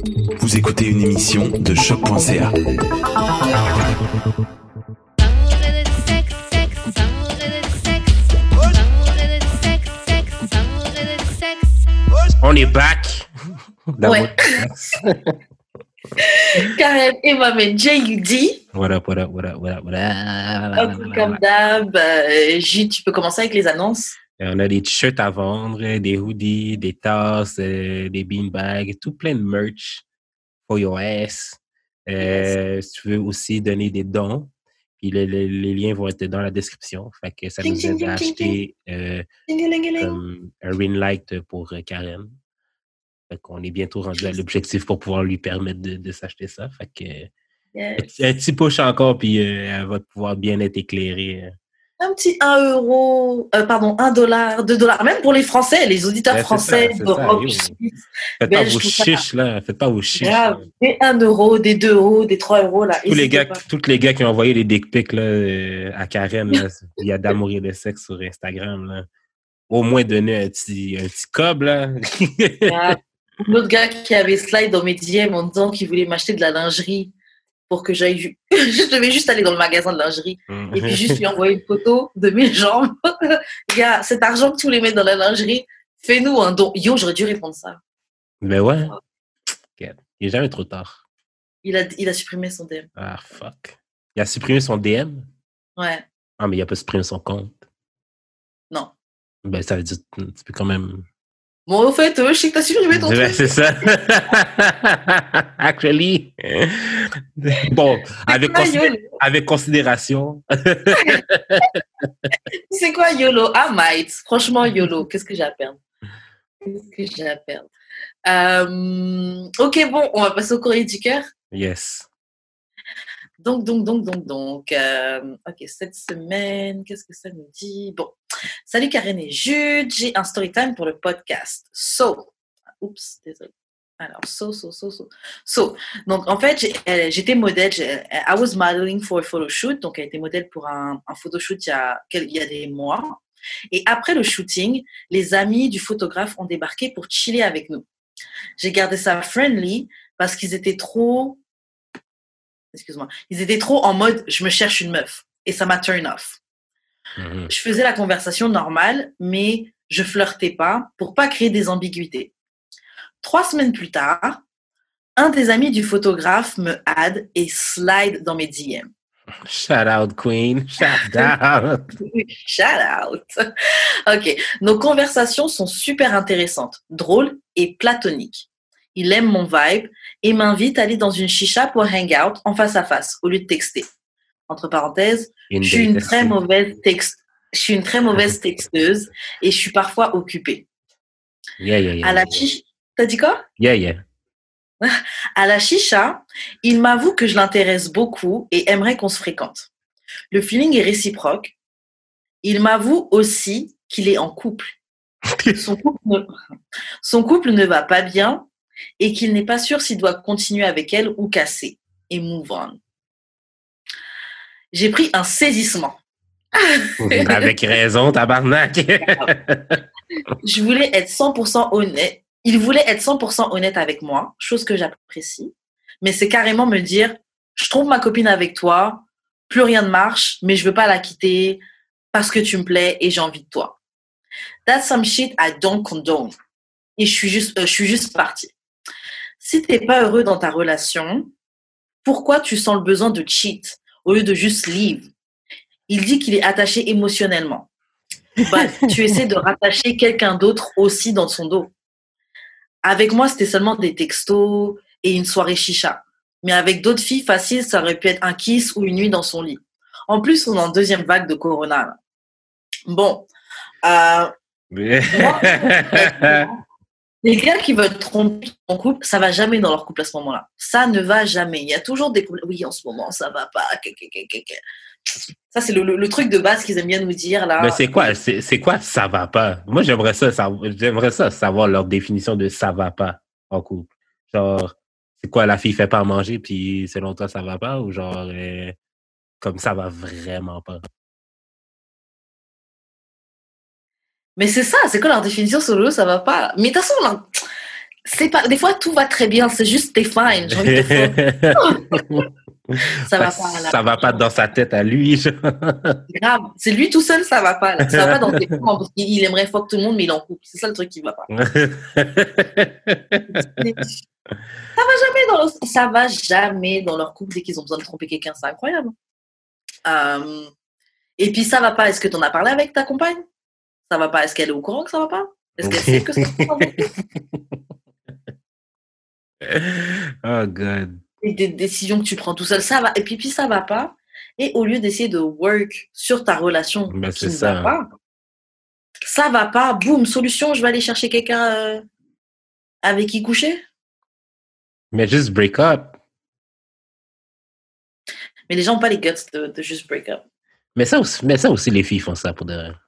Vous écoutez une émission de choc.ca. On est back. Ouais. Karen et moi-même, J.U.D. Voilà. Comme d'hab, J, tu peux commencer avec les annonces. On a des t-shirts à vendre, des hoodies, des tasses, des beanbags, tout plein de merch for your ass. Si tu veux aussi donner des dons, puis les liens vont être dans la description. Fait que ça nous aide à acheter comme un ring light pour Karen. Fait qu'on est bientôt rendu à l'objectif pour pouvoir lui permettre de s'acheter ça. Fait que un petit push encore, puis elle va pouvoir bien être éclairée. Un petit 1 euro, $1, $2, même pour les Français, les auditeurs français d'Europe, faites pas vos chiches, là. Faites pas vos chiches. Des 1 euro, des 2 euros, des 3 euros, là. Tous les gars qui ont envoyé les dick pics là, à Karen, là, il y a d'amour et de sexe sur Instagram, là. Au moins donner un petit cob, là. L'autre gars qui avait slide dans mes DM en disant qu'il voulait m'acheter de la lingerie pour que j'aille... Je devais juste aller dans le magasin de lingerie et puis juste lui envoyer une photo de mes jambes. Gars, cet argent que tu voulais mettre dans la lingerie, fais-nous un don. Yo, j'aurais dû répondre ça. Mais ouais. Il n'est jamais trop tard. Il a supprimé son DM. Ah, fuck. Il a supprimé son DM? Ouais. Ah, mais il n'a pas supprimé son compte. Non. Ben, ça veut dire que tu peux quand même... Bon, au fait, je sais que t'as supprimé ton truc. C'est ça. Actually. Bon, avec considération. C'est quoi YOLO? I might. Franchement, YOLO. Qu'est-ce que j'ai à perdre? Ok, bon, on va passer au courrier du cœur. Yes. Donc. Ok, cette semaine, qu'est-ce que ça nous dit? Bon. Salut Karen et Jude, j'ai un story time pour le podcast. Désolé. Alors, donc, en fait, j'étais modèle. I was modeling for a photo shoot. Donc, elle était modèle pour un photoshoot il y a des mois. Et après le shooting, les amis du photographe ont débarqué pour chiller avec nous. J'ai gardé ça friendly parce qu'ils étaient trop... Ils étaient trop en mode « je me cherche une meuf ». Et ça m'a turn off. Je faisais la conversation normale, mais je flirtais pas pour pas créer des ambiguïtés. 3 semaines plus tard, un des amis du photographe me add et slide dans mes DM. Shout out, Queen. Shout out. Shout out. Ok. Nos conversations sont super intéressantes, drôles et platoniques. Il aime mon vibe et m'invite à aller dans une chicha pour hang out en face à face au lieu de texter. Entre parenthèses, je suis une très mauvaise texteuse et je suis parfois occupée. T'as dit quoi? Yeah. À la chicha, il m'avoue que je l'intéresse beaucoup et aimerait qu'on se fréquente. Le feeling est réciproque. Il m'avoue aussi qu'il est en couple. Son couple ne va pas bien et qu'il n'est pas sûr s'il doit continuer avec elle ou casser et move on. J'ai pris un saisissement. Avec raison, tabarnak. Je voulais être 100% honnête. Il voulait être 100% honnête avec moi, chose que j'apprécie. Mais c'est carrément me dire, je trompe ma copine avec toi, plus rien ne marche, mais je veux pas la quitter parce que tu me plais et j'ai envie de toi. That's some shit I don't condone. Et je suis juste partie. Si t'es pas heureux dans ta relation, pourquoi tu sens le besoin de cheat au lieu de juste leave? Il dit qu'il est attaché émotionnellement. Tu essaies de rattacher quelqu'un d'autre aussi dans son dos. Avec moi, c'était seulement des textos et une soirée chicha. Mais avec d'autres filles, facile, ça aurait pu être un kiss ou une nuit dans son lit. En plus, on est en 2e vague de corona. Là. Bon. Les gars qui veulent tromper en couple, ça va jamais dans leur couple à ce moment-là. Ça ne va jamais. Il y a toujours des problèmes. Oui, en ce moment, ça va pas. Ça, c'est le truc de base qu'ils aiment bien nous dire, là. Mais c'est quoi ça va pas? Moi, j'aimerais ça savoir leur définition de ça va pas en couple. Genre, c'est quoi, la fille fait pas à manger, puis selon toi, ça va pas? Ou genre, comme ça va vraiment pas? Mais c'est ça, c'est quoi leur définition sur le ça va pas? Mais de toute façon, c'est pas, des fois, tout va très bien, c'est juste t'es fine. J'ai envie de te faire, ça va pas, là. Ça va pas dans sa tête à lui. Genre. C'est grave. C'est lui tout seul, ça va pas, là. Ça va pas dans tes plans, parce qu'il aimerait fuck tout le monde, mais il est en couple. C'est ça le truc qui va pas. Ça va jamais dans leur couple dès qu'ils ont besoin de tromper quelqu'un, c'est incroyable. Et puis ça va pas, est-ce que tu en as parlé avec ta compagne? Ça va pas, est-ce qu'elle est au courant que ça va pas? Est-ce qu'elle sait que ça va pas? Oh God. Et des décisions que tu prends tout seul, ça va. Et puis ça va pas. Et au lieu d'essayer de work sur ta relation Ben, qui c'est ne ça. va pas, ça va pas, boum, solution, je vais aller chercher quelqu'un avec qui coucher. Mais juste break up. Mais les gens n'ont pas les guts de juste break up. Mais ça aussi, les filles font ça pour de vrai.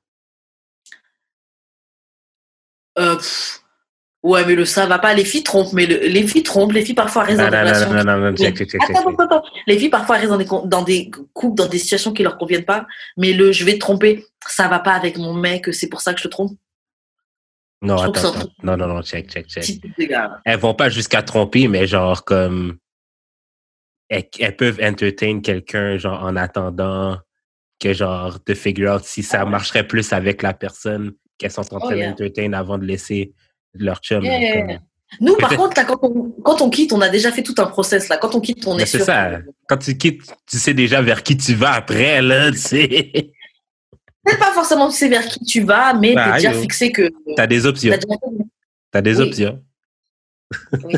Ouais, mais le ça va pas. Les filles trompent, mais les filles trompent. Les filles parfois restent dans des relations. Non, check. Attends. Les filles parfois restent dans des couples, dans des situations qui leur conviennent pas. Mais je vais te tromper, ça va pas avec mon mec, c'est pour ça que je te trompe. Non, attends. Non, check. Type de gars. Elles vont pas jusqu'à tromper, mais genre comme elles peuvent entertain quelqu'un genre en attendant que genre de figure out si ça marcherait plus avec la personne qu'elles sont en train d'entertain avant de laisser leur chum. Yeah. Nous, par contre, là, quand on quitte, on a déjà fait tout un process. Là. Quand on quitte, on est sûr. C'est ça. Quand tu quittes, tu sais déjà vers qui tu vas après, là, tu sais. Peut-être pas forcément tu sais vers qui tu vas, mais t'es déjà fixé que... T'as des options. T'as des options. Oui.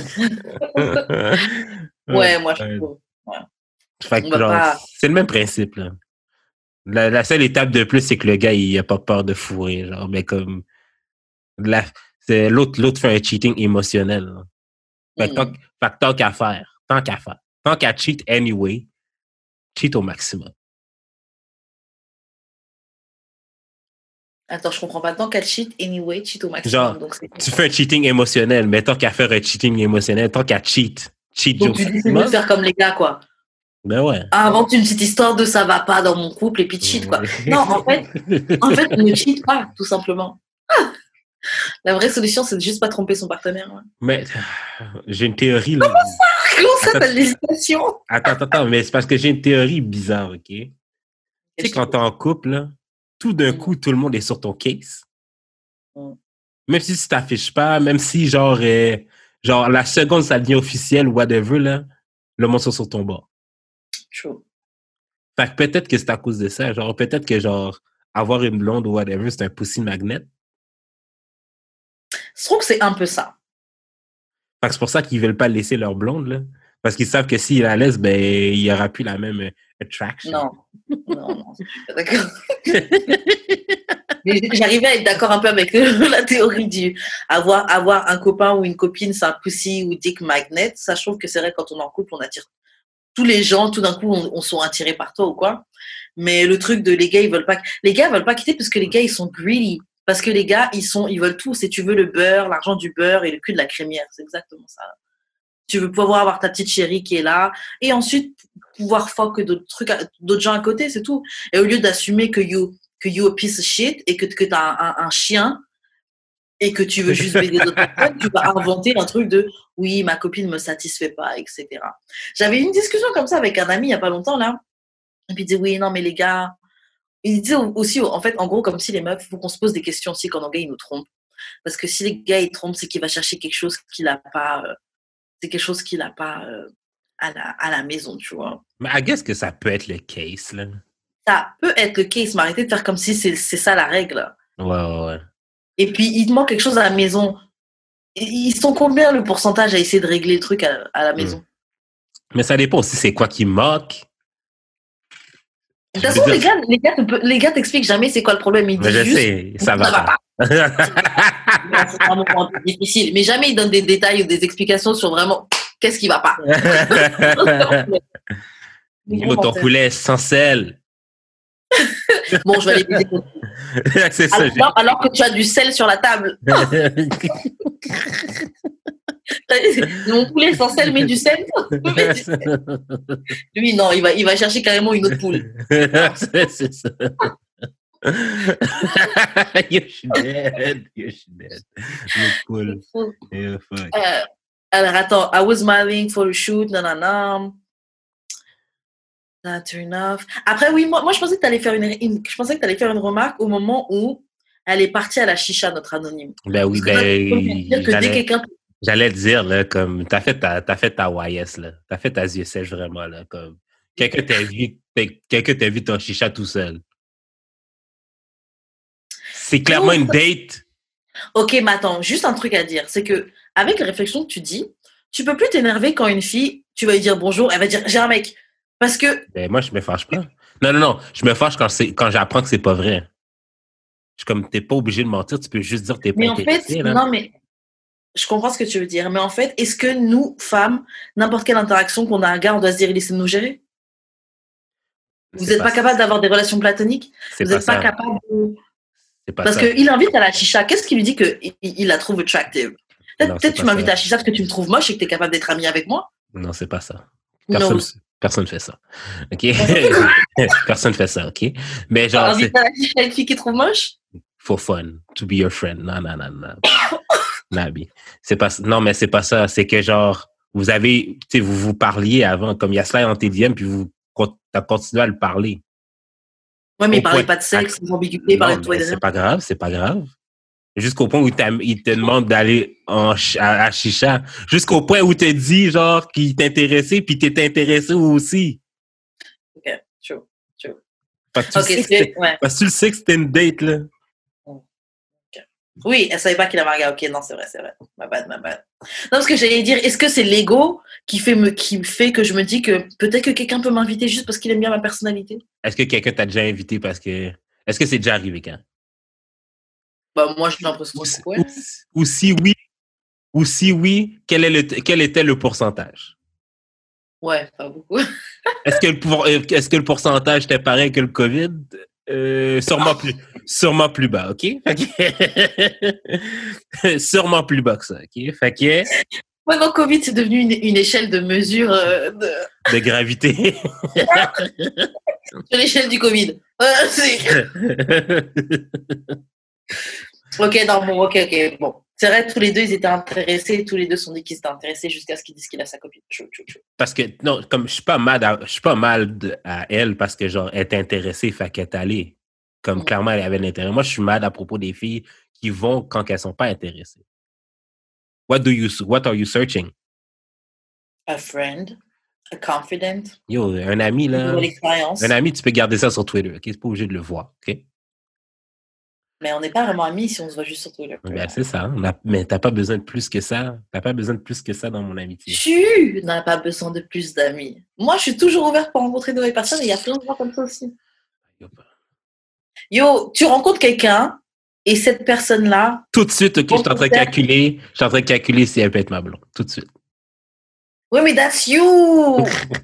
Ouais, moi, je trouve. Ouais. Fait que, genre, c'est le même principe, là. La seule étape de plus, c'est que le gars, il a pas peur de fourrer, genre, mais comme... L'autre fait un cheating émotionnel. Fait que tant qu'à faire, tant qu'à cheat anyway, cheat au maximum. Attends, je comprends pas. Tant qu'à cheat anyway, cheat au maximum. Genre, donc tu fais un cheating émotionnel, mais tant qu'à faire un cheating émotionnel, tant qu'à cheat donc tu décides de faire comme les gars, quoi. Ben ouais. Invente une petite histoire de ça va pas dans mon couple et puis cheat, quoi. Non, en fait, ne cheat pas, tout simplement. La vraie solution, c'est de juste pas tromper son partenaire. Ouais. Mais j'ai une théorie. Là. Comment ça, t'as de l'hésitation? Attends, mais c'est parce que j'ai une théorie bizarre, OK? Tu sais, quand t'es en couple, là, tout d'un coup, tout le monde est sur ton case. Même si tu t'affiches pas, même si, genre, la seconde, ça devient officiel, whatever, là, le monde est sur ton bord. True. Fait que peut-être que c'est à cause de ça. Genre, peut-être que, genre, avoir une blonde ou whatever, c'est un pussy magnet. Je trouve que c'est un peu ça. Fait que c'est pour ça qu'ils veulent pas laisser leur blonde, là. Parce qu'ils savent que s'ils la laissent, ben, il y aura plus la même attraction. Non, je suis pas d'accord. J'arrivais à être d'accord un peu avec la théorie du avoir un copain ou une copine, c'est un pussy ou dick magnet. Ça, je trouve que c'est vrai, quand on est en couple, on attire tous les gens, tout d'un coup, on sont attirés par toi ou quoi. Mais le truc de les gars, ils veulent pas quitter parce que les gars, ils sont greedy. Parce que les gars, ils veulent tout. Si tu veux le beurre, l'argent du beurre et le cul de la crémière. C'est exactement ça. Tu veux pouvoir avoir ta petite chérie qui est là. Et ensuite, pouvoir fuck d'autres gens à côté, c'est tout. Et au lieu d'assumer que you a piece of shit et que t'as un chien et que tu veux juste baiser d'autres personnes, tu vas inventer un truc de oui, ma copine me satisfait pas, etc. J'avais eu une discussion comme ça avec un ami il y a pas longtemps, là. Et puis il disait oui, non, mais les gars, il disait aussi, en fait, en gros, comme si les meufs, il faut qu'on se pose des questions aussi quand un gars, il nous trompe. Parce que si les gars, ils trompent, c'est qu'il va chercher quelque chose qu'il a pas, c'est quelque chose qu'il a pas à la maison, tu vois. Mais I guess que ça peut être le case, là. Ça peut être le case, mais arrêtez de faire comme si c'est ça la règle. Ouais. Et puis, il te manque quelque chose à la maison. Ils sont combien le pourcentage à essayer de régler le truc à la maison? Mais ça dépend aussi c'est quoi qui manque. De toute façon, les gars t'expliquent jamais c'est quoi le problème. Ils disent je juste, sais, ça va pas. C'est un moment un peu difficile. Mais jamais ils donnent des détails ou des explications sur vraiment qu'est-ce qui va pas. Ton poulet sans sel. Bon, je vais aller baiser. C'est ça. Alors que tu as du sel sur la table. Mon poulet sans sel, mais du sel. Lui, non, il va chercher carrément une autre poule. C'est ça. You're dead. You're dead. You're cool. Yeah, fuck. Alors, attends. I was smiling for the shoot. Non. Turn off. Après, oui, moi je pensais que tu allais faire je pensais que tu allais faire une remarque au moment où elle est partie à la chicha, notre anonyme. Ben oui, j'allais te dire, là, comme, t'as fait ta YS, là. T'as fait ta yeux sèche, vraiment, là, comme, quelqu'un t'a vu ton chicha tout seul. C'est clairement une date. Ok, mais attends, juste un truc à dire, c'est que, avec la réflexion que tu dis, tu peux plus t'énerver quand une fille, tu vas lui dire bonjour, elle va dire, j'ai un mec. Parce que... Ben, moi, je me fâche pas. Non. Je me fâche quand j'apprends que c'est pas vrai. Je suis comme, t'es pas obligé de mentir, tu peux juste dire que t'es pas intéressé. Mais en fait, non, mais je comprends ce que tu veux dire. Mais en fait, est-ce que nous, femmes, n'importe quelle interaction qu'on a un gars, on doit se dire, il essaie de nous gérer? Vous n'êtes pas capable d'avoir des relations platoniques? Vous n'êtes pas capable de... Parce qu'il invite à la chicha. Qu'est-ce qui lui dit qu'il la trouve attractive? Peut-être tu m'invites à la chicha parce que tu me trouves moche et que tu es capable d'être ami avec moi? Non, c'est pas ça. Personne fait ça. OK? Personne fait ça, OK? Mais genre. Inviter à la chicha une fille qui trouve moche? For fun. To be your friend. Non. Nabi. Non, mais c'est pas ça. C'est que genre, vous vous parliez avant, comme il y a cela en TDM, puis t'as continué à le parler. Ouais, mais il parlait pas de sexe, d'ambiguïté, il parlait de toi et de rien. C'est pas grave. Jusqu'au point où il te demande d'aller à Chicha. Jusqu'au point où tu dit, genre, qu'il t'intéressait, puis t'es intéressé aussi. OK, true. Parce que tu le sais que c'était une date, là. Okay. Oui, elle savait pas qu'il avait un gars. OK, non, c'est vrai. Ma bad. Non, parce que j'allais dire, est-ce que c'est l'ego qui fait que je me dis que peut-être que quelqu'un peut m'inviter juste parce qu'il aime bien ma personnalité? Est-ce que quelqu'un t'a déjà invité parce que... Est-ce que c'est déjà arrivé quand? Bah, moi, j'ai l'impression que ouais. Ou si oui, quel était le pourcentage? Ouais, pas beaucoup. Est-ce que le pourcentage était pareil que le COVID? Sûrement plus bas, OK? Sûrement plus bas que ça, OK? Fait que... Maintenant, Covid, c'est devenu une échelle de mesure de gravité. Sur l'échelle du Covid. Ok, bon. C'est vrai, tous les deux, ils étaient intéressés. Tous les deux sont dit qu'ils étaient intéressés jusqu'à ce qu'ils disent qu'il a sa copine. Parce que, non, comme je suis pas mal à elle parce que, genre, elle est intéressée, fait qu'elle est allée. Comme, clairement, elle avait l'intérêt. Moi, je suis mad à propos des filles qui vont quand elles sont pas intéressées. What are you searching? A friend. A confident. Yo, un ami, là. Une nouvelle expérience. Un ami, tu peux garder ça sur Twitter, OK? C'est pas obligé de le voir, OK? Mais on n'est pas vraiment amis si on se voit juste sur Twitter. Ben, c'est ça. Mais t'as pas besoin de plus que ça. T'as pas besoin de plus que ça dans mon amitié. Tu n'as pas besoin de plus d'amis. Moi, je suis toujours ouverte pour rencontrer de nouvelles personnes et il y a plein de gens comme ça aussi. Yo, tu rencontres quelqu'un et cette personne-là... Tout de suite, OK, je suis en train de calculer si elle peut être ma blonde. Tout de suite. Oui, mais that's you!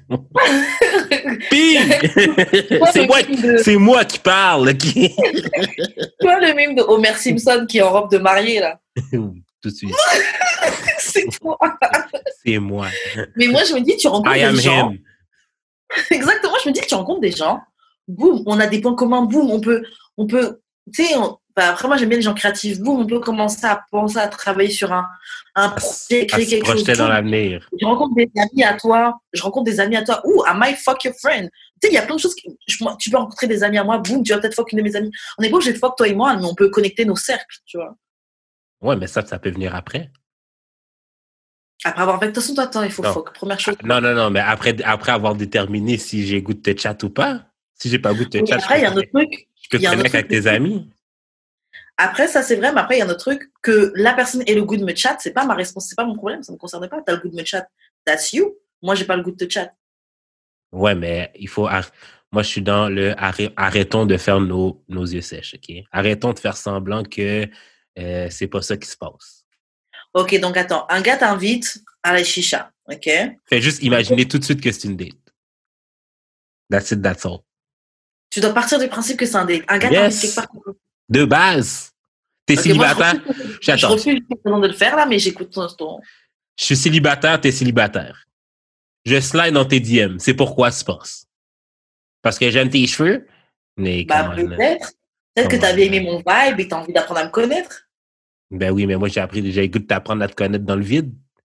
C'est moi qui parle, OK? Toi, le mime de Homer Simpson qui est en robe de mariée, là. Tout de suite. C'est toi. C'est moi. Mais moi, je me dis, tu rencontres des gens. Exactement, je me dis, tu rencontres des gens. Boum, on a des points communs. Boum, on peut tu sais, après, moi, j'aime bien les gens créatifs. Boum, on peut commencer à penser à travailler sur un projet, créer quelque chose. Projeter dans l'avenir. Je rencontre des amis à toi. Ouh, I might fuck your friend. Tu sais, il y a plein de choses. Tu peux rencontrer des amis à moi. Boum, tu vas peut-être fuck une de mes amies. On n'est pas obligé de fuck toi et moi, mais on peut connecter nos cercles, tu vois. Ouais, mais ça peut venir après. Après avoir fait, de toute façon, toi, il faut fuck. Première chose. Non, mais après avoir déterminé si j'ai goût de te chat ou pas. Si j'ai pas goût de te chat, après, il y a un autre truc. Je peux connecter avec tes amis. Après, ça, c'est vrai, mais après, il y a un autre truc, que la personne ait le goût de me chat, c'est pas ma responsabilité, c'est pas mon problème, ça me concerne pas. T'as le goût de me chat, that's you. Moi, j'ai pas le goût de te chat. Ouais, mais il faut... Moi, je suis dans le... Arrêtons de faire nos yeux sèches, OK? Arrêtons de faire semblant que c'est pas ça qui se passe. OK, donc attends. Un gars t'invite à la chicha, OK? Fais juste imaginer tout de suite que c'est une date. That's it, that's all. Tu dois partir du principe que c'est un date. Un gars t'invite quelque part. De base. T'es célibataire. Je refuse de le faire, là, mais j'écoute ton... Je suis célibataire, t'es célibataire. Je slide dans tes DM. C'est pourquoi tu penses? Parce que j'aime tes cheveux? Mais peut-être. Peut-être que t'avais aimé mon vibe et t'as envie d'apprendre à me connaître. Ben oui, mais moi, j'ai le goût de t'apprendre à te connaître dans le vide.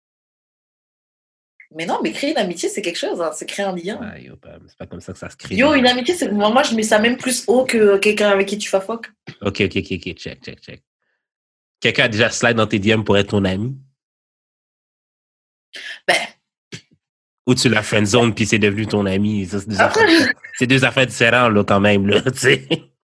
Mais non, mais créer une amitié, c'est quelque chose. Hein. C'est créer un lien. Ouais, yo, c'est pas comme ça que ça se crée. Yo, une amitié, c'est... Moi, je mets ça même plus haut que quelqu'un avec qui tu fafoques. OK. Check. Quelqu'un a déjà slide dans tes DM pour être ton ami? Ben, Ou tu l'as friendzone puis c'est devenu ton ami? Ça, après, c'est deux affaires différentes, là, quand même, là, tu sais.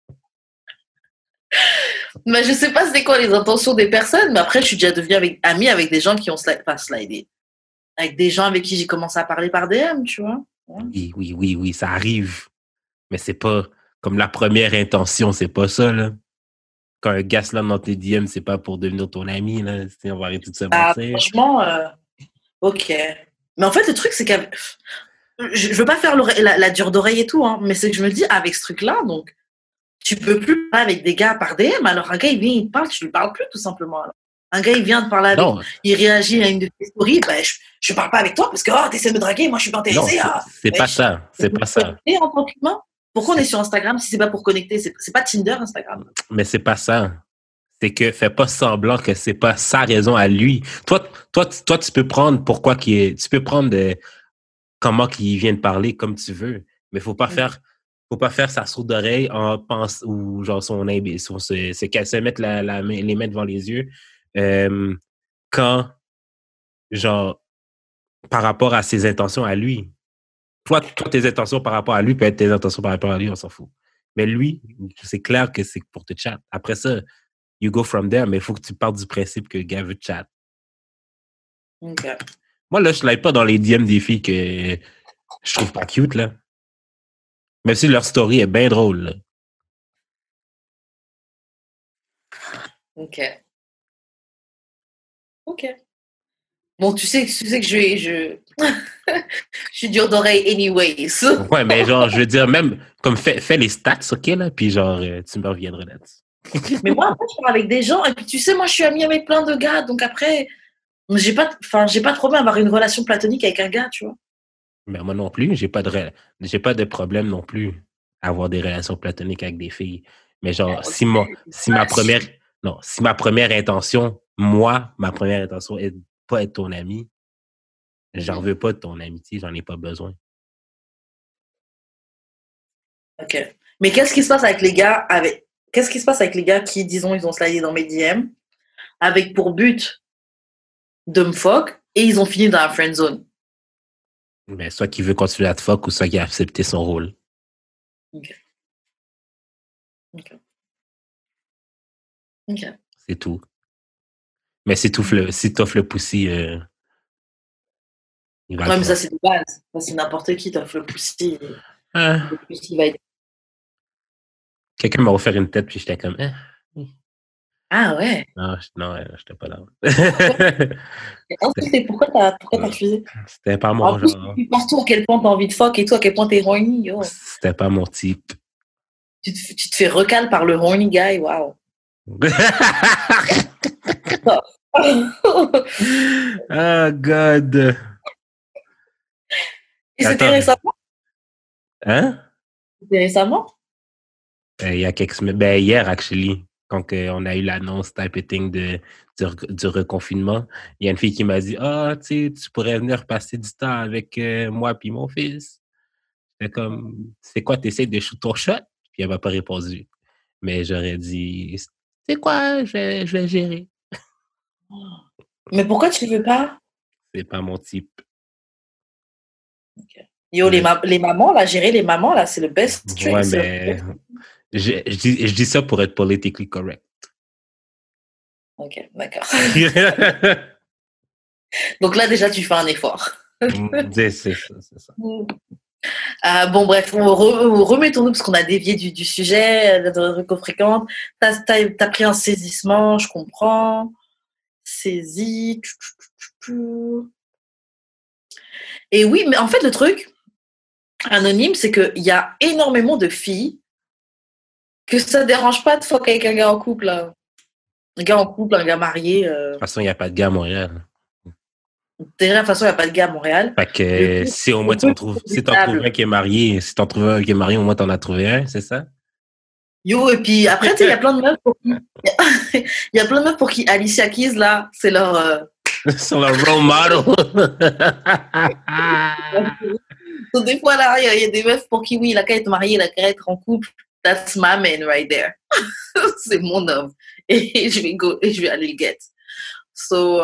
mais je sais pas c'est quoi les intentions des personnes, mais après, je suis déjà devenue amie avec des gens qui ont pas slidé. Avec des gens avec qui j'ai commencé à parler par DM, tu vois. Ouais. Oui, ça arrive. Mais c'est pas comme la première intention, c'est pas ça, là. Quand un gars slide dans tes DM, c'est pas pour devenir ton ami, là. On va arrêter de se mentir. Franchement, ok. Mais en fait, le truc, c'est qu'avec... Je veux pas faire la dure d'oreille et tout, hein, mais c'est que je me dis, avec ce truc-là, donc, tu peux plus parler avec des gars par DM. Alors, un gars, il vient, il te parle, tu lui parles plus, tout simplement. Alors. Un gars, il vient te parler avec, il réagit à une de tes stories, ben, je parle pas avec toi parce que t'essaies de me draguer, moi, je suis pas intéressé. C'est pas ça. C'est pas ça. En tant qu'humain, pourquoi on est sur Instagram si c'est pas pour connecter? C'est pas Tinder, Instagram. Mais c'est pas ça. C'est que fais pas semblant que c'est pas sa raison à lui. Toi, tu peux prendre tu peux prendre comment qu'il vient de parler comme tu veux, mais faut pas faire sa sourde d'oreille en pense ou genre se mettre les mains devant les yeux quand genre par rapport à ses intentions à lui. Toi, tes intentions par rapport à lui peuvent être tes intentions par rapport à lui, on s'en fout. Mais lui, c'est clair que c'est pour te chat. Après ça, you go from there, mais il faut que tu partes du principe que le gars veut te chat. OK. Moi, là, je ne like pas dans les DM des filles que je trouve pas cute, là. Même si leur story est bien drôle, là. OK. Bon, tu sais que je suis dure d'oreille anyways. Ouais, mais genre, je veux dire, même, comme fais les stats, OK, là, puis genre, tu me reviendras là-dessus. Mais moi, après, je parle avec des gens, et puis tu sais, moi, je suis amie avec plein de gars, donc après, j'ai pas de problème à avoir une relation platonique avec un gars, tu vois. Mais moi non plus, j'ai pas de problème non plus à avoir des relations platoniques avec des filles. Mais genre, si ma première intention, ma première intention est de pas être ton ami, j'en veux pas de ton amitié, j'en ai pas besoin. OK. Mais qu'est-ce qui se passe avec les gars qui, disons, ils ont slidé dans mes DM avec pour but de me fuck et ils ont fini dans la friend zone? Mais soit qu'il veut continuer à te fuck ou soit qu'il a accepté son rôle. OK. C'est tout. Mais si t'offres le poussi, il va le Ouais, mais ça, faire. c'est de base. Ça, c'est n'importe qui t'offre le poussi. Ah. Le poussi va être... Quelqu'un m'a offert une tête, puis j'étais comme, Ah ouais? Non, j'étais pas là. Pourquoi t'as refusé? C'était pas mon En plus, genre. tu penses à quel point t'as envie de fuck et toi, à quel point t'es horny, yo. C'était pas mon type. Tu te fais recal par le horny guy, waouh. Oh, God. Et c'était récemment? Hein? C'était récemment? Il y a quelques semaines. Ben, hier, actually, quand on a eu l'annonce type thing du reconfinement, il y a une fille qui m'a dit, tu pourrais venir passer du temps avec moi puis mon fils. C'est comme, c'est quoi, t'essaies de shoot ton shot? Puis elle m'a pas répondu. Mais j'aurais dit, c'est quoi, je vais gérer. Mais pourquoi tu ne veux pas? C'est pas mon type. Okay. Yo, les mamans, là, gérer les mamans, là, c'est le best trick. Ouais, mais je dis ça pour être politically correct. Ok, d'accord. Donc là, déjà, tu fais un effort. C'est ça. Bon, bref, remettons-nous parce qu'on a dévié du sujet de récofréquente. T'as pris un saisissement, je comprends. Saisie. Et oui, mais en fait, le truc anonyme, c'est qu'il y a énormément de filles que ça ne dérange pas de fuck avec un gars en couple. Là. Un gars en couple, un gars marié. De toute façon, il n'y a pas de gars à Montréal. Déjà, de toute façon, il n'y a pas de gars à Montréal. Fait que si au moins tu en trouves un qui est marié, au moins tu en as trouvé un, c'est ça? Yo, et puis après, tu sais, il y a plein de meufs pour qui... il y a plein de meufs pour qui Alicia Keys, là, c'est leur... Sur le role model. Donc, des fois, là, il y a des meufs pour qui, oui, la qu'à être mariée, la qu'à être en couple, that's my man right there. C'est mon homme. Et je vais aller le get. So,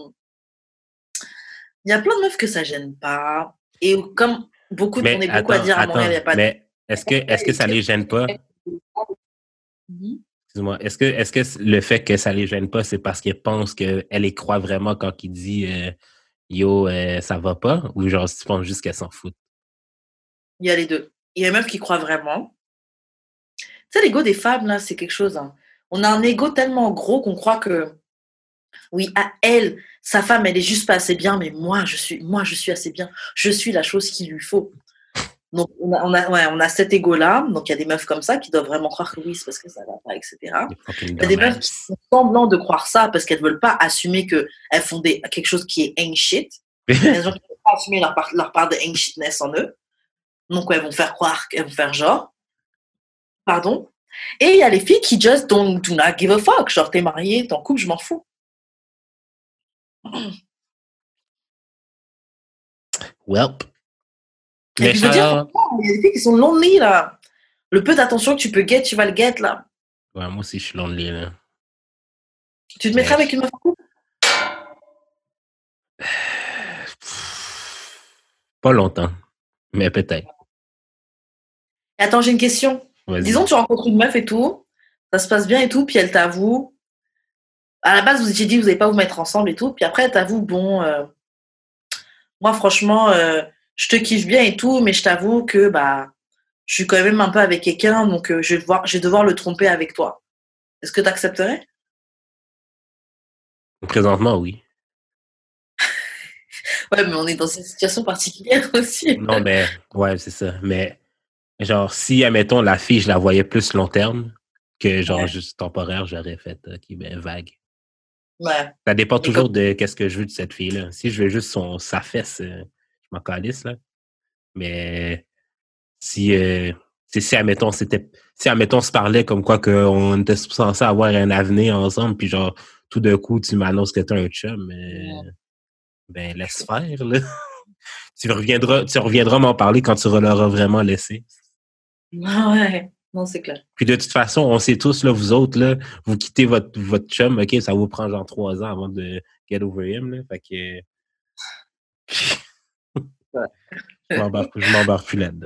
il y a plein de meufs que ça gêne pas. Et comme beaucoup, on est beaucoup à dire à Montréal, il n'y a pas de... Mais est-ce que ça les gêne pas? Mhm. Excuse-moi. Est-ce que le fait que ça les gêne pas, c'est parce qu'ils pensent qu'elle y croit vraiment quand il dit yo, ça va pas? Ou genre, tu penses juste qu'elle s'en fout? Il y a les deux. Il y a des meufs qui croient vraiment. Tu sais, l'ego des femmes, là, c'est quelque chose. Hein. On a un ego tellement gros qu'on croit que, oui, à elle, sa femme, elle est juste pas assez bien, mais moi, je suis assez bien. Je suis la chose qu'il lui faut. Donc, on a cet ego-là. Donc, il y a des meufs comme ça qui doivent vraiment croire que oui, c'est parce que ça va pas, etc. Il y a des meufs qui font semblant de croire ça parce qu'elles veulent pas assumer qu'elles font quelque chose qui est ain't shit. Il y a des gens qui ne veulent pas assumer leur part de ain't shitness en eux. Donc, elles vont faire croire, elles vont faire genre. Pardon. Et il y a les filles qui just do not give a fuck. Genre, t'es mariée, t'es en couple, je m'en fous. Welp. Et puis, je veux dire, il y a des filles qui sont lonely, là. Le peu d'attention que tu peux get, tu vas le get, là. Ouais, moi aussi, je suis lonely, là. Tu te mettrais avec une meuf en couple? Pas longtemps, mais peut-être. Attends, j'ai une question. Vas-y. Disons que tu rencontres une meuf et tout, ça se passe bien et tout, puis elle t'avoue. À la base, vous étiez dit vous n'allez pas vous mettre ensemble et tout, puis après, elle t'avoue, bon, moi, franchement, je te kiffe bien et tout, mais je t'avoue que bah, je suis quand même un peu avec quelqu'un, donc je vais devoir le tromper avec toi. Est-ce que tu accepterais? Présentement, oui. Ouais, mais on est dans une situation particulière aussi. Non, mais, ouais, c'est ça. Mais, genre, si, admettons, la fille, je la voyais plus long terme que, genre, juste temporaire, j'aurais fait, OK, ben, vague. Ouais. Ça dépend toujours de qu'est-ce que je veux de cette fille-là. Si je veux juste sa fesse, je m'en calisse, là. Mais, si, admettons, si, admettons, on se parlait comme quoi qu'on était censé avoir un avenir ensemble, puis genre, tout d'un coup, tu m'annonces que t'as un chum, ben, laisse faire, là. Tu reviendras m'en parler quand tu l'auras vraiment laissé. Ouais, non, c'est clair. Puis de toute façon, on sait tous, là, vous autres, là, vous quittez votre chum, OK, ça vous prend genre 3 ans avant de get over him, là. Fait que... je m'embarque plus là-dedans.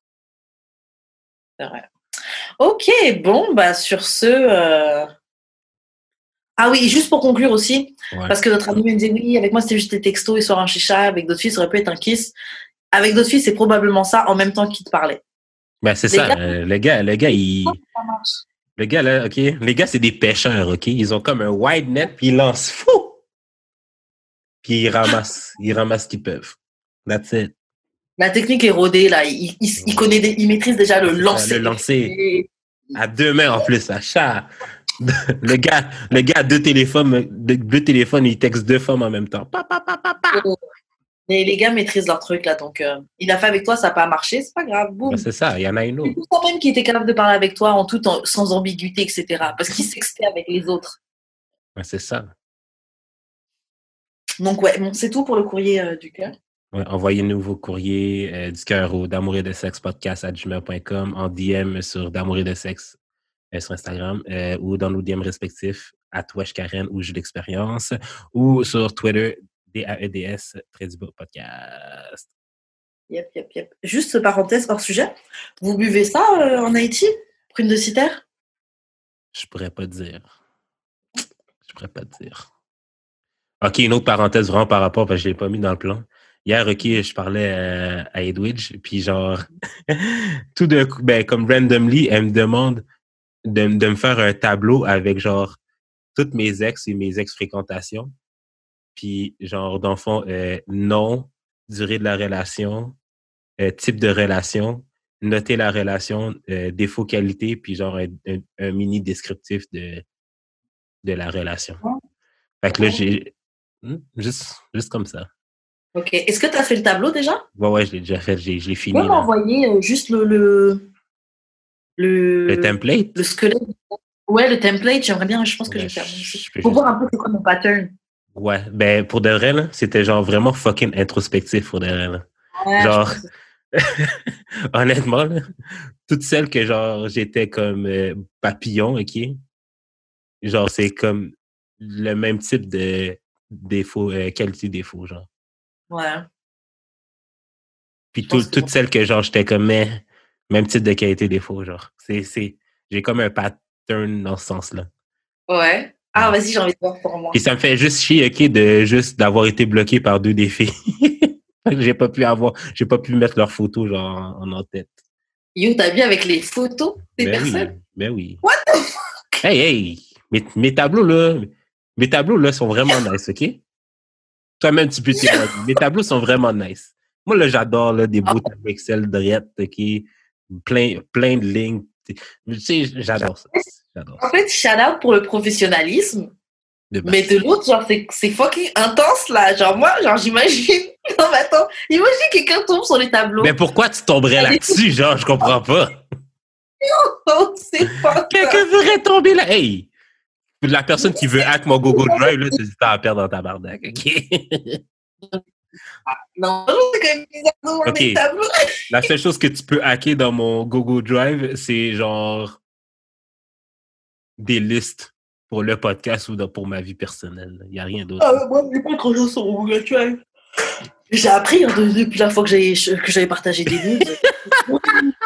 C'est vrai. OK, bon, bah sur ce... Ah oui, juste pour conclure aussi, parce que notre ami me disait, oui, avec moi, c'était juste des textos et soir un chicha, avec d'autres filles, ça aurait pu être un kiss. Avec d'autres filles, c'est probablement ça en même temps qu'il te parlait. Ben, c'est ça. Le gars, il... Le gars, là, OK, les gars, c'est des pêcheurs, OK? Ils ont comme un wide net, puis ils lancent fou! Puis ils ramassent ce qu'ils peuvent. That's it. La technique est rodée, là. Il maîtrise déjà le lancer. Le lancer. À 2 mains, en plus, à chat. Le gars a 2 téléphones, il texte 2 femmes en même temps. Pa, pa, pa, pa, pa. Mais les gars maîtrisent leur truc, là. Donc, il a fait avec toi, ça n'a pas marché, c'est pas grave. Boum. Ben, c'est ça, il y en a une autre. C'est tout ça même qui était capable de parler avec toi sans ambiguïté, etc. Parce qu'il sextait avec les autres. Ben, c'est ça. Donc, ouais, bon, c'est tout pour le courrier du cœur. Ouais, envoyez-nous vos courriers du cœur au d'amour et de sexe podcast@gmail.com, en DM sur d'amour et de sexe sur Instagram ou dans nos DM respectifs @weshkaren ou Jus d'expérience ou sur Twitter DAEDS_podcast. Yep. Juste parenthèse hors sujet. Vous buvez ça en Haïti? Prune de citerre? Je pourrais pas dire. OK, une autre parenthèse vraiment par rapport, parce que je l'ai pas mis dans le plan. Hier, OK, je parlais à Edwidge, puis genre, tout d'un coup, ben, comme randomly, elle me demande de me faire un tableau avec genre toutes mes ex et mes ex-fréquentations. Puis genre, dans le fond, nom, durée de la relation, type de relation, noter la relation, défaut, qualité, puis genre un mini descriptif de la relation. Fait que là, j'ai... Juste comme ça. OK. Est-ce que tu as fait le tableau déjà? Ouais, je l'ai déjà fait. Je l'ai fini. Tu peux m'envoyer juste le... Le template? Le squelette. Ouais, le template, j'aimerais bien, je pense que je vais faire mon aussi. Faut voir un peu c'est quoi mon pattern. Ouais, ben pour de vrai, là, c'était genre vraiment fucking introspectif pour de vrai. Là. Ouais, Genre, honnêtement, là, toutes celles que genre j'étais comme papillon, ok? Genre, c'est comme le même type de défaut, qualité-défaut, genre. Ouais. Puis toutes celles que genre j'étais comme même type de qualité-défaut, genre. J'ai comme un pattern dans ce sens-là. Ouais. Ah, vas-y, j'ai envie de voir pour moi. Puis ça me fait juste chier, ok, d'avoir été bloqué par 2 des filles. j'ai pas pu mettre leurs photos genre en tête. Yo, t'as vu avec les photos des personnes? Oui, ben oui. What the fuck? Hey, mes tableaux là sont vraiment nice, ok? Toi-même, tu peux témoigner. Mes tableaux sont vraiment nice. Moi, là, j'adore là, des beaux tableaux Excel drettes, ok? Plein de lignes. Tu sais, j'adore ça. En fait, shout out pour le professionnalisme. Mais de l'autre, genre, c'est fucking intense, là. Genre, moi, genre, j'imagine. Non, mais attends, imagine quelqu'un tombe sur les tableaux. Mais pourquoi tu tomberais là-dessus, genre, je comprends pas. Non, c'est pas quelqu'un voudrait tomber là. Hey! La personne qui veut hack mon Google Drive, là, tu dis pas à perdre dans ta bardaque, ok? Non, c'est quand même bizarre de voir mes tableaux. La seule chose que tu peux hacker dans mon Google Drive, c'est genre des listes pour le podcast ou pour ma vie personnelle. Il n'y a rien d'autre. Ah, moi, je n'ai pas grand-chose sur mon Google Drive. J'ai appris depuis la fois que j'avais partagé des news.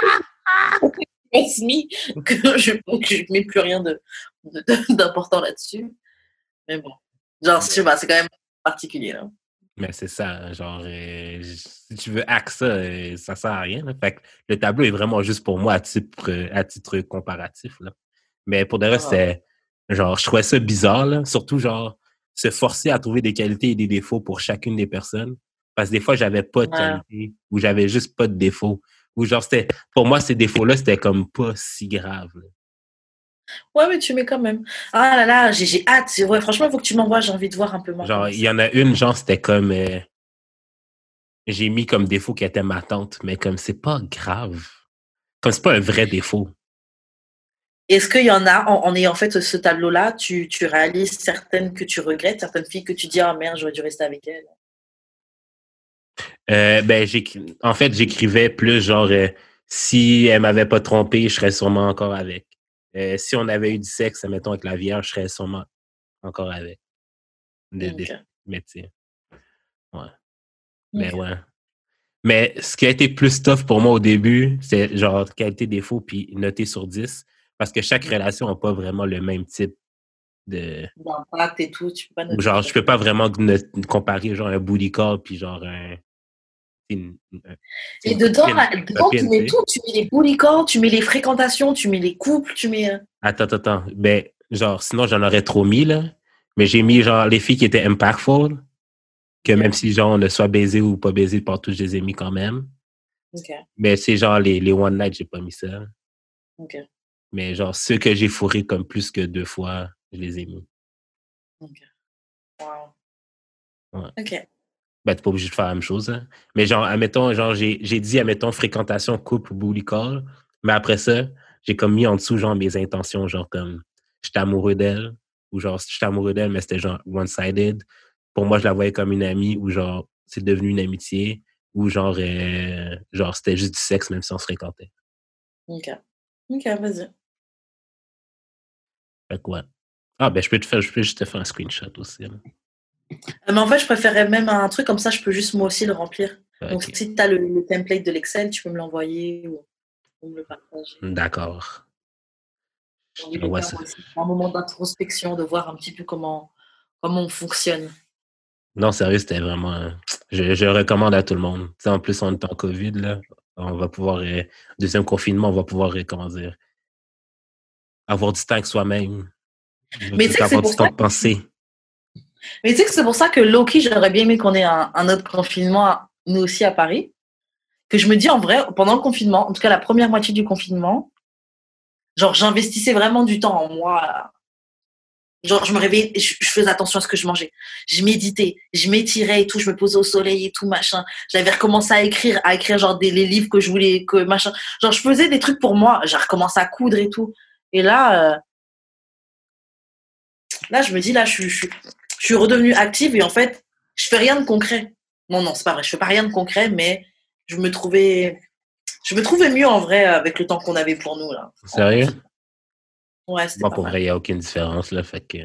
que je mets plus rien d'important là-dessus. Mais bon, genre, je sais pas, c'est quand même particulier, là. Mais c'est ça, genre, si tu veux hack ça, ça sert à rien. Là. Fait que le tableau est vraiment juste pour moi à titre comparatif. Là. Mais pour de reste, c'est genre, je trouvais ça bizarre, là. Surtout, genre, se forcer à trouver des qualités et des défauts pour chacune des personnes. Parce que des fois, j'avais pas de qualité ou j'avais juste pas de défauts. Ou genre, pour moi, ces défauts-là, c'était comme pas si grave. Là. Ouais, mais tu mets quand même. Ah là là, j'ai hâte. Ouais, franchement, il faut que tu m'envoies. J'ai envie de voir un peu moins. Genre, il y en a une, genre, c'était comme... j'ai mis comme défaut qu'elle était ma tante, mais comme c'est pas grave. Comme c'est pas un vrai défaut. Est-ce qu'il y en a, en ayant fait ce tableau-là, tu réalises certaines que tu regrettes, certaines filles que tu dis, ah merde, j'aurais dû rester avec elle? Ben, en fait, j'écrivais plus genre, si elle m'avait pas trompé, je serais sûrement encore avec. Si on avait eu du sexe, mettons, avec la vierge, je serais sûrement encore avec. Mais tu sais, ouais. Mais ouais. Mais ce qui a été plus tough pour moi au début, c'est genre qualité défaut puis noter sur 10. Parce que chaque relation n'a pas vraiment le même type d'impact et tout. Tu peux pas noter. Genre, je peux pas vraiment comparer genre un booty call puis genre un... Et dedans, tu mets tout. Tu mets les booty calls, tu mets les fréquentations, tu mets les couples, tu mets... Attends. Ben, genre, sinon, j'en aurais trop mis, là. Mais j'ai mis, genre, les filles qui étaient impactful, que même si, genre, on ne soit baisé ou pas baisé partout, je les ai mis quand même. Mais c'est genre, les one night, j'ai pas mis ça. Mais genre, ceux que j'ai fourrés comme plus que 2 fois, je les ai mis. Wow. Ouais. Ben, t'es pas obligé de faire la même chose. Hein. Mais genre, admettons, genre, j'ai dit, admettons, fréquentation, couple, booty call. Mais après ça, j'ai comme mis en dessous, genre, mes intentions, genre, comme, j'étais amoureux d'elle. Ou genre, j'étais amoureux d'elle, mais c'était genre one-sided. Pour moi, je la voyais comme une amie, ou genre, c'est devenu une amitié. Ou genre, genre, c'était juste du sexe, même si on se fréquentait. Ok, vas-y. Fait quoi? Ah, ben, je peux juste te faire un screenshot aussi. Là. Mais en fait, je préférerais même un truc comme ça, je peux juste moi aussi le remplir. Okay. Donc, si tu as le template de l'Excel, tu peux me l'envoyer ou me le partager. D'accord. J'ai envie de faire un moment d'introspection, de voir un petit peu comment on fonctionne. Non, sérieux, c'était vraiment... Je recommande à tout le monde. T'sais, en plus, on est en COVID, là. On va pouvoir... deuxième confinement, on va pouvoir, comment dire... avoir du temps avec soi-même. Mais tu sais que c'est pour ça de penser. Mais tu sais que c'est pour ça que low-key, j'aurais bien aimé qu'on ait un autre confinement, nous aussi, à Paris. Que je me dis, en vrai, pendant le confinement, en tout cas la première moitié du confinement, genre, j'investissais vraiment du temps en moi Genre, je me réveillais, je faisais attention à ce que je mangeais. Je méditais, je m'étirais et tout, je me posais au soleil et tout, machin. J'avais recommencé à écrire genre les livres que je voulais, que machin. Genre, je faisais des trucs pour moi. J'ai recommencé à coudre et tout. Et là, je me dis, là, je suis redevenue active et en fait, je fais rien de concret. Non, c'est pas vrai. Je fais pas rien de concret, mais je me trouvais mieux en vrai avec le temps qu'on avait pour nous, là. Sérieux? Ouais, c'était Moi, pas pour mal. vrai, il n'y a aucune différence, là. Fait que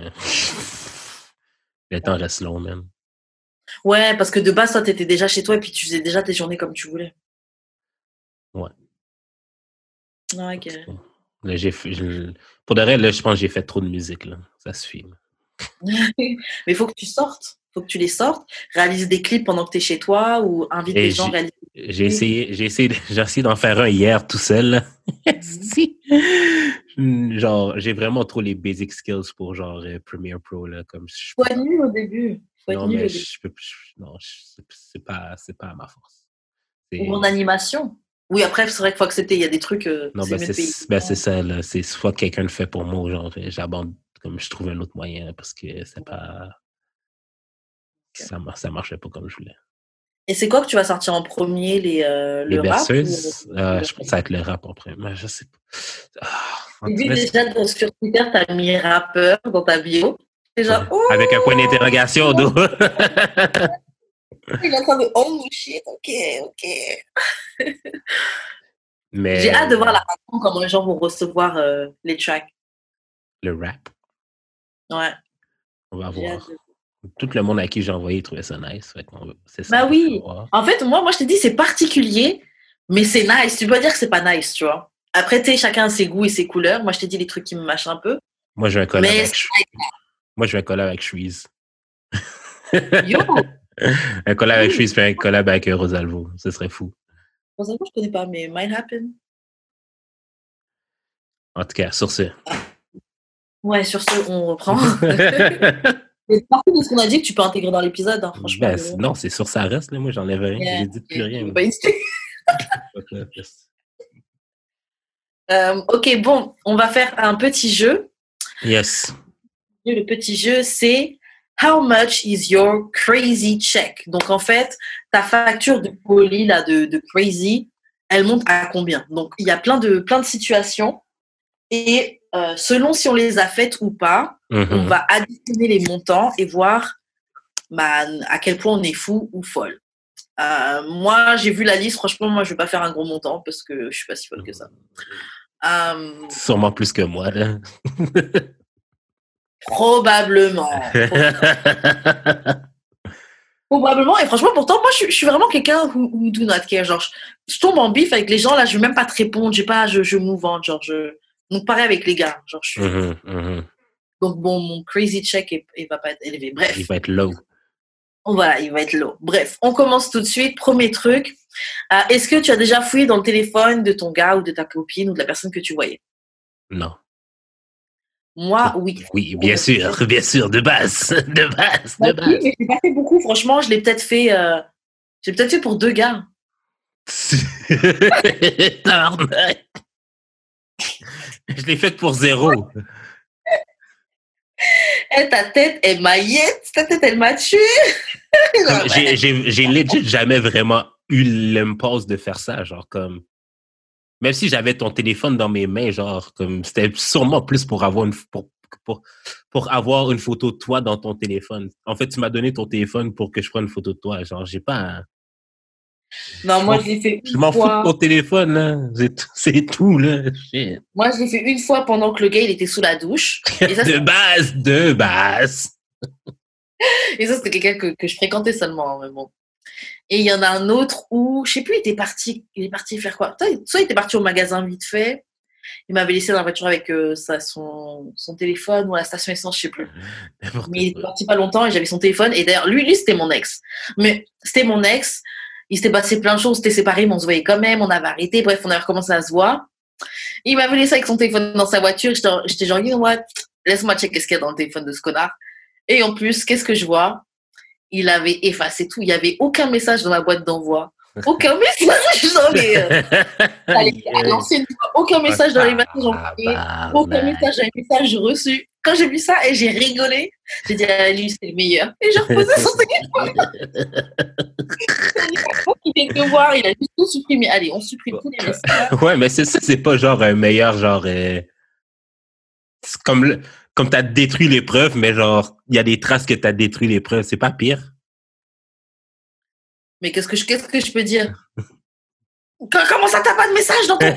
le temps reste long, même. Ouais, parce que de base, toi, t'étais déjà chez toi et puis tu faisais déjà tes journées comme tu voulais. Ouais. Ouais, ok. Là, pour de vrai, là, je pense que j'ai fait trop de musique, là. Ça suffit. Mais il faut que tu sortes. Il faut que tu les sortes. Réalise des clips pendant que tu es chez toi ou invite des gens à réaliser des clips. J'ai essayé d'en faire un hier tout seul. Là. Si. Genre, j'ai vraiment trop les basic skills pour genre Premiere Pro là, comme je Faut être nul au début. non mais c'est pas ma force. Ou en animation. Oui, après, c'est vrai qu'il faut accepter. Il y a des trucs, non, c'est mieux de payer. c'est ça, là. C'est soit quelqu'un le fait pour moi ou genre j'abandonne comme je trouve un autre moyen parce que c'est pas. Ça marchait pas comme je voulais. Et c'est quoi que tu vas sortir en premier, Les le rap berceuses? Je pense que ça va être le rap en premier. Mais je sais pas. J'ai vu déjà sur Twitter, tu as mis rappeur dans ta bio. Déjà, avec un point d'interrogation, d'eau. Il est en train de oh shit, ok. Mais j'ai hâte de voir la façon comment les gens vont recevoir les tracks. Le rap? Ouais. On va voir. Tout le monde à qui j'ai envoyé trouvait ça nice. C'est ça. Bah oui. En fait, moi, je t'ai dit, c'est particulier, mais c'est nice. Tu peux pas dire que c'est pas nice, tu vois. Après, tu sais, chacun a ses goûts et ses couleurs. Moi, je t'ai dit les trucs qui me mâchent un peu. Moi, je vais un collab avec Shreeze. Yo! Un collab avec Shreeze puis un collab avec Rosalvo. Ce serait fou. Rosalvo, je connais pas, mais might happen. En tout cas, sur ce. Ouais, sur ce, on reprend. C'est partie de ce qu'on a dit que tu peux intégrer dans l'épisode, hein, franchement. Non, c'est sûr, ça reste. Là. Moi, j'enlève rien. Yeah, j'ai dit plus rien. Ok, bon, on va faire un petit jeu. Yes. Le petit jeu, c'est How much is your crazy check? Donc, en fait, ta facture de colis, là, de crazy, elle monte à combien? Donc, il y a plein de situations. Et selon si on les a faites ou pas, on va additionner les montants et voir à quel point on est fou ou folle. Moi, j'ai vu la liste. Franchement, moi, je ne vais pas faire un gros montant parce que je ne suis pas si folle que ça. Sûrement plus que moi, là. Probablement. Probablement. Et franchement, pourtant, moi, je suis vraiment quelqu'un who do not care. Genre, je tombe en bif avec les gens, là, je ne vais même pas te répondre. Je move on. Genre, Donc, pareil avec les gars. Genre, je suis... Donc, bon, mon crazy check, il va pas être élevé. Bref. Il va être low. Voilà, il va être low. Bref, on commence tout de suite. Premier truc. Est-ce que tu as déjà fouillé dans le téléphone de ton gars ou de ta copine ou de la personne que tu voyais? Non. Moi, oui. Oui, bien sûr, de base. Oui, mais je l'ai pas fait beaucoup, franchement. Je l'ai peut-être fait... J'ai peut-être fait pour 2 gars. Je l'ai faite pour 0. Ta tête, elle m'a ta tête, elle m'a tué. J'ai legit jamais vraiment eu l'impulse de faire ça, genre comme... Même si j'avais ton téléphone dans mes mains, genre comme c'était sûrement plus pour avoir pour avoir une photo de toi dans ton téléphone. En fait, tu m'as donné ton téléphone pour que je prenne une photo de toi. Genre, j'ai pas... Non, moi, je l'ai fait une fois. Je m'en fous de ton téléphone, là. C'est tout, là. Shit. Moi, je l'ai fait une fois pendant que le gars, il était sous la douche. Et ça, de base. Et ça, c'était quelqu'un que je fréquentais seulement, mais bon. Et il y en a un autre où, je sais plus, il est parti faire quoi? Soit il était parti au magasin vite fait, il m'avait laissé dans la voiture avec son téléphone ou à la station essence, je sais plus. Mais il était parti pas longtemps et j'avais son téléphone. Et d'ailleurs, lui, c'était mon ex. Mais c'était mon ex. Il s'était passé plein de choses, on s'était séparés, mais on se voyait quand même, on avait arrêté, bref, on avait recommencé à se voir. Il m'avait laissé avec son téléphone dans sa voiture, j'étais genre, you know what, laisse-moi checker ce qu'il y a dans le téléphone de ce connard. Et en plus, qu'est-ce que je vois? Il avait effacé tout, il n'y avait aucun message dans la boîte d'envoi. Aucun message dans les... aucun message dans les messages envoyés, aucun message dans les messages reçus. quand j'ai vu ça et j'ai rigolé, j'ai dit à lui, c'est le meilleur. Et j'ai reposé son téléphone. Il est que voir, il a juste tout supprimé. Allez, on supprime tous les messages. Ouais, mais c'est pas genre un meilleur, genre. C'est comme t'as détruit les preuves, mais genre, il y a des traces que t'as détruit les preuves. C'est pas pire. Mais qu'est-ce que je peux dire? Comment ça, t'as pas de message dans ton.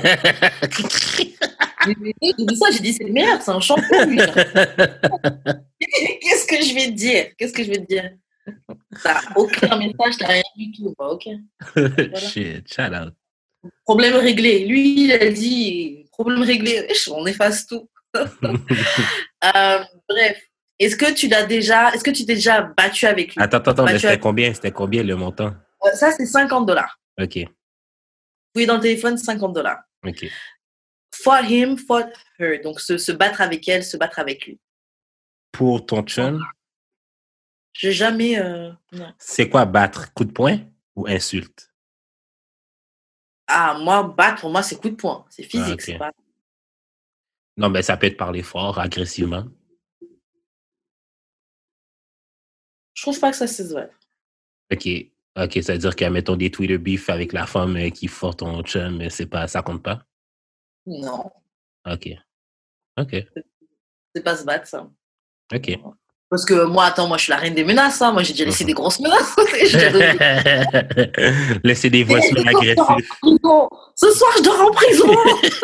J'ai dit ça, j'ai dit c'est le meilleur, c'est un champion, lui. Qu'est-ce que je vais te dire? T'as aucun message, t'as rien du tout. Bah, ok. Voilà. Shit, shout out. Problème réglé. Lui, il a dit problème réglé. On efface tout. Bref. Est-ce que tu t'es déjà battu avec lui? Attends, mais c'était combien le montant? Ça, c'est $50. OK. Oui, dans le téléphone, $50. OK. Fought him, fought her. Donc, se battre avec elle, se battre avec lui. Pour ton chum, J'ai jamais. Non. c'est quoi battre? Coup de poing ou insulte? Ah, moi, battre, pour moi, c'est coup de poing. C'est physique, Ah, ok. c'est pas. Non, mais ça peut être parler fort, agressivement. Je trouve pas que ça se voit. OK, ça veut dire qu'il y a, mettons, des Twitter beef avec la femme qui fort ton chum, mais ça compte pas? Non, OK. c'est pas se battre, ça. OK. Parce que moi, moi, je suis la reine des menaces. Hein. Moi, j'ai déjà laissé des grosses menaces. Laisser des voicemails agressifs. Ce soir, je dors en prison.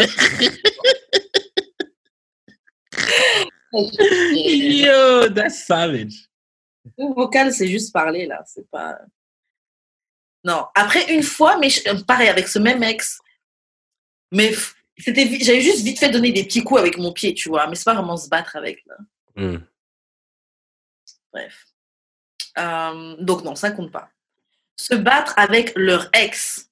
Yo, that's savage. Le vocal, c'est juste parler, là. C'est pas. Non. Après, une fois, mais pareil, avec ce même ex. Mais j'avais juste vite fait donner des petits coups avec mon pied, tu vois. Mais c'est pas vraiment se battre avec, là. Bref. Donc, non, ça compte pas. Se battre avec leur ex.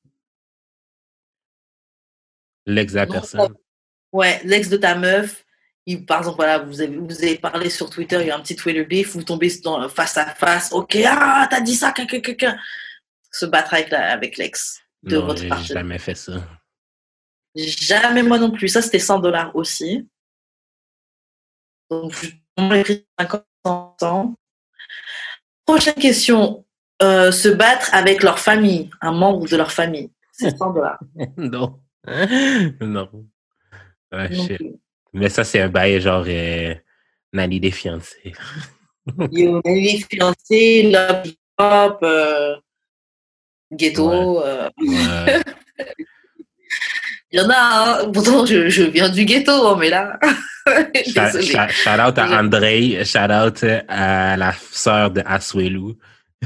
L'ex de la personne. Ouais, l'ex de ta meuf. Par exemple, voilà, vous avez parlé sur Twitter, il y a un petit Twitter beef, vous tombez face à face. Ok, t'as dit ça, quelqu'un. Se battre avec l'ex de votre partenaire. J'ai jamais fait ça. Jamais moi non plus. Ça, c'était $100 aussi. Donc, on m'a écrit 50 ans. Prochaine question. Se battre avec leur famille, un membre de leur famille. C'est $100. Non. Non. Ah, Non shit. plus. Mais ça, c'est un bail genre Nanny des fiancés. Yo, les fiancés, love hop, ghetto. Ouais. Il y en a, hein. Pourtant, je viens du ghetto, hein, mais là. Désolée. Shout out à André, shout out à la sœur de Asuelu.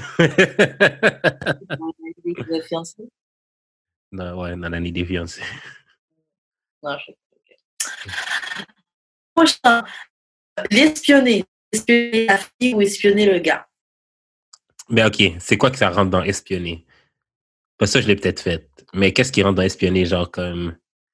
Les fiancés? Non, ouais, Nanny des fiancés. Non, Prochain. L'espionner. Espionner la fille ou espionner le gars? Mais OK, c'est quoi que ça rentre dans espionner? Parce que ça, je l'ai peut-être fait. Mais qu'est-ce qui rentre dans espionner? Genre comme...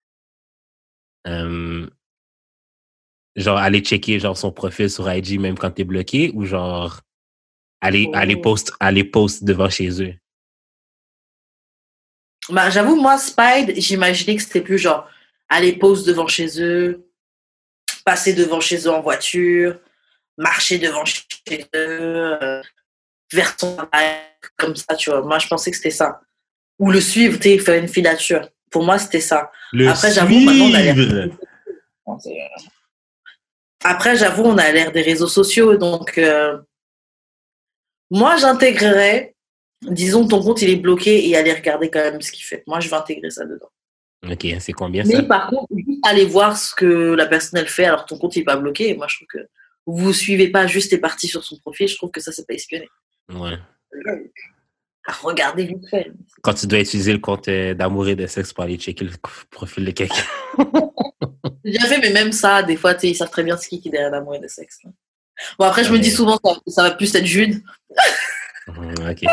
genre aller checker genre son profil sur IG même quand t'es bloqué ou genre aller post devant chez eux? Bah, j'avoue, moi, Spide, j'imaginais que c'était plus genre aller pause devant chez eux, passer devant chez eux en voiture, marcher devant chez eux, vers son travail, comme ça, tu vois. Moi, je pensais que c'était ça. Ou le suivre, tu sais, faire une filature. Pour moi, c'était ça. Après, j'avoue, maintenant, on a l'ère des réseaux sociaux. Donc, moi, j'intégrerais, disons, ton compte, il est bloqué et aller regarder quand même ce qu'il fait. Moi, je vais intégrer ça dedans. OK, c'est combien ça? Mais par contre, aller voir ce que la personne, elle fait, alors ton compte, il n'est pas bloqué. Moi, je trouve que vous ne suivez pas juste tes parties sur son profil. Je trouve que ça, c'est pas espionner. Ouais. Regardez vite fait. Quand tu dois utiliser le compte d'amour et de sexe pour aller checker le profil de quelqu'un. J'ai déjà fait, mais même ça, des fois, ils savent très bien ce qui est derrière l'amour et le sexe. Bon, après, je me dis souvent, ça va plus être Jude. OK.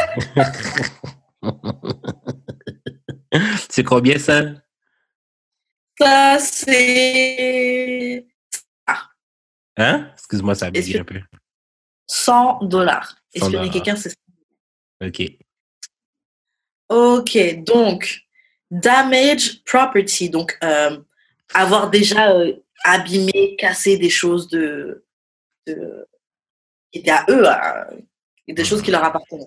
C'est combien ça? Ça, c'est... Hein? Excuse-moi, ça bug un peu. $100. Espionner $100. quelqu'un, c'est... OK. Ok, donc, damage property, donc avoir déjà abîmé, cassé des choses de qui étaient à eux, et des choses qui leur appartenaient.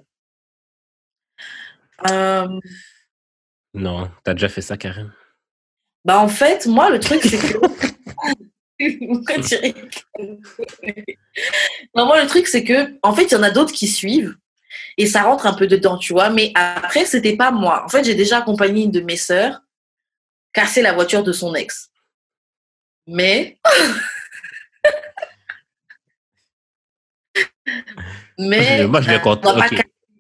Non, t'as déjà fait ça, Karen? Bah, en fait, moi, le truc, c'est que. Pourquoi tu rigoles? Non, moi, le truc, c'est que, en fait, il y en a d'autres qui suivent et ça rentre un peu dedans, tu vois. Mais après, c'était pas moi. En fait, j'ai déjà accompagné une de mes sœurs casser la voiture de son ex. Mais. Moi, je le compte. on va pas Ok.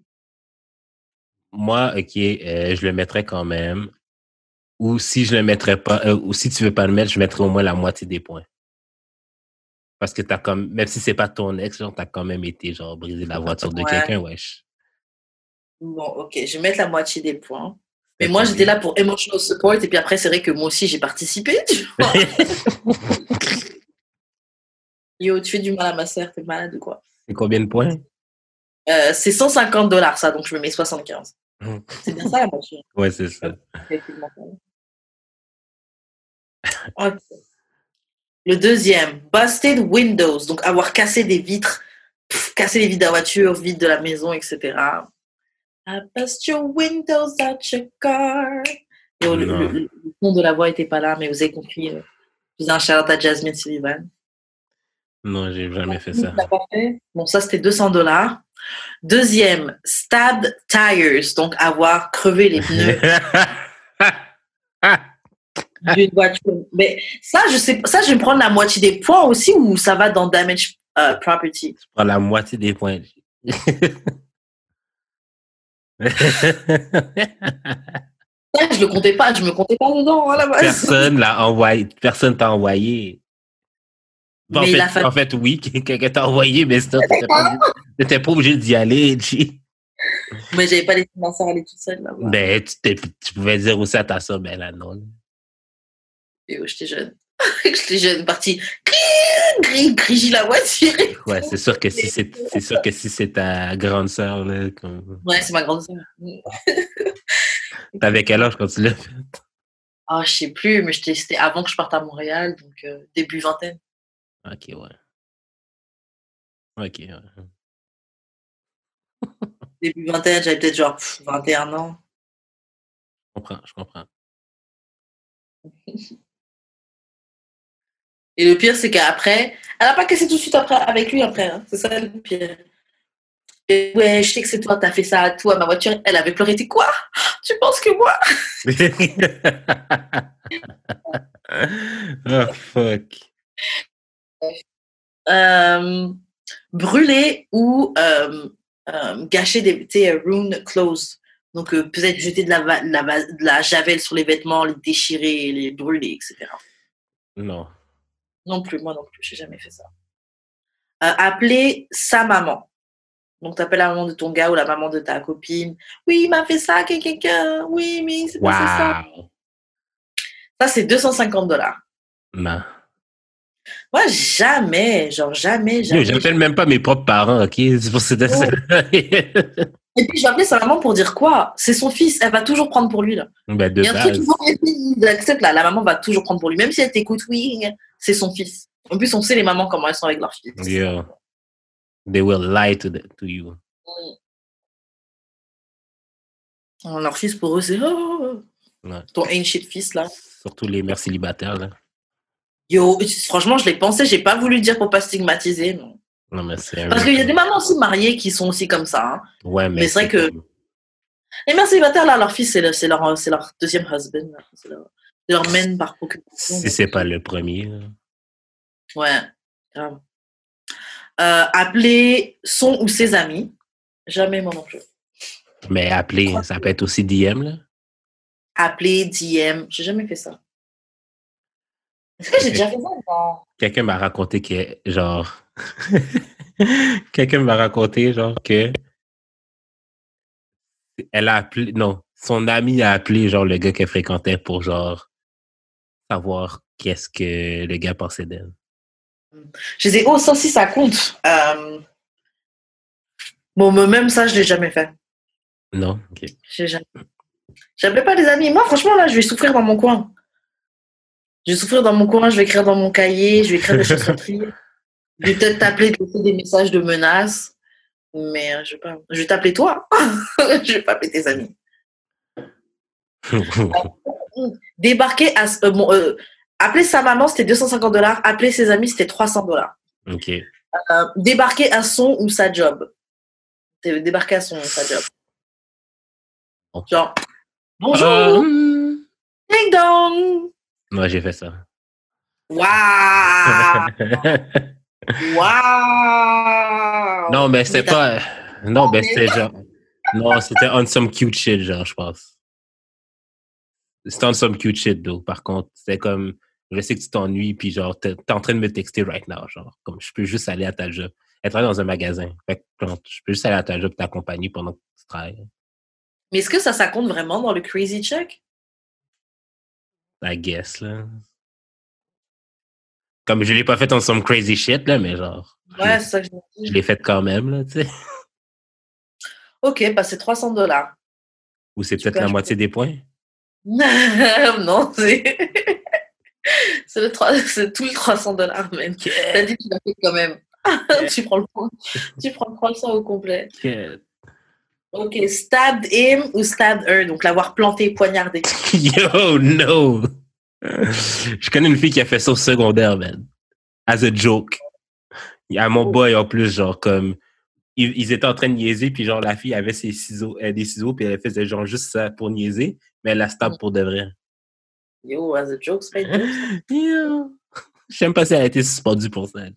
Moi, ok, je le mettrais quand même. Ou si je le mettrais pas, ou si tu veux pas le mettre, je mettrais au moins la moitié des points. Parce que t'as comme, même si c'est pas ton ex, genre, t'as quand même été, genre, briser la voiture de Ouais. quelqu'un, wesh. Bon, ok, je vais mettre la moitié des points. Mais C'est moi, combien? j'étais là pour emotional support. Et puis après, c'est vrai que moi aussi, j'ai participé. Tu vois. Yo, tu fais du mal à ma sœur, t'es malade ou quoi? C'est combien de points? C'est $150, ça, donc je me mets 75. C'est bien ça, la moitié. Ouais, c'est ça. Ok. Le deuxième, busted windows, donc avoir cassé des vitres, casser les vitres de la voiture, vitres de la maison, etc. I bust your windows out your car. Yo, le son de la voix n'était pas là, mais vous avez compris. Je faisais un shout-out à Jasmine Sullivan. Non, j'ai jamais fait ça. Bon, ça, c'était $200. Deuxième, stabbed tires, donc avoir crevé les pneus d'une voiture. Mais ça, je sais, ça, je vais me prendre la moitié des points aussi ou ça va dans damage property? Je prends la moitié des points. Ça, je le comptais pas, je me comptais pas dedans à la base. Personne l'a envoyé, personne t'a envoyé. Bon, Mais en fait, oui, quelqu'un t'a envoyé, mais t'étais pas obligé d'y aller, G. Mais j'avais pas laissé ma soeur aller toute seule là-bas. Ben, tu pouvais dire aussi à ta soeur, ben là, non. Et j'étais jeune. J'étais jeune, partie grille la voiture. Ouais, c'est sûr que si c'est ta grande sœur, là, comme... Ouais, c'est ma grande sœur. T'avais quel âge quand tu l'as fait? Ah, je sais plus, mais c'était avant que je parte à Montréal, donc début vingtaine. Ok, ouais. Ok, ouais. Début vingtaine, j'avais peut-être genre 21 ans. Je comprends. Et le pire, c'est qu'après, elle n'a pas cassé tout de suite après, avec lui après. Hein. C'est ça le pire. Et ouais, je sais que c'est toi, t'as fait ça à toi, ma voiture. Elle avait pleuré. T'es quoi? Tu penses que moi? Oh, fuck. Brûler ou gâcher des ruin clothes. Donc, peut-être jeter de la javel sur les vêtements, les déchirer, les brûler, etc. Non. Non plus, moi non plus, j'ai jamais fait ça. Appeler sa maman. Donc, t'appelles la maman de ton gars ou la maman de ta copine. Oui, il m'a fait ça, quelqu'un. Oui, mais c'est passé ça. Ça, c'est $250. Non. Moi, jamais. J'appelle même pas mes propres parents, ok? C'est pour ça. Et puis, je vais appeler sa maman pour dire quoi? C'est son fils, elle va toujours prendre pour lui, là. Ben, de Il y a un base. truc qu'il accepte, là. La maman va toujours prendre pour lui. Même si elle t'écoute, oui, c'est son fils. En plus, on sait les mamans comment elles sont avec leur fils. Yeah. They will lie to you. Leur fils, pour eux, c'est Ouais. ton ancient fils, là. Surtout les mères célibataires, là. Yo, franchement, je l'ai pensé, j'ai pas voulu dire pour pas stigmatiser. Non. Non, mais c'est Parce qu'il y a des mamans aussi mariées qui sont aussi comme ça. Hein. Ouais, mais c'est vrai que les mères célibataires, là, leur fils, c'est leur deuxième husband. Là. C'est leur main par procuration. Si c'est pas le premier. Là. Ouais, grave. Appeler son ou ses amis. Jamais moi non plus. Mais appeler, ça peut être aussi DM, là. Appeler, DM, j'ai jamais fait ça. Est-ce que j'ai déjà fait ça? Non. Quelqu'un m'a raconté que, genre... Quelqu'un m'a raconté, genre, que... Elle a appelé... Non, son ami a appelé, genre, le gars qu'elle fréquentait pour, genre, savoir qu'est-ce que le gars pensait d'elle. Je disais, ça aussi, ça compte. Bon, mais même ça, je l'ai jamais fait. Non? OK. J'appelais pas les amis. Moi, franchement, là, je vais souffrir dans mon coin. Je vais souffrir dans mon coin, je vais écrire dans mon cahier, je vais écrire des choses sur le Je vais peut-être t'appeler, te laisser des messages de menaces, mais je vais t'appeler toi. Je vais pas appeler tes amis. Débarquer appeler sa maman, c'était $250. Appeler ses amis, c'était $300. OK. Débarquer à son ou sa job. Débarquer à son ou sa job. Genre, bonjour, ding dong. Moi, j'ai fait ça. Waouh! Waouh! Non, mais c'est pas... Non, mais c'était genre... Non, c'était on some cute shit, genre, je pense. C'était on some cute shit, though. Par contre, c'était comme... Je sais que tu t'ennuies, puis genre, t'es en train de me texter right now, genre. Comme, je peux juste aller à ta job. Elle travaille dans un magasin. Fait que, genre, je peux juste aller à ta job t'accompagner pendant que tu travailles. Mais est-ce que ça compte vraiment dans le crazy check? I guess, là. Comme je l'ai pas fait on some crazy shit, là, mais genre... Ouais, c'est ça que je me dis. Je l'ai fait quand même, là, tu sais. OK, bah c'est $300. Ou c'est peut-être la moitié des points. Non, c'est c'est tout le $300, man. T'as dit que tu l'as fait quand même. Tu prends le point. Tu prends le 300 au complet. OK, stabbed him ou stabbed her, donc l'avoir planté, poignardé. Yo, no! Je connais une fille qui a fait ça au secondaire, man. As a joke. Il y a mon boy, en plus, genre, comme... Ils étaient en train de niaiser, puis genre, la fille avait des ciseaux, puis elle faisait genre juste ça pour niaiser, mais elle la stab pour de vrai. Yo, as a joke, c'est pas une joke. Yo! Je sais même pas si elle a été suspendue pour ça.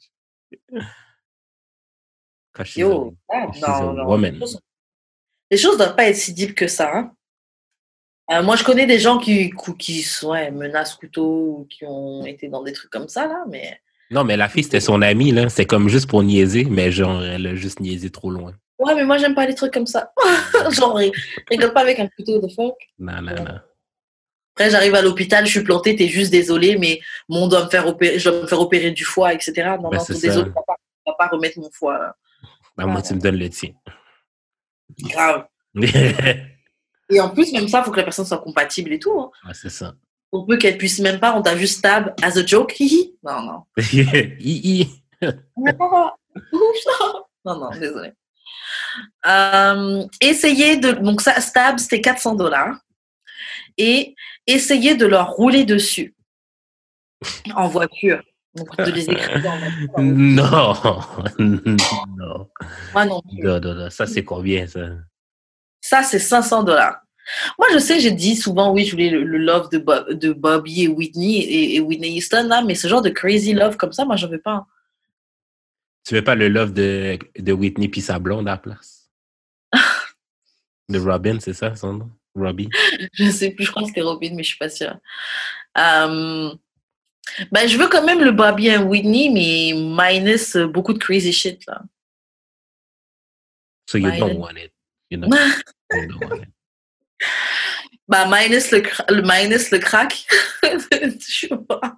Quand je suis Yo, non. Les choses doivent pas être si deep que ça. Hein. Moi, je connais des gens qui menacent couteau ou qui ont été dans des trucs comme ça, là, mais... Non, mais la fille, c'était son amie, là. C'est comme juste pour niaiser, mais genre, elle a juste niaisé trop loin. Ouais, mais moi, j'aime pas les trucs comme ça. Genre, rigole pas avec un couteau, the fuck. Non. Après, j'arrive à l'hôpital, je suis plantée, t'es juste désolé, mais je dois me faire opérer du foie, etc. Non, Ben, t'es désolé, tu vas pas remettre mon foie, là. Ben, moi, tu me donnes le tien. Grave. Et en plus, même ça, il faut que la personne soit compatible et tout. Hein. Ouais, c'est ça. On peut qu'elle puisse même pas, on t'a juste stab as a joke. Hihi. Non. Non, désolé. Donc ça, stab, c'était $400. Et essayer de leur rouler dessus en voiture. Donc de les écraser en voiture. Non. Moi non plus. Non. Ça, c'est combien, ça? Ça, c'est $500. Moi, je sais, j'ai dit souvent, oui, je voulais le love de Bobby et Whitney et Whitney Houston, là, mais ce genre de crazy love comme ça, moi, j'en veux pas. Tu veux pas le love de Whitney puis sa blonde à la place? De Robin, c'est ça son nom? Robbie? Je sais plus, je crois que c'était Robin, mais je suis pas sûre. Je veux quand même le Bobby et Whitney, mais minus beaucoup de crazy shit, là. So you don't want it. You don't want it. Minus le crack. Je sais pas.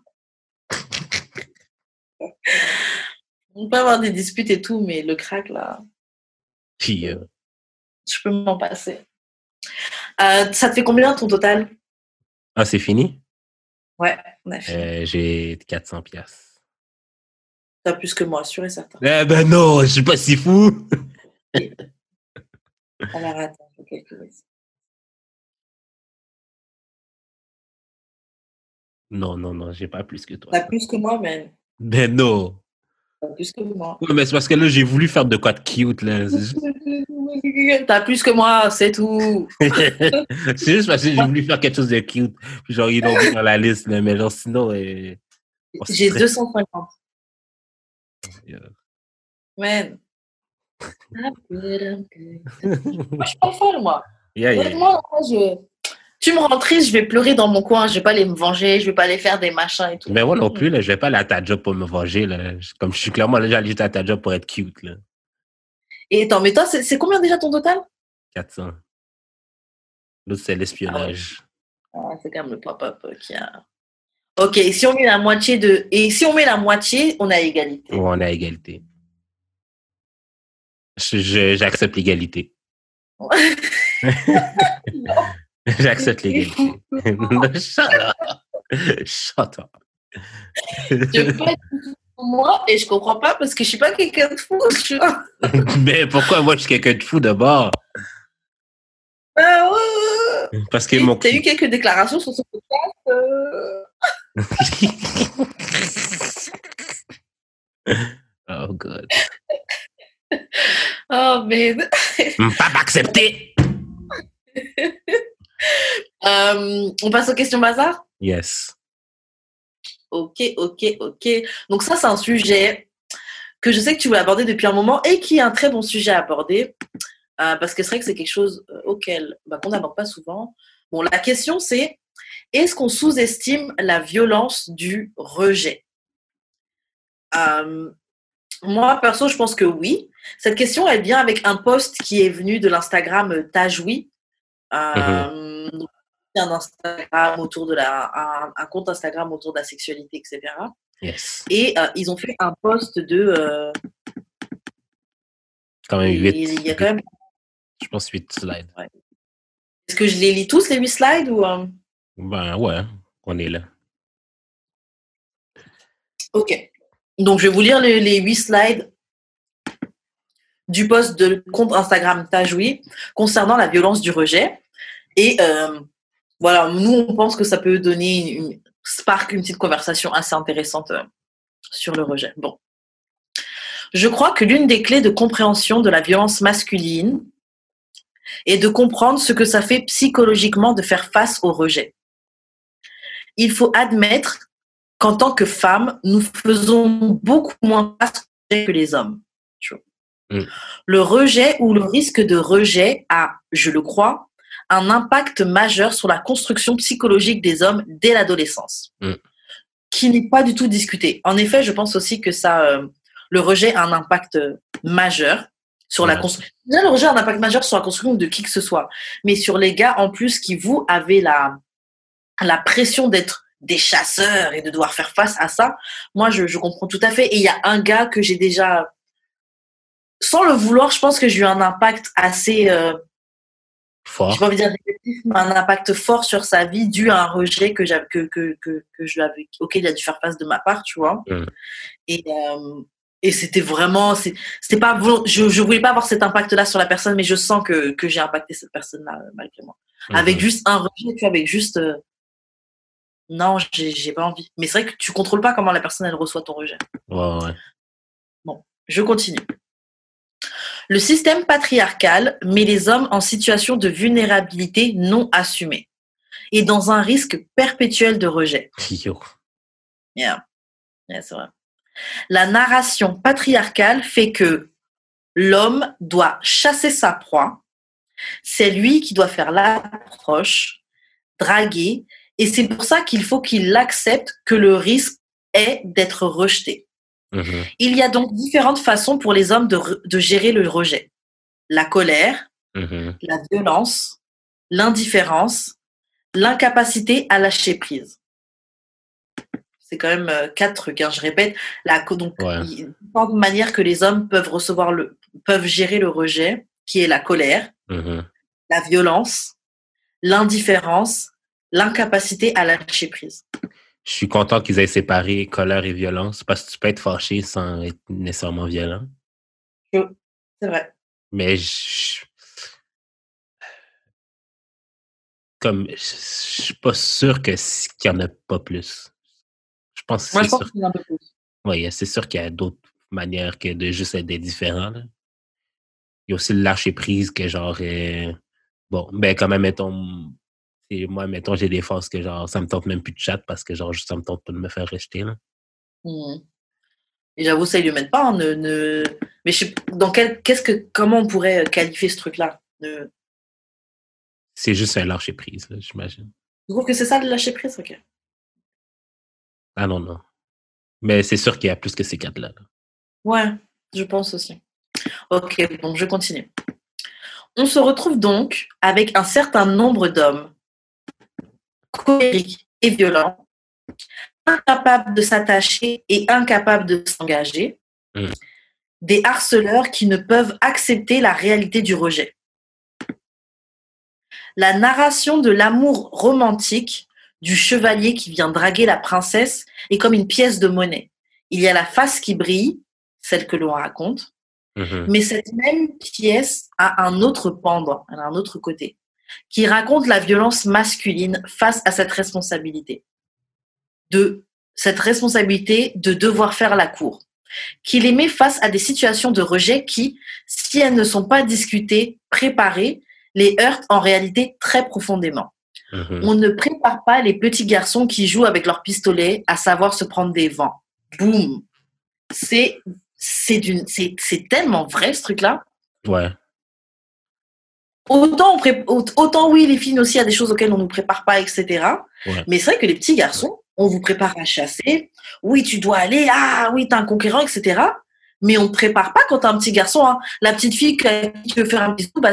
On peut avoir des disputes et tout, mais le crack, là. Puis, je peux m'en passer. Ça te fait combien ton total? Ah, c'est fini? Ouais, on a fini. J'ai 400 piastres. T'as plus que moi, sûr et certain. Eh ben non, je suis pas si fou. Alors attends, je vais calculer ça. Non, j'ai pas plus que toi. T'as plus que moi, man. Ben non. T'as plus que moi. Ouais, mais c'est parce que là, j'ai voulu faire de quoi de cute, là. T'as plus que moi, c'est tout. C'est juste parce que j'ai voulu faire quelque chose de cute. Puis genre, ils l'ont mis dans la liste, là. Mais genre, sinon... J'ai 250. Yeah. Man. I'm good. Moi, je suis pas folle, moi. Yeah. Moi, tu me rends triste, je vais pleurer dans mon coin, je vais pas aller me venger, je vais pas aller faire des machins et tout. Mais moi non plus, là, je vais pas aller à ta job pour me venger, là. Comme je suis clairement là, j'allais juste à ta job pour être cute, là. Et attends, mais toi, c'est combien déjà ton total? 400. L'autre, c'est l'espionnage. C'est comme le pop-up qui a... Ok, si on met la moitié, on a égalité. Ouais, on a égalité. J'accepte l'égalité. J'accepte l'égalité. Shut up. Je veux pas être moi et je comprends pas parce que je suis pas quelqu'un de fou, tu vois. Mais pourquoi moi je suis quelqu'un de fou d'abord? Ah ouais. Parce que mon... T'as eu quelques déclarations sur ce podcast. Oh God. Oh, mais... Pas accepté. On passe aux questions bazar? Yes. Ok. Donc ça, c'est un sujet que je sais que tu voulais aborder depuis un moment et qui est un très bon sujet à aborder parce que c'est vrai que c'est quelque chose qu'on n'aborde pas souvent. Bon, la question, c'est est-ce qu'on sous-estime la violence du rejet? Moi, perso, je pense que oui. Cette question, elle vient avec un post qui est venu de l'Instagram Tajoui. Un Instagram autour de un compte Instagram autour de la sexualité, etc. Yes. Et ils ont fait un post de... quand même 8. Il y a quand même... Je pense 8 slides. Ouais. Est-ce que je les lis tous, les 8 slides ou Ben ouais, on est là. Ok. Donc, je vais vous lire les 8 slides du post de compte Instagram Tajoui concernant la violence du rejet. Et voilà, nous, on pense que ça peut donner une petite conversation assez intéressante sur le rejet. Bon. Je crois que l'une des clés de compréhension de la violence masculine est de comprendre ce que ça fait psychologiquement de faire face au rejet. Il faut admettre qu'en tant que femmes, nous faisons beaucoup moins face au rejet que les hommes. Le rejet ou le risque de rejet a, je le crois, un impact majeur sur la construction psychologique des hommes dès l'adolescence, qui n'est pas du tout discuté. En effet, je pense aussi que ça, le rejet a un impact majeur sur la construction. Le rejet a un impact majeur sur la construction de qui que ce soit, mais sur les gars en plus qui vous avez la pression d'être des chasseurs et de devoir faire face à ça. Moi, je comprends tout à fait. Et il y a un gars que j'ai déjà, sans le vouloir, je pense que j'ai eu un impact assez fort. Je pas envie de dire négatif, mais un impact fort sur sa vie dû à un rejet que je l'avais, auquel il a dû faire face de ma part, tu vois. Et c'était vraiment, c'était pas, je voulais pas avoir cet impact-là sur la personne, mais je sens que j'ai impacté cette personne-là malgré moi. Avec juste un rejet, tu vois, avec juste non, j'ai pas envie. Mais c'est vrai que tu contrôles pas comment la personne elle reçoit ton rejet. Ouais. Bon, je continue. Le système patriarcal met les hommes en situation de vulnérabilité non assumée et dans un risque perpétuel de rejet. Yeah, c'est vrai. La narration patriarcale fait que l'homme doit chasser sa proie, c'est lui qui doit faire l'approche, draguer, et c'est pour ça qu'il faut qu'il accepte que le risque est d'être rejeté. Il y a donc différentes façons pour les hommes de gérer le rejet. La colère, la violence, l'indifférence, l'incapacité à lâcher prise. C'est quand même 4 trucs, hein, je répète. Donc, il y a différentes manières que les hommes peuvent gérer le rejet, qui est la colère, la violence, l'indifférence, l'incapacité à lâcher prise. Je suis content qu'ils aient séparé colère et violence parce que tu peux être fâché sans être nécessairement violent. C'est vrai. Mais je suis pas sûr qu'il n'y en a pas plus. Je pense qu'il y en a un peu plus. Oui, c'est sûr qu'il y a d'autres manières que de juste être différent. Là. Il y a aussi le lâcher prise que genre quand même, mettons, j'ai des phases que genre ça me tente même plus de chat parce que genre ça me tente pas de me faire rejeter. Là. Et j'avoue, ça, ils le mettent pas. Hein, Mais comment on pourrait qualifier ce truc-là C'est juste un lâcher prise, là, j'imagine. Tu trouves que c'est ça le lâcher prise? Ok. Ah non. Mais c'est sûr qu'il y a plus que ces 4-là. Là. Ouais, je pense aussi. Ok, donc je continue. On se retrouve donc avec un certain nombre d'hommes colériques et violents, incapables de s'attacher et incapables de s'engager, des harceleurs qui ne peuvent accepter la réalité du rejet. La narration de l'amour romantique du chevalier qui vient draguer la princesse est comme une pièce de monnaie. il y a la face qui brille, celle que l'on raconte, mais cette même pièce a un autre pendant, elle a un autre côté, qui raconte la violence masculine face à cette responsabilité. De devoir faire la cour, qui les met face à des situations de rejet qui, si elles ne sont pas discutées, préparées, les heurtent en réalité très profondément. On ne prépare pas les petits garçons qui jouent avec leur pistolet à savoir se prendre des vents. Boum. C'est tellement vrai, ce truc-là. Ouais. Autant, oui, les filles aussi, il y a des choses auxquelles on ne nous prépare pas, etc. Ouais. Mais c'est vrai que les petits garçons, on vous prépare à chasser. Oui, tu dois aller. Ah, oui, t'es un conquérant, etc. Mais on ne prépare pas quand t'es un petit garçon. Hein. La petite fille qui veut faire un bisou, bah,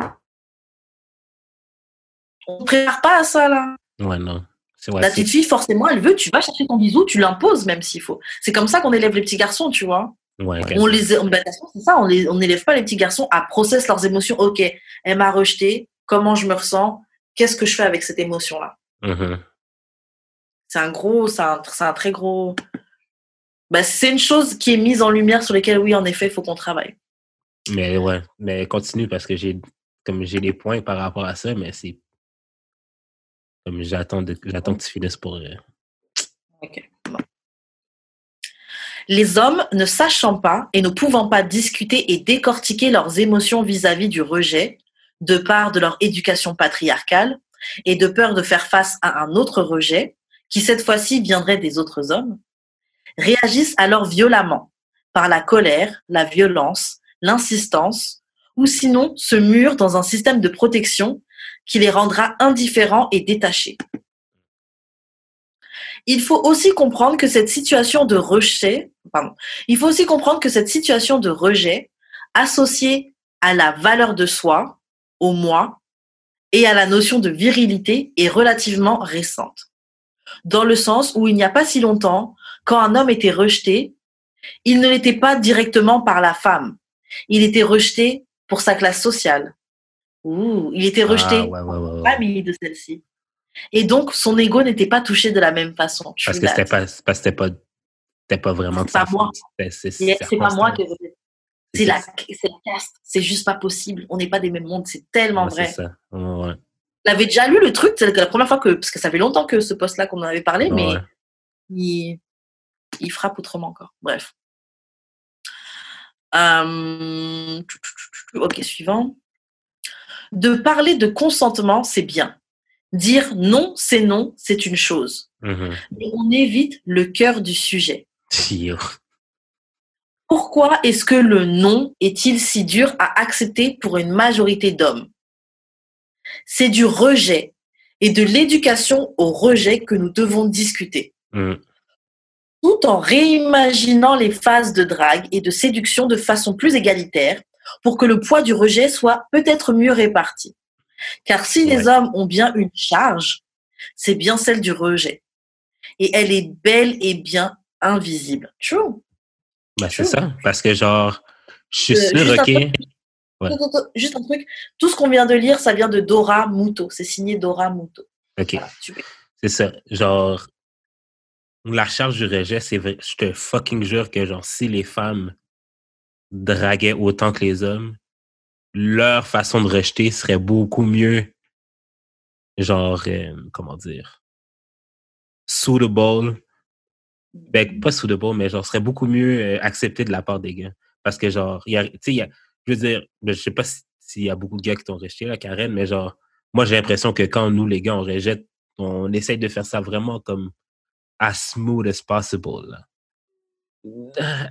on ne prépare pas à ça, là. Ouais, non. La petite fille, forcément, elle veut, tu vas chercher ton bisou, tu l'imposes même s'il faut. C'est comme ça qu'on élève les petits garçons, tu vois. Ouais, c'est ça, on n'élève pas les petits garçons à processer leurs émotions. Ok, elle m'a rejeté, comment je me ressens, qu'est-ce que je fais avec cette émotion-là. C'est un très gros... c'est une chose qui est mise en lumière sur laquelle, oui, en effet, il faut qu'on travaille. Mais ouais, mais continue parce que j'ai des points par rapport à ça, mais c'est comme j'attends que tu finisses pour... Ok, bon. Les hommes, ne sachant pas et ne pouvant pas discuter et décortiquer leurs émotions vis-à-vis du rejet, de part de leur éducation patriarcale, et de peur de faire face à un autre rejet, qui cette fois-ci viendrait des autres hommes, réagissent alors violemment, par la colère, la violence, l'insistance, ou sinon se murent dans un système de protection qui les rendra indifférents et détachés. Il faut aussi comprendre que cette situation de rejet, associée à la valeur de soi, au moi, et à la notion de virilité est relativement récente. Dans le sens où il n'y a pas si longtemps, quand un homme était rejeté, il ne l'était pas directement par la femme. Il était rejeté pour sa classe sociale. Il était rejeté par la famille de celle-ci. Et donc, son ego n'était pas touché de la même façon. Parce que c'était pas vraiment de sa faute. C'est pas moi qui c'est la caste. C'est juste pas possible. On n'est pas des mêmes mondes. C'est tellement vrai. C'est ça. Ouais. J'avais déjà lu le truc. C'est la première fois parce que ça fait longtemps que ce post-là qu'on en avait parlé, mais il frappe autrement encore. Bref. Ok, suivant. De parler de consentement, c'est bien. Dire non, c'est une chose. Mais on évite le cœur du sujet. Pourquoi est-ce que le non est-il si dur à accepter pour une majorité d'hommes? C'est du rejet et de l'éducation au rejet que nous devons discuter. Tout en réimaginant les phases de drague et de séduction de façon plus égalitaire pour que le poids du rejet soit peut-être mieux réparti. Car si les hommes ont bien une charge, c'est bien celle du rejet. Et elle est bel et bien invisible. True. C'est ça. Parce que genre, je suis sûr, Juste un truc. Tout ce qu'on vient de lire, ça vient de Dora Muto. C'est signé Dora Muto. OK. Voilà, c'est ça. Genre, la charge du rejet, c'est vrai. Je te fucking jure que genre, si les femmes draguaient autant que les hommes, leur façon de rejeter serait beaucoup mieux, genre, comment dire, suitable. Pas suitable, mais genre, serait beaucoup mieux accepté de la part des gars. Parce que genre, je veux dire, je sais pas s'il y a beaucoup de gars qui t'ont rejeté, là, Karen, mais genre, moi, j'ai l'impression que quand nous, les gars, on rejette, on essaye de faire ça vraiment comme as smooth as possible, là.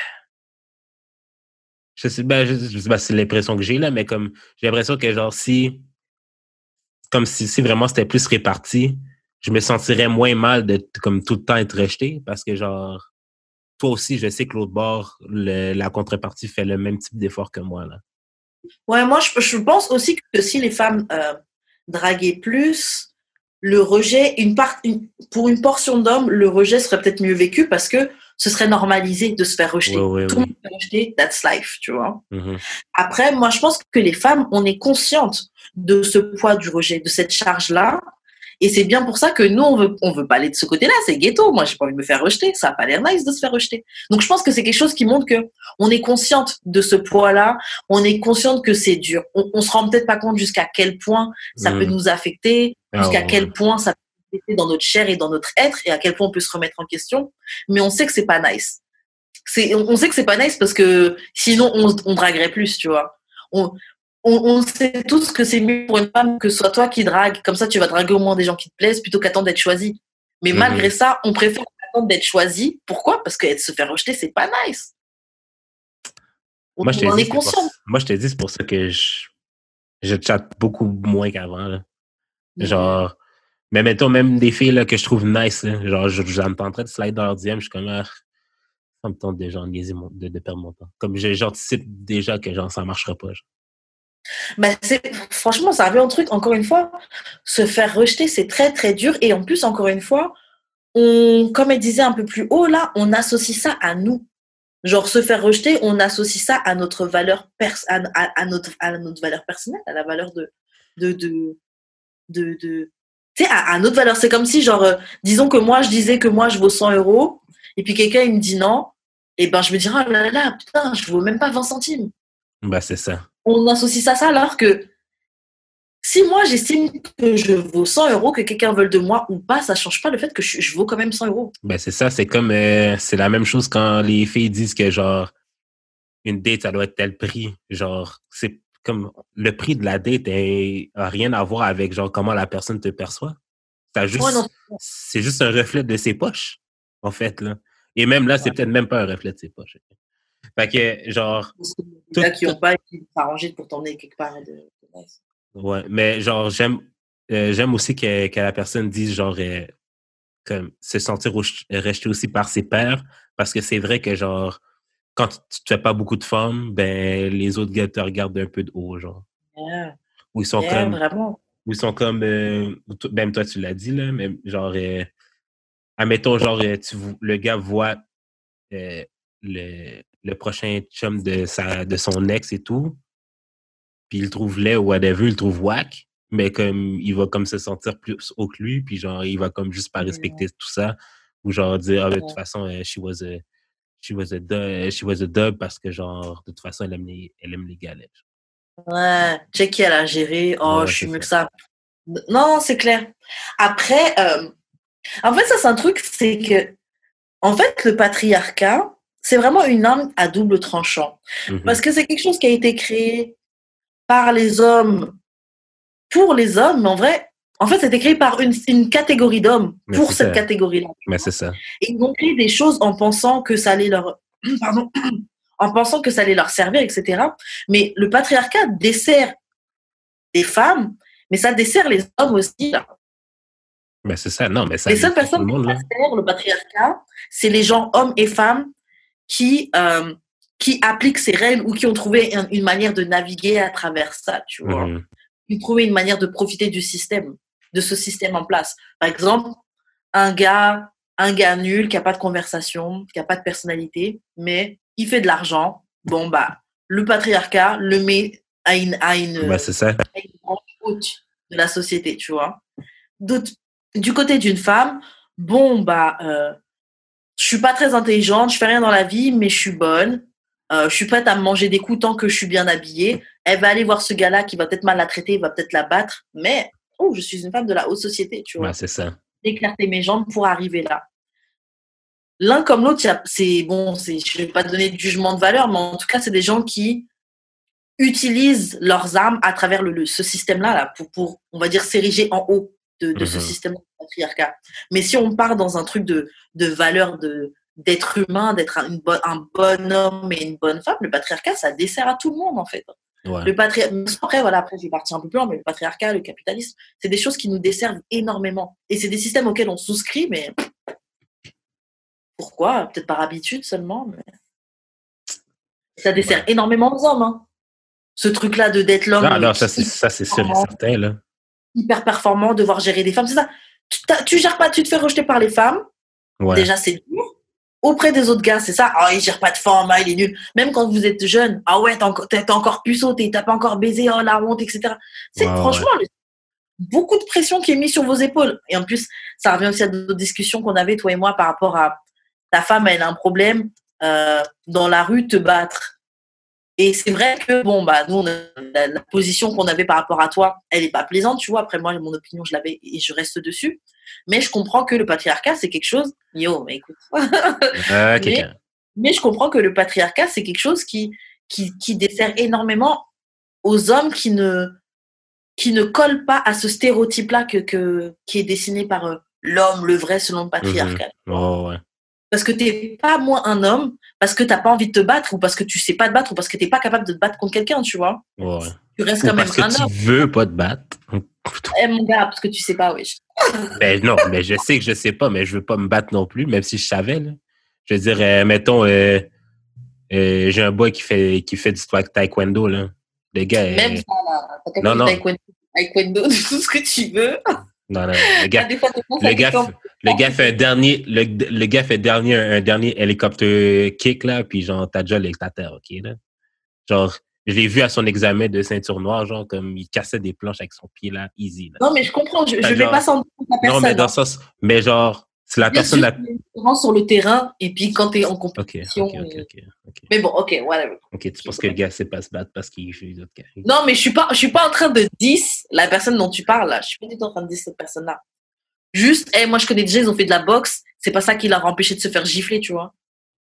Je sais pas si c'est l'impression que j'ai, là, mais comme, j'ai l'impression que genre, si vraiment c'était plus réparti, je me sentirais moins mal de comme tout le temps être rejeté parce que genre, toi aussi, je sais que l'autre bord, la contrepartie fait le même type d'effort que moi, là. Ouais, moi, je pense aussi que si les femmes draguaient plus, le rejet, pour une portion d'hommes, le rejet serait peut-être mieux vécu parce que ce serait normalisé de se faire rejeter. Tout le monde se fait rejeter, that's life, tu vois. Après, moi, je pense que les femmes, on est conscientes de ce poids du rejet, de cette charge-là, Et c'est bien pour ça que nous, on veut pas aller de ce côté-là. C'est ghetto. Moi, j'ai pas envie de me faire rejeter. Ça a pas l'air nice de se faire rejeter. Donc, je pense que c'est quelque chose qui montre que on est consciente de ce poids-là. On est consciente que c'est dur. On se rend peut-être pas compte jusqu'à quel point ça peut nous affecter, jusqu'à quel point ça peut affecter dans notre chair et dans notre être, et à quel point on peut se remettre en question. Mais on sait que c'est pas nice. On sait que c'est pas nice parce que sinon, on draguerait plus, tu vois. On sait tous que c'est mieux pour une femme que ce soit toi qui drague. Comme ça, tu vas draguer au moins des gens qui te plaisent plutôt qu'attendre d'être choisi. Mais malgré ça, on préfère attendre d'être choisi. Pourquoi? Parce que se faire rejeter, c'est pas nice. Moi, je en est conscient. Moi, je te dis, c'est pour ça que je chatte beaucoup moins qu'avant. Là. Genre, mais mettons, même des filles là, que je trouve nice, là, genre, j'en en train de slide dans leur DM, je suis comme, ça me tente déjà de niaiser de perdre mon temps. Comme j'anticipe déjà que genre, ça marchera pas. Genre. Ben, franchement, ça revient au truc, encore une fois, se faire rejeter, c'est très, très dur. Et en plus, encore une fois, comme elle disait un peu plus haut, là, on associe ça à nous. Genre, se faire rejeter, on associe ça à notre valeur, à notre valeur personnelle, à la valeur tu sais, à notre valeur. C'est comme si, genre, disons que moi, je disais que moi, je vaux 100 €, et puis quelqu'un, il me dit non, et ben, je me dirais, oh là là, putain, je vaux même pas 20 centimes. Ben, c'est ça. On associe ça à ça, alors que si moi, j'estime que je vaux 100 €, que quelqu'un veuille de moi ou pas, ça change pas le fait que je vaux quand même 100 €. Ben, c'est ça. C'est comme, c'est la même chose quand les filles disent que, genre, une date, ça doit être tel prix. Genre, c'est comme, le prix de la date a rien à voir avec, genre, comment la personne te perçoit. C'est juste un reflet de ses poches, en fait, là. Et même là, c'est peut-être même pas un reflet de ses poches. Fait que, genre... Il y a qui n'ont pas et qui s'arrangent pour t'emmener quelque part. Ouais, mais genre, j'aime aussi que la personne dise, genre, comme se sentir rejeté aussi par ses pairs, parce que c'est vrai que, genre, quand tu te fais pas beaucoup de femmes, ben, les autres gars te regardent un peu de haut, genre. Yeah. Ou ils sont comme... Vraiment. Ou ils sont comme... même toi, tu l'as dit, là, mais genre... admettons, genre, le gars voit le prochain chum de son ex et tout, puis il le trouve laid ou whatever, il le trouve whack, mais comme il va comme se sentir plus haut que lui, puis genre, il va comme juste pas respecter tout ça, ou genre dire, de toute façon, she was a dub parce que genre, de toute façon, elle aime les galets. Ouais, check qui elle a géré, je suis mieux que ça. Non, c'est clair. Après, en fait, ça, c'est un truc, c'est que, en fait, le patriarcat, c'est vraiment une arme à double tranchant. Parce que c'est quelque chose qui a été créé par les hommes, pour les hommes, mais en fait, c'était créé par une catégorie d'hommes, pour cette catégorie-là. Mais c'est ça. Et ils ont créé des choses en pensant que ça allait leur... Pardon. En pensant que ça allait leur servir, etc. Mais le patriarcat dessert les femmes, mais ça dessert les hommes aussi, là. Mais c'est ça, non, mais ça... Les seules personnes qui dessert le patriarcat, c'est les gens, hommes et femmes, qui appliquent ces règles ou qui ont trouvé une manière de naviguer à travers ça, tu vois. Ils ont trouvé une manière de profiter du système, de ce système en place. Par exemple, un gars nul, qui n'a pas de conversation, qui n'a pas de personnalité, mais il fait de l'argent. Bon, bah, le patriarcat le met à une c'est ça. branche haute de la société, tu vois. Du côté d'une femme, bon, bah, je suis pas très intelligente, je fais rien dans la vie, mais je suis bonne. Je suis prête à me manger des coups tant que je suis bien habillée. Elle va aller voir ce gars-là qui va peut-être mal la traiter, va peut-être la battre, mais je suis une femme de la haute société, tu vois. C'est ça. Éclater mes jambes pour arriver là. L'un comme l'autre, je vais pas donner de jugement de valeur, mais en tout cas, c'est des gens qui utilisent leurs armes à travers ce système-là là, pour, on va dire, s'ériger en haut de ce système de patriarcat. Mais si on part dans un truc de valeur d'être humain, d'être un bon homme et une bonne femme, le patriarcat, ça dessert à tout le monde, en fait. Ouais. Après, je vais partir un peu plus loin, mais le patriarcat, le capitalisme, c'est des choses qui nous desservent énormément. Et c'est des systèmes auxquels on souscrit, mais pourquoi? Peut-être par habitude seulement, mais ça dessert énormément aux hommes, hein. Ce truc-là d'être l'homme. Non, ça c'est sûr et certain, là. Hyper performant, devoir gérer des femmes, c'est ça. Tu gères pas, tu te fais rejeter par les femmes. Ouais. Déjà, c'est dur. Auprès des autres gars, c'est ça. Il gère pas de femmes, il est nul. Même quand vous êtes jeune, t'es encore puceau, t'as pas encore baisé, la honte, etc. Franchement, beaucoup de pression qui est mise sur vos épaules. Et en plus, ça revient aussi à d'autres discussions qu'on avait, toi et moi, par rapport à ta femme, elle a un problème dans la rue, te battre. Et c'est vrai que, bon, bah, nous, la position qu'on avait par rapport à toi, elle n'est pas plaisante, tu vois. Après, moi, mon opinion, je l'avais et je reste dessus. Mais je comprends que le patriarcat, c'est quelque chose. Yo, mais écoute. Mais je comprends que le patriarcat, c'est quelque chose qui dessert énormément aux hommes qui ne collent pas à ce stéréotype-là qui est dessiné par l'homme, le vrai, selon le patriarcat. Oh, ouais. Parce que t'es pas moins un homme, parce que t'as pas envie de te battre, ou parce que tu sais pas te battre, ou parce que t'es pas capable de te battre contre quelqu'un, tu vois. Ouais. Tu restes Ou quand même parce que un homme. tu veux pas te battre. Mon gars, parce que tu sais pas, oui. Ben non, mais je sais que je sais pas, mais je veux pas me battre non plus, même si je savais, là. Je veux dire, mettons, j'ai un boy qui fait du taekwondo, là. Le gars Même ça, là. T'as non, non. Taekwondo, tout ce que tu veux. Non, le gars, le gars fait un dernier hélicoptère kick, là, puis genre, t'as déjà à terre, OK, là. Genre, je l'ai vu à son examen de ceinture noire, genre, comme il cassait des planches avec son pied, là, easy, là. Non, mais je comprends, je vais pas s'en dire la personne. Non, mais dans ce sens, mais genre, c'est la personne la... sur le terrain, et puis quand t'es en compétition. OK. Mais bon, OK, whatever. OK, tu penses que le gars sait pas se battre parce qu'il fait d'autres cas. Non, mais je suis pas en train de 10 la personne dont tu parles, là. Je suis pas du tout en train de 10 cette personne-là. Juste, moi, je connais des gens, ils ont fait de la boxe. C'est pas ça qui leur a empêché de se faire gifler, tu vois.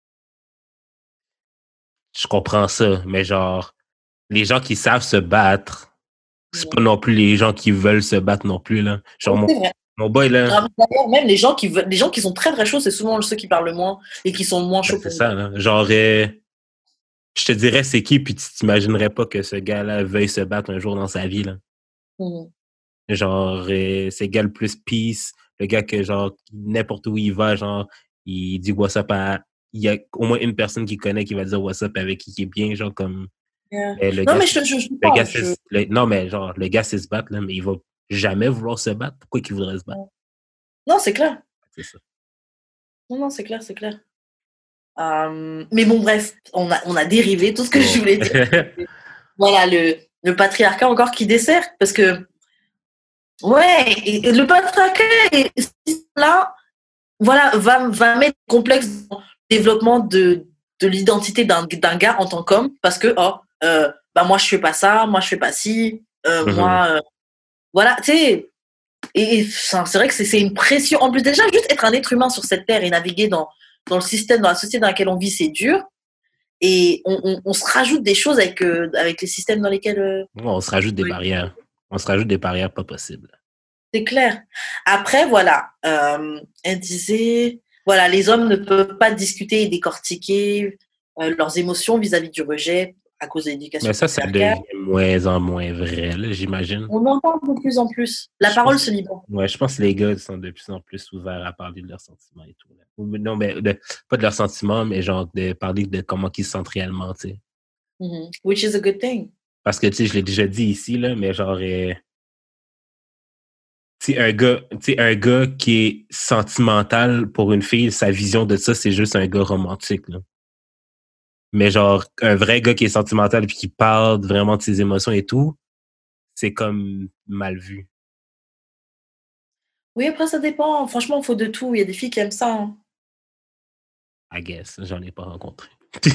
Je comprends ça, mais genre, les gens qui savent se battre, c'est pas non plus les gens qui veulent se battre non plus, là. Genre, mon boy, là. D'ailleurs, même les gens qui sont très, très chauds, c'est souvent ceux qui parlent le moins et qui sont moins chauds. C'est ça, là. Genre, je te dirais c'est qui, puis tu t'imaginerais pas que ce gars-là veuille se battre un jour dans sa vie, là. Genre, c'est le gars le plus peace, le gars que, genre, n'importe où il va, genre, il dit what's up à... Il y a au moins une personne qu'il connaît qui va dire what's up avec qui est bien, genre, comme... Non, mais genre, le gars sait se battre, là, mais il va jamais vouloir se battre. Pourquoi il voudrait se battre? Non, c'est clair. C'est ça. Non, c'est clair. Mais bon, bref, on a dérivé tout ce que je voulais dire. Voilà, le patriarcat encore qui dessert, parce que ouais, et le patriarcat là, voilà, va mettre complexe dans le développement de l'identité d'un gars en tant qu'homme, parce que moi je fais pas ça, moi je fais pas ci, moi voilà, tu sais. Et c'est vrai que c'est une pression. En plus, déjà, juste être un être humain sur cette terre et naviguer dans le système, dans la société dans laquelle on vit, c'est dur. Et on se rajoute des choses avec les systèmes dans lesquels... on se rajoute des barrières. On se rajoute des barrières pas possibles. C'est clair. Après, voilà. Elle disait... Voilà, les hommes ne peuvent pas discuter et décortiquer leurs émotions vis-à-vis du rejet à cause de l'éducation. Mais ça devient moins en moins vrai, là, j'imagine. On en parle de plus en plus. La parole se libère. Ouais, je pense que les gars sont de plus en plus ouverts à parler de leurs sentiments et tout. Là. Non, mais pas de leurs sentiments, mais genre de parler de comment ils se sentent réellement, tu sais. Which is a good thing. Parce que, tu sais, je l'ai déjà dit ici, là, mais genre... un gars qui est sentimental pour une fille, sa vision de ça, c'est juste un gars romantique, là. Mais genre, un vrai gars qui est sentimental et qui parle vraiment de ses émotions et tout, c'est comme mal vu. Oui, après, ça dépend. Franchement, il faut de tout. Il y a des filles qui aiment ça. Hein. I guess. J'en ai pas rencontré.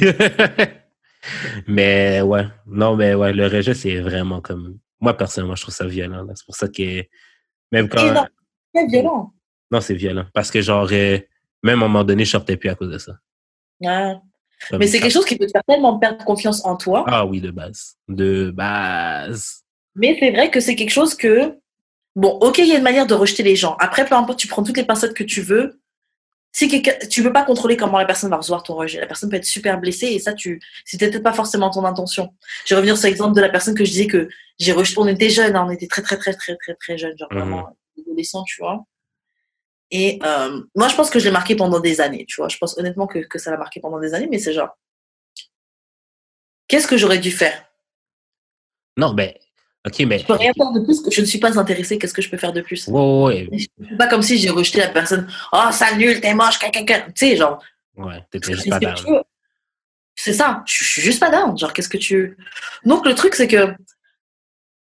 Mais ouais. Non, mais ouais, le rejet, c'est vraiment comme... Moi, personnellement, je trouve ça violent. Là. C'est pour ça que... Même quand... non, c'est violent. Non, c'est violent. Parce que genre, même à un moment donné, je sortais plus à cause de ça. Ah. Mais c'est quelque chose qui peut te faire tellement perdre confiance en toi. Ah oui, de base. De base. Mais c'est vrai que c'est quelque chose que... Bon, ok, il y a une manière de rejeter les gens. Après, peu importe, tu prends toutes les pincettes que tu veux. Si tu peux pas contrôler comment la personne va recevoir ton rejet. La personne peut être super blessée et ça, c'était peut-être pas forcément ton intention. Je vais revenir sur l'exemple de la personne que je disais que j'ai rejeté. On était jeunes, hein, on était très, très, très, très, très, très jeunes, genre vraiment adolescents, tu vois. Et moi, je pense que je l'ai marqué pendant des années, tu vois. Je pense honnêtement que ça l'a marqué pendant des années, mais c'est genre, qu'est-ce que j'aurais dû faire? Non, ben, ok, mais... Je peux rien faire de plus, que je ne suis pas intéressée, qu'est-ce que je peux faire de plus? Ouais. C'est pas comme si j'ai rejeté la personne, oh, ça nul, t'es moche, quelqu'un. Tu sais, genre... Ouais, t'étais juste pas down. C'est ça, je suis juste pas down. Genre, qu'est-ce que tu... Donc, le truc, c'est que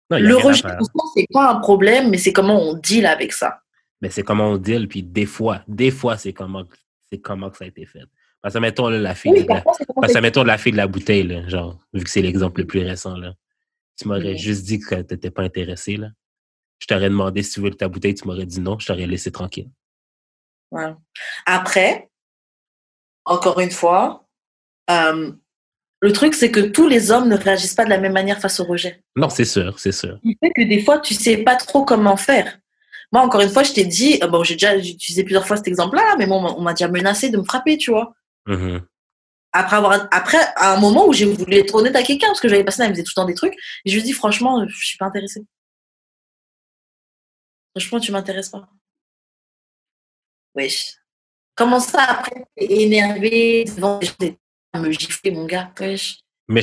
Non, il n'y a Le rien à rejet, faire. en soi, c'est pas un problème, mais c'est comment on deal avec ça. Mais c'est comment on deal, puis des fois, c'est comment que ça a été fait. Parce que mettons là, la fille Oui, de la, parfois, c'est comment parce que c'est mettons la fille de la bouteille, là, genre, vu que c'est l'exemple le plus récent, là. Tu m'aurais fait. juste dit que tu n'étais pas intéressé, là. Je t'aurais demandé si tu veux ta bouteille, tu m'aurais dit non, je t'aurais laissé tranquille. Voilà. Après, encore une fois, euh, le truc, c'est que tous les hommes ne réagissent pas de la même manière face au rejet. Non, c'est sûr, c'est sûr. Il fait que des fois, tu sais pas trop comment faire. Moi, encore une fois, je t'ai dit, bon, j'ai déjà utilisé plusieurs fois cet exemple-là, mais bon, on m'a déjà menacé de me frapper, tu vois. Mhm. Après, à un moment où j'ai voulu être honnête à quelqu'un, parce que j'avais passé, elle me faisait tout le temps des trucs, et je lui ai dit, franchement, je suis pas intéressée. Franchement, tu m'intéresses pas. Wesh. Comment ça, après, t'es énervé devant les gens, t'es à me gifler, mon gars, wesh. Mais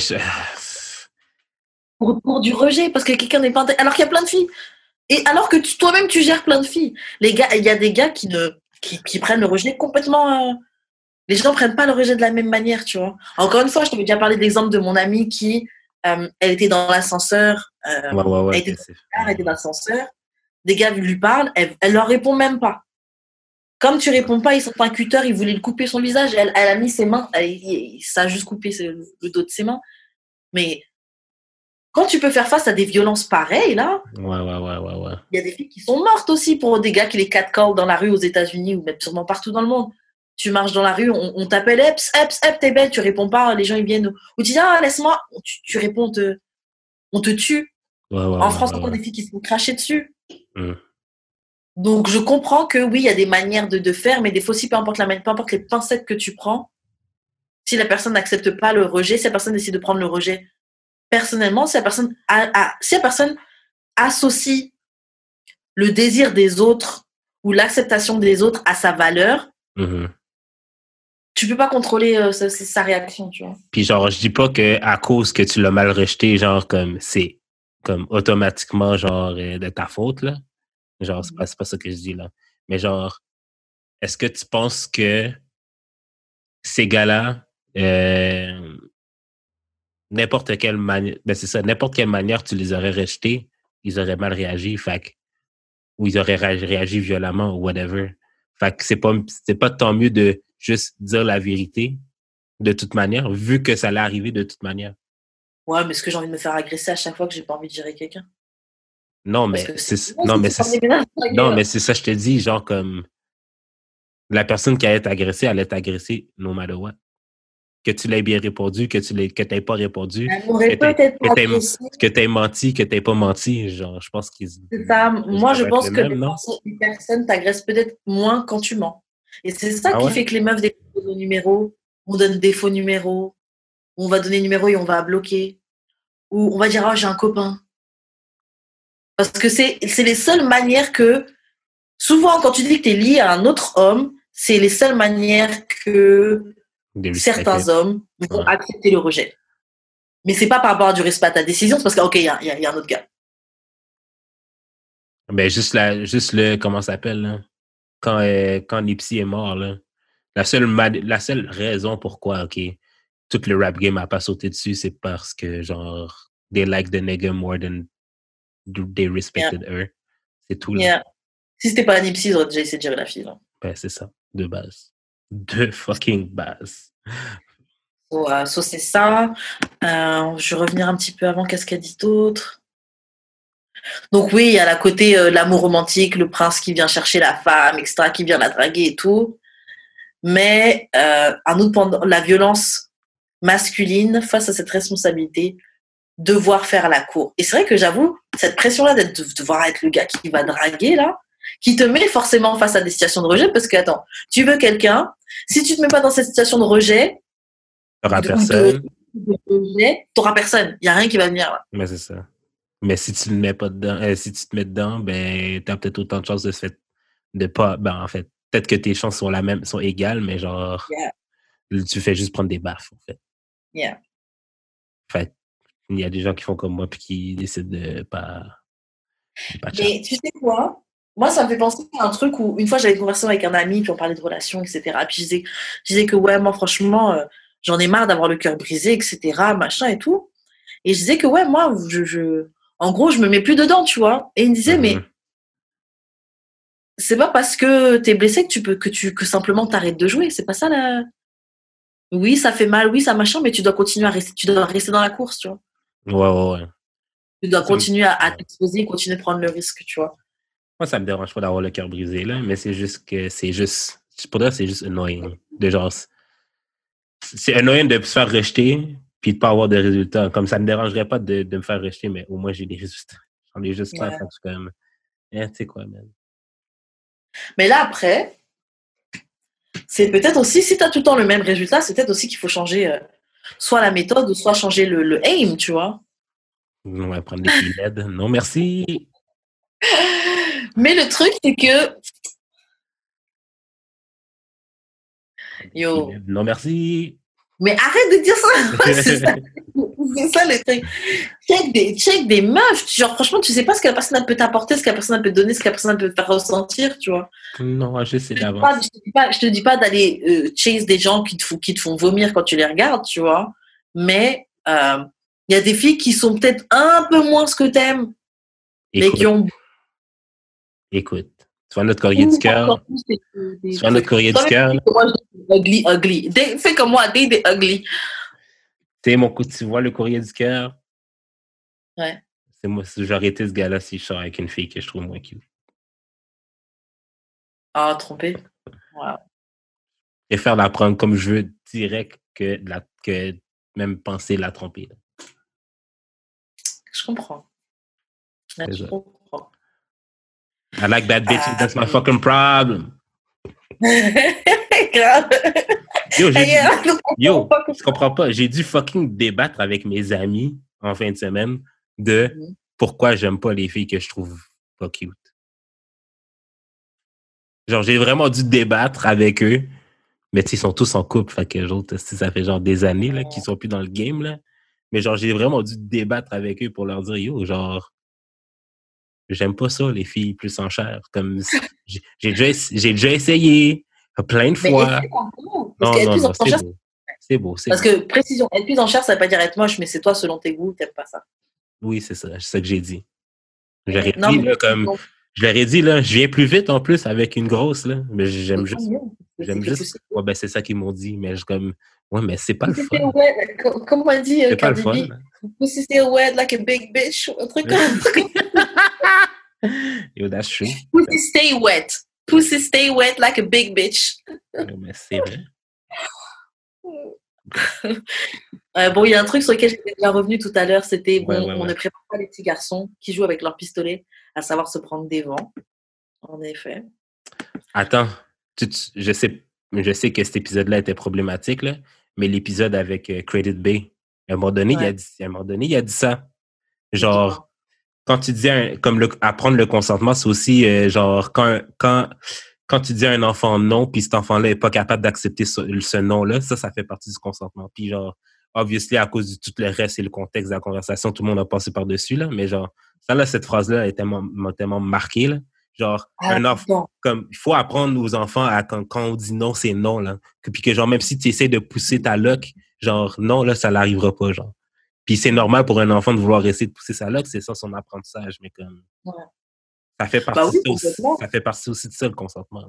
Pour du rejet, parce que quelqu'un n'est pas intéressé. Alors qu'il y a plein de filles. Et alors que toi-même, tu gères plein de filles. Les gars, il y a des gars qui prennent le rejet complètement. Les gens prennent pas le rejet de la même manière, tu vois. Encore une fois, je t'avais déjà parlé de l'exemple de mon amie qui, elle était dans l'ascenseur, ouais, elle était elle était dans l'ascenseur. Des gars lui parlent, elle leur répond même pas. Comme tu réponds pas, ils sont un cutter, ils voulaient le couper son visage. Elle a mis ses mains, ça a juste coupé le dos de ses mains. Mais quand tu peux faire face à des violences pareilles, là, ouais. il y a des filles qui sont mortes aussi pour des gars qui les catcallent dans la rue aux États-Unis ou même sûrement partout dans le monde. Tu marches dans la rue, on t'appelle, Eps, Eps, Eps, t'es belle, tu réponds pas, les gens ils viennent. Ou tu dis, ah, laisse-moi, tu réponds, on te tue. En France, encore Ouais. des filles qui se font cracher dessus. Mm. Donc, je comprends que oui, il y a des manières de faire, mais des fois aussi, peu importe peu importe les pincettes que tu prends, si la personne n'accepte pas le rejet, si la personne décide de prendre le rejet personnellement, si la personne associe le désir des autres ou l'acceptation des autres à sa valeur, Mhm. tu peux pas contrôler sa réaction, tu vois. Puis genre, je dis pas que à cause que tu l'as mal rejeté, genre comme c'est comme automatiquement genre de ta faute là. Genre c'est pas ça que je dis là. Mais genre, est-ce que tu penses que ces gars-là, n'importe quelle manière, ben c'est ça, n'importe quelle manière tu les aurais rejetés, ils auraient mal réagi, ou ils auraient réagi violemment ou whatever. Fait que c'est pas tant mieux de juste dire la vérité de toute manière, vu que ça allait arriver de toute manière. Ouais, mais est-ce que j'ai envie de me faire agresser à chaque fois que j'ai pas envie de gérer quelqu'un? Non, Parce mais que c'est c'est, bon, non, si mais tu prends des c'est, menaces sur la non, gueule. mais c'est ça, je te dis, genre comme la personne qui allait t'agresser, elle allait t'agresser no matter what. Que tu l'aies bien répondu, que t'aies pas répondu, Elle m'aurait peut-être que pas t'aies, agressé. que t'aies menti, que t'aies pas menti. Genre, je pense qu'ils C'est ça. le Moi, résultat je va être pense le que même, non? les personnes t'agressent peut-être moins quand tu mens. Et c'est ça Ah qui ouais? fait que les meufs déposent nos numéros, on donne des faux numéros, on va donner le numéro et on va bloquer. Ou on va dire, oh, j'ai un copain. Parce que c'est les seules manières que, souvent, quand tu dis que tu es lié à un autre homme, c'est les seules manières que Des certains respected. hommes vont Ouais. accepter le rejet. Mais c'est pas par rapport à du respect à ta décision, c'est parce que, ok, il y a un autre gars. Ben, juste comment ça s'appelle, là? Quand Nipsey est mort, là. La seule raison pourquoi, OK, tout le rap game a pas sauté dessus, c'est parce que, genre, they like the nigga more than they Yeah. respected her. C'est tout, là. Yeah. Si c'était pas Nipsey, ils auraient déjà essayé de gérer la fille. Là. Ben, c'est ça. De base. De fucking base. So, c'est ça. Je vais revenir un petit peu avant, qu'est-ce qu'elle dit d'autre. Donc oui, il y a la côté l'amour romantique, le prince qui vient chercher la femme, etc., qui vient la draguer et tout. Mais un autre pendant la violence masculine face à cette responsabilité, devoir faire la cour. Et c'est vrai que j'avoue, cette pression-là de devoir être le gars qui va draguer, là, qui te met forcément face à des situations de rejet, parce que, attends, tu veux quelqu'un, si tu te mets pas dans cette situation de rejet, T'auras ou de personne. rejet, t'auras personne. Il y a rien qui va venir, là. Mais c'est ça. Mais si tu ne mets pas dedans, si tu te mets dedans, ben, t'as peut-être autant de chances de pas, ben, en fait, peut-être que tes chances sont égales, mais genre, Yeah, tu fais juste prendre des baffes, en fait. yeah. Fait, il y a des gens qui font comme moi puis qui décident de pas chat. Mais tu sais quoi? Moi, ça me fait penser à un truc où, une fois, j'avais une conversation avec un ami, puis on parlait de relations, etc. Puis je disais que, ouais, moi, franchement, j'en ai marre d'avoir le cœur brisé, etc., machin et tout. Et je disais que, ouais, moi, En gros, je me mets plus dedans, tu vois. Et il me disait, mais c'est pas parce que t'es blessé que simplement t'arrêtes de jouer. C'est pas ça, là. Oui, ça fait mal, oui, ça machin, mais tu dois continuer tu dois rester dans la course, tu vois. Ouais. Tu dois continuer à t'exposer, continuer de prendre le risque, tu vois. Moi, ça me dérange pas d'avoir le cœur brisé, là, mais c'est juste que pour moi, c'est juste annoying. De genre, c'est annoying de se faire rejeter puis de pas avoir de résultats. Comme ça me dérangerait pas de me faire rejeter, mais au moins j'ai des résultats. J'en ai juste pas, fait que c'est comme, tu sais quoi, man. Mais là, après, c'est peut-être aussi, si tu as tout le temps le même résultat, c'est peut-être aussi qu'il faut changer soit la méthode, soit changer le aim, tu vois. On va prendre des pinèdes. Non, merci. Mais le truc, c'est que... Yo. Non, merci. Mais arrête de dire ça. C'est ça. C'est ça le truc. Check des meufs. Genre, franchement, tu sais pas ce que la personne peut t'apporter, ce que la personne peut te donner, ce que la personne peut te faire ressentir, tu vois. Non, je sais d'avance. Je te dis pas d'aller chase des gens qui te font vomir quand tu les regardes, tu vois. Mais il y a des filles qui sont peut-être un peu moins ce que t'aimes, mais qui ont... Écoute, tu vois notre courrier du cœur. Tu vois notre courrier du cœur. Ugly. Fais comme moi, des ugly. Tu vois le courrier du cœur. Ouais. C'est moi, j'aurais été ce gars-là si je sors avec une fille que je trouve moins cute. Ah, trompé. Wow. Et faire la prendre comme je veux direct que même penser la tromper. Là. Je comprends. Je comprends. I like bad bitches, that's my fucking problem. Yo, je comprends pas. J'ai dû fucking débattre avec mes amis en fin de semaine de pourquoi j'aime pas les filles que je trouve pas cute. Genre, j'ai vraiment dû débattre avec eux. Mais ils sont tous en couple, fait que ça fait genre des années là, qu'ils sont plus dans le game. Là. Mais genre, j'ai vraiment dû débattre avec eux pour leur dire, yo, genre, j'aime pas ça, les filles plus en chair. Comme, j'ai déjà essayé plein de fois. Non, c'est beau. Parce que, précision, être plus en chair, ça veut pas dire être moche, mais c'est toi, selon tes goûts, t'aimes pas ça. Oui, c'est ça que j'ai dit. Je leur ai dit, là, je viens plus vite en plus avec une grosse, là. Mais j'aime juste. Ouais, ben, c'est ça qu'ils m'ont dit. Mais mais c'est pas le fun. Comme on dit, c'est pas le fun. Pussy still wet like a big bitch. Un truc comme Yo, that's true. Pussy stay wet. Pussy stay wet like a big bitch. Mais c'est vrai. Bon, il y a un truc sur lequel j'étais déjà revenu tout à l'heure, c'était on ne prépare pas les petits garçons qui jouent avec leur pistolet à savoir se prendre des vents. En effet. Attends, je sais que cet épisode-là était problématique, là, mais l'épisode avec Credit Bay, à un moment donné, il a dit ça. Genre, quand tu dis apprendre le consentement, c'est aussi genre quand tu dis à un enfant non, puis cet enfant-là n'est pas capable d'accepter ce non-là, ça fait partie du consentement. Puis genre, obviously, à cause de tout le reste et le contexte de la conversation, tout le monde a passé par-dessus, là, mais genre, cette phrase-là m'a tellement marqué, là. Genre, un enfant, comme, il faut apprendre aux enfants quand on dit non, c'est non, là. Puis que genre, même si tu essaies de pousser ta loque, genre, non, là, ça n'arrivera pas, genre. Puis c'est normal pour un enfant de vouloir essayer de pousser sa loque, c'est ça son apprentissage, mais comme... Ça fait partie ça fait partie aussi de ça, le consentement.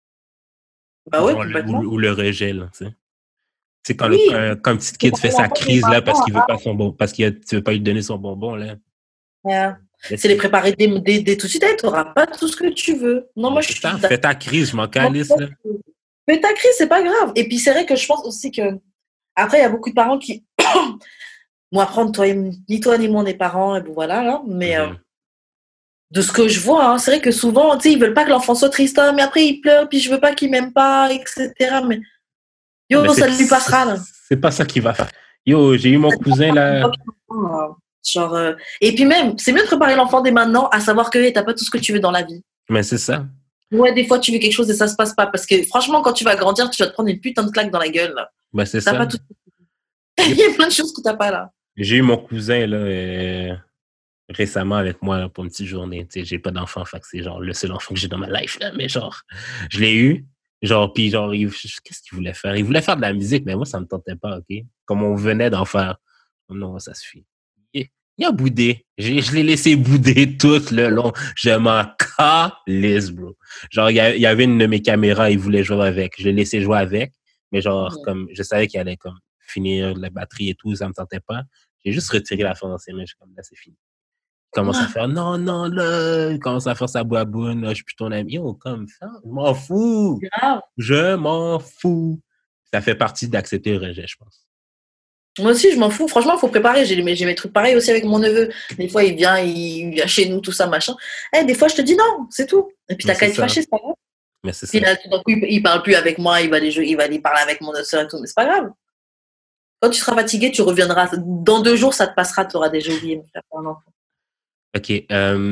Ou le rejet, là, tu sais. C'est quand un petit kid fait sa crise, là, parce qu'il veut pas tu veux pas lui donner son bonbon, là. Yeah. C'est les préparer dès tout de suite, tu n'auras pas tout ce que tu veux. Non, moi, fais ta crise, je m'en calisse, là. Fais ta crise, c'est pas grave. Et puis, c'est vrai que je pense aussi que... Après, il y a beaucoup de parents qui... Moi, apprendre, ni toi ni moi, on est parents, et bon, voilà, là. Mais de ce que je vois, hein, c'est vrai que souvent, tu sais, ils veulent pas que l'enfant soit triste, mais après, il pleure, puis je veux pas qu'il m'aime pas, etc. Mais ça lui passera, là. C'est pas ça qui va faire. Yo, j'ai eu mon cousin, là... Genre, et puis même, c'est mieux de préparer l'enfant dès maintenant à savoir que t'as pas tout ce que tu veux dans la vie. Mais c'est ça. Ouais, des fois, tu veux quelque chose et ça se passe pas. Parce que franchement, quand tu vas grandir, tu vas te prendre une putain de claque dans la gueule. Là. Ben, c'est ça. Pas tout... Il y a plein de choses que t'as pas là. J'ai eu mon cousin là, récemment avec moi là, pour une petite journée. Tu sais, j'ai pas d'enfant, fait que c'est genre le seul enfant que j'ai dans ma life. Là, mais genre, je l'ai eu. Genre, puis genre, qu'est-ce qu'il voulait faire? Il voulait faire de la musique, mais moi, ça me tentait pas, OK? Comme on venait d'en faire. Non, ça suffit. Il a boudé. Je l'ai laissé bouder tout le long. Je m'en calisse, bro. Genre, il y avait une de mes caméras, il voulait jouer avec. Je l'ai laissé jouer avec, mais genre, comme, je savais qu'il allait comme finir la batterie et tout, ça me tentait pas. J'ai juste retiré la fin dans ses mains. Je suis comme, là, c'est fini. Il commence à faire, non, non, là. Il commence à faire sa boîboune, là, je suis plus ton ami. Yo, comme ça, je m'en fous. Grave. Je m'en fous. Ça fait partie d'accepter le rejet, je pense. Moi aussi, je m'en fous. Franchement, il faut préparer. J'ai mes trucs pareils aussi avec mon neveu. Des fois, il vient chez nous, tout ça, machin. Des fois, je te dis non, c'est tout. Et puis, t'as qu'à être fâché, c'est pas grave. Mais c'est Puis ça. là, tout d'un coup, il parle plus avec moi, il va aller parler avec mon autre soeur et tout. Mais c'est pas grave. Quand tu seras fatigué, tu reviendras. Dans 2 jours, ça te passera, tu auras déjà oublié, mon frère. Non. OK. Tu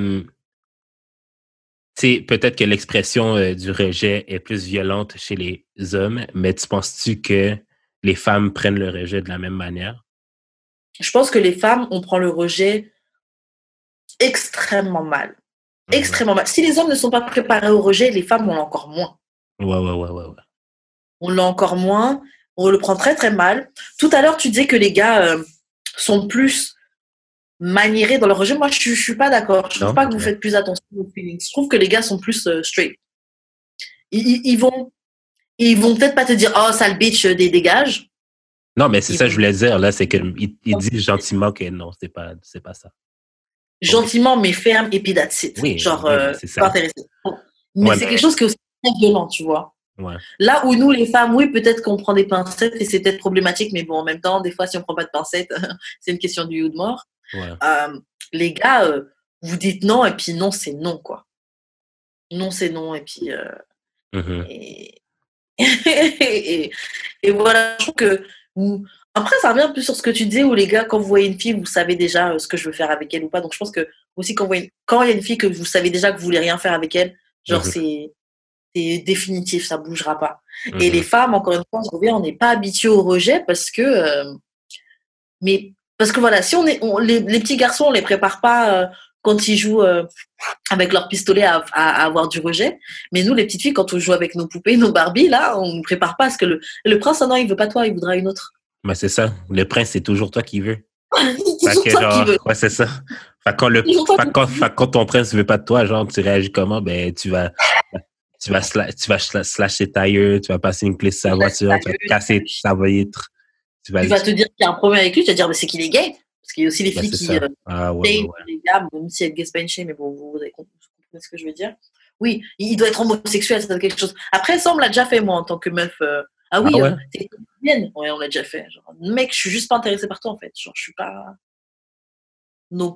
sais, peut-être que l'expression du rejet est plus violente chez les hommes, mais tu penses-tu que les femmes prennent le rejet de la même manière? Je pense que les femmes, on prend le rejet extrêmement mal. Extrêmement mal. Si les hommes ne sont pas préparés au rejet, les femmes, on l'a encore moins. Ouais. On l'a encore moins. On le prend très, très mal. Tout à l'heure, tu disais que les gars sont plus maniérés dans le rejet. Moi, je suis pas d'accord. Je trouve pas que vous faites plus attention aux feelings. Je trouve que les gars sont plus straight. Ils vont peut-être pas te dire « Oh, sale bitch, dégage ». Non, mais c'est ça que je voulais dire, là, c'est qu'il dit gentiment que non, c'est pas ça. Gentiment, mais ferme, et puis that's it. Oui, genre, c'est ça. pas intéressé. Mais Ouais, c'est quelque chose qui est aussi très violent, tu vois. Ouais. Là où nous, les femmes, oui, peut-être qu'on prend des pincettes et c'est peut-être problématique, mais bon, en même temps, des fois, si on prend pas de pincettes, c'est une question de vie ou de mort. Ouais. Les gars, vous dites non, et puis non, c'est non, quoi. Non, c'est non, et puis... et voilà, je trouve que... Après, ça revient un peu sur ce que tu disais, où les gars, quand vous voyez une fille, vous savez déjà ce que je veux faire avec elle ou pas. Donc, je pense que aussi, quand il y a une fille que vous savez déjà que vous voulez rien faire avec elle, genre, c'est définitif, ça bougera pas. Et les femmes, encore une fois, on n'est pas habitués au rejet parce que... parce que voilà, si les petits garçons, on les prépare pas quand ils jouent avec leur pistolet à avoir du rejet. Mais nous, les petites filles, quand on joue avec nos poupées, nos Barbie, là, on ne prépare pas parce que le prince, non, il veut pas toi, il voudra une autre. Mais c'est ça. Le prince, c'est toujours toi qui veux. C'est toujours toi qui veux. Ouais, c'est ça. Quand ton prince veut pas de toi, genre, tu réagis comment? Ben, tu vas slasher ta gueule, tu vas passer une clé sur sa voiture, tu vas casser sa vitre. Tu vas te dire qu'il y a un problème avec lui, tu vas te dire, mais c'est qu'il est gay. Parce qu'il y a aussi les filles qui ouais. les gars, même si elles gaze benché, mais bon, vous avez compris ce que je veux dire. Oui, il doit être homosexuel, c'est quelque chose. Après, ça, on me l'a déjà fait, moi, en tant que meuf. T'es lesbienne. Ouais, on l'a déjà fait. Genre, mec, je suis juste pas intéressée par toi, en fait. Genre, je suis pas... Donc...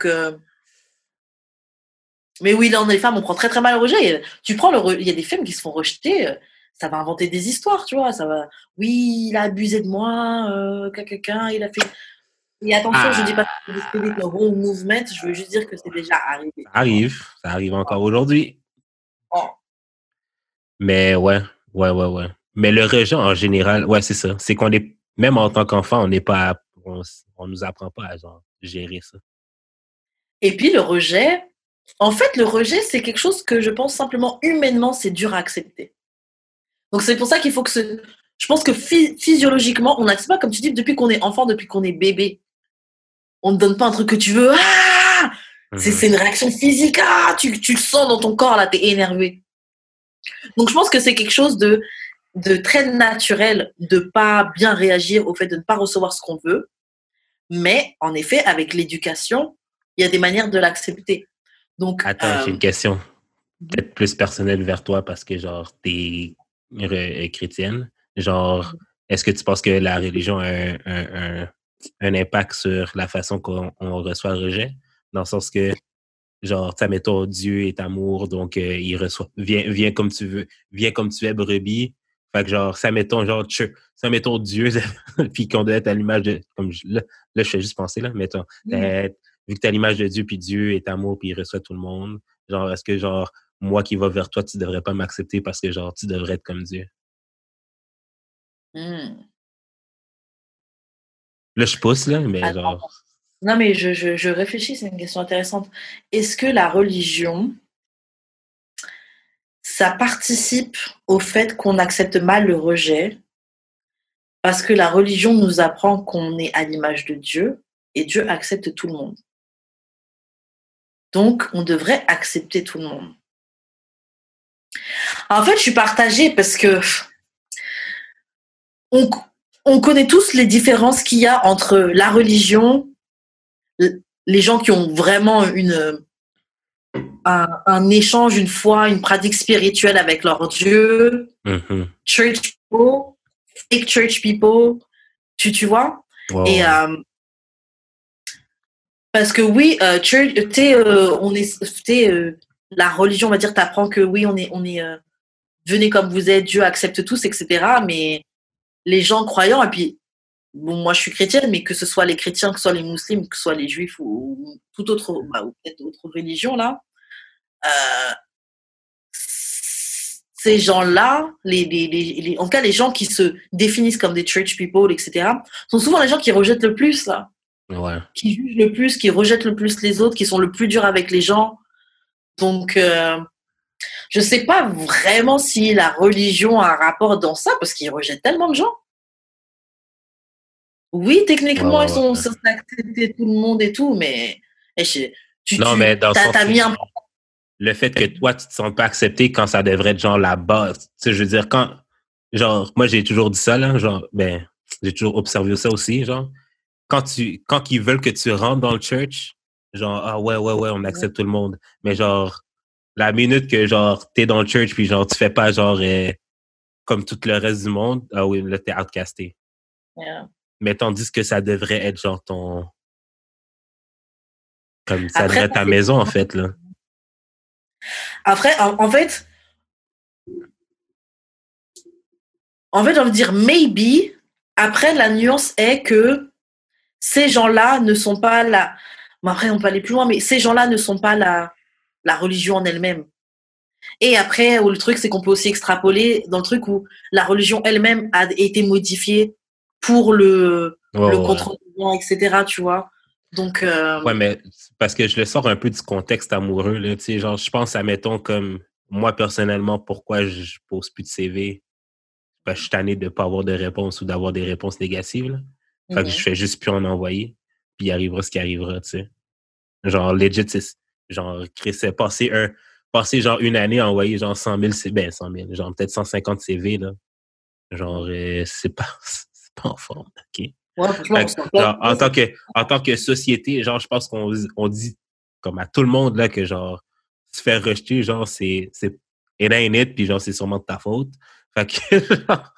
Mais oui, là, on est les femmes, on prend très, très mal le rejet. Il y a des femmes qui se font rejeter... ça va inventer des histoires, tu vois. Ça va... Oui, il a abusé de moi, quelqu'un, il a fait... Et attention, je dis pas que c'est discrédite le wrong movement, je veux juste dire que c'est déjà arrivé. Ça arrive encore aujourd'hui. Oh. Mais ouais. Mais le rejet, en général, ouais, c'est ça. C'est qu'on est, même en tant qu'enfant, on nous apprend pas à genre, gérer ça. Et puis le rejet, c'est quelque chose que je pense simplement humainement, c'est dur à accepter. Donc c'est pour ça qu'il faut que je pense que physiologiquement, on n'accepte pas, comme tu dis, depuis qu'on est enfant, depuis qu'on est bébé. On ne donne pas un truc que tu veux. Ah, c'est une réaction physique. Ah, tu le sens dans ton corps, là, t'es énervé. Donc je pense que c'est quelque chose de très naturel de pas bien réagir au fait de ne pas recevoir ce qu'on veut. Mais en effet, avec l'éducation, il y a des manières de l'accepter. Donc, attends, j'ai une question peut-être plus personnelle vers toi parce que genre t'es chrétienne. Genre, est-ce que tu penses que la religion a un impact sur la façon qu'on reçoit le rejet? Dans le sens que, genre, mettons, Dieu est amour, donc il reçoit, viens comme tu veux, viens comme tu es, brebis. Fait que genre, mettons Dieu, puis qu'on doit être à l'image de, là, je fais juste penser, là, mettons, vu que t'es à l'image de Dieu, puis Dieu est amour, puis il reçoit tout le monde, genre, est-ce que, genre, moi qui va vers toi, tu devrais pas m'accepter parce que, genre, tu devrais être comme Dieu? Là, je pousse, là, mais genre... Non, mais je réfléchis, c'est une question intéressante. Est-ce que la religion, ça participe au fait qu'on accepte mal le rejet parce que la religion nous apprend qu'on est à l'image de Dieu et Dieu accepte tout le monde? Donc, on devrait accepter tout le monde. En fait, je suis partagée parce que on connaît tous les différences qu'il y a entre la religion, les gens qui ont vraiment un échange, une foi, une pratique spirituelle avec leur Dieu, church people, fake church people, tu vois? Wow. Et parce que oui, church, la religion, on va dire, t'apprend que oui, on est venez comme vous êtes, Dieu accepte tous, etc. Mais les gens croyants, et puis bon, moi je suis chrétienne, mais que ce soit les chrétiens, que ce soit les musulmans, que ce soit les juifs ou toute autre, ou peut-être autre religion là, ces gens-là, en tout cas les gens qui se définissent comme des church people, etc., sont souvent les gens qui rejettent le plus là. Ouais. Qui jugent le plus, qui rejettent le plus les autres, qui sont le plus durs avec les gens. Donc, je sais pas vraiment si la religion a un rapport dans ça, parce qu'ils rejettent tellement de gens. Oui, techniquement, ils sont censés accepter tout le monde et tout, mais mais dans le sens t'as mis un... le fait que toi, tu te sens pas accepté quand ça devrait être genre la base. Tu sais, je veux dire, quand, genre, moi, j'ai toujours dit ça, là, genre, ben, j'ai toujours observé ça aussi, genre, quand ils veulent que tu rentres dans le church, genre, ah ouais, on accepte tout le monde. Mais genre, la minute que, genre, t'es dans le church, puis genre, tu fais pas, genre, comme tout le reste du monde, ah oui, là, t'es outcasté. Yeah. Mais tandis que ça devrait être, genre, comme ça devrait être ta maison, en fait, là. Après, en fait, j'ai envie de dire maybe. Après, la nuance est que ces gens-là ne sont pas la... Bon, après, on peut aller plus loin, mais ces gens-là ne sont pas la religion en elle-même. Et après, le truc, c'est qu'on peut aussi extrapoler dans le truc où la religion elle-même a été modifiée pour le contrôle des gens, etc., tu vois. Donc... Ouais, mais parce que je le sors un peu du contexte amoureux, là, tu sais, genre, je pense à, mettons, comme, moi, personnellement, pourquoi je pose plus de CV? Parce que je suis tanné de pas avoir de réponse ou d'avoir des réponses négatives, là. Fait que je fais juste plus en envoyer, puis il arrivera ce qui arrivera, tu sais. Genre, legit, c'est, genre, Chris, passer genre une année à envoyer genre 100 000 genre peut-être 150 CV, là. Genre, c'est pas en forme, OK? Ouais, genre, en tant que société, genre, je pense qu'on dit comme à tout le monde, là, que genre, se faire rejeter, genre, c'est it ain't it, puis genre, c'est sûrement de ta faute. Fait que, genre,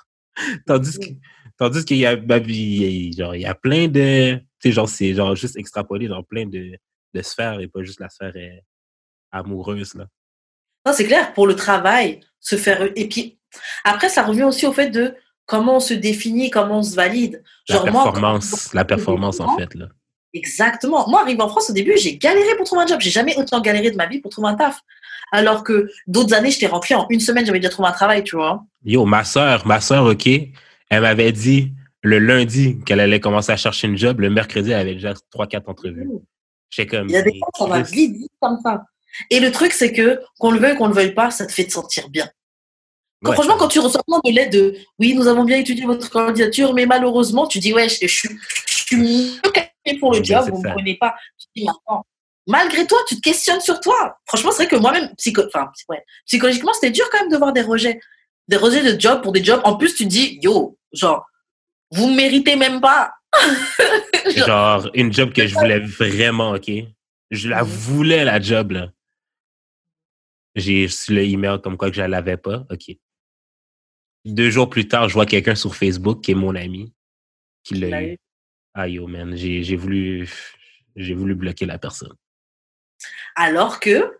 tandis qu'il y a, genre, il y a plein de, tu sais, genre, c'est genre juste extrapolé dans plein de sphères et pas juste la sphère amoureuse, là. Non, c'est clair, pour le travail, se faire... Et puis, après, ça revient aussi au fait de comment on se définit, comment on se valide. Genre, la performance, en fait, là. Exactement. Moi, arrivé en France, au début, j'ai galéré pour trouver un job. J'ai jamais autant galéré de ma vie pour trouver un taf. Alors que d'autres années, j'étais rentrée en une semaine, j'avais déjà trouvé un travail, tu vois. Yo, ma sœur, OK, elle m'avait dit le lundi qu'elle allait commencer à chercher une job. Le mercredi, elle avait déjà 3-4 entrevues. J'étais comme... Il y a des fois, ça va vite comme ça. Et le truc, c'est que, qu'on le veuille ou qu'on le veuille pas, ça te fait te sentir bien. Franchement, quand tu reçois plein de lettres de « Oui, nous avons bien étudié votre candidature, mais malheureusement, tu dis « Ouais, je suis mieux qualifié pour le job, vous ne me prenez pas. » Tu dis « Maintenant, malgré toi, tu te questionnes sur toi. » Franchement, c'est vrai que moi-même, psychologiquement, c'était dur quand même de voir des rejets. Des rejets de job pour des jobs. En plus, tu te dis « Yo, genre, vous ne méritez même pas. » genre, une job que je voulais vraiment, OK? Je la voulais, la job, là. J'ai reçu le email comme quoi que je ne l'avais pas. OK. 2 jours plus tard, je vois quelqu'un sur Facebook qui est mon ami, qui l'a eu. Ah yo, man, j'ai voulu bloquer la personne. Alors que,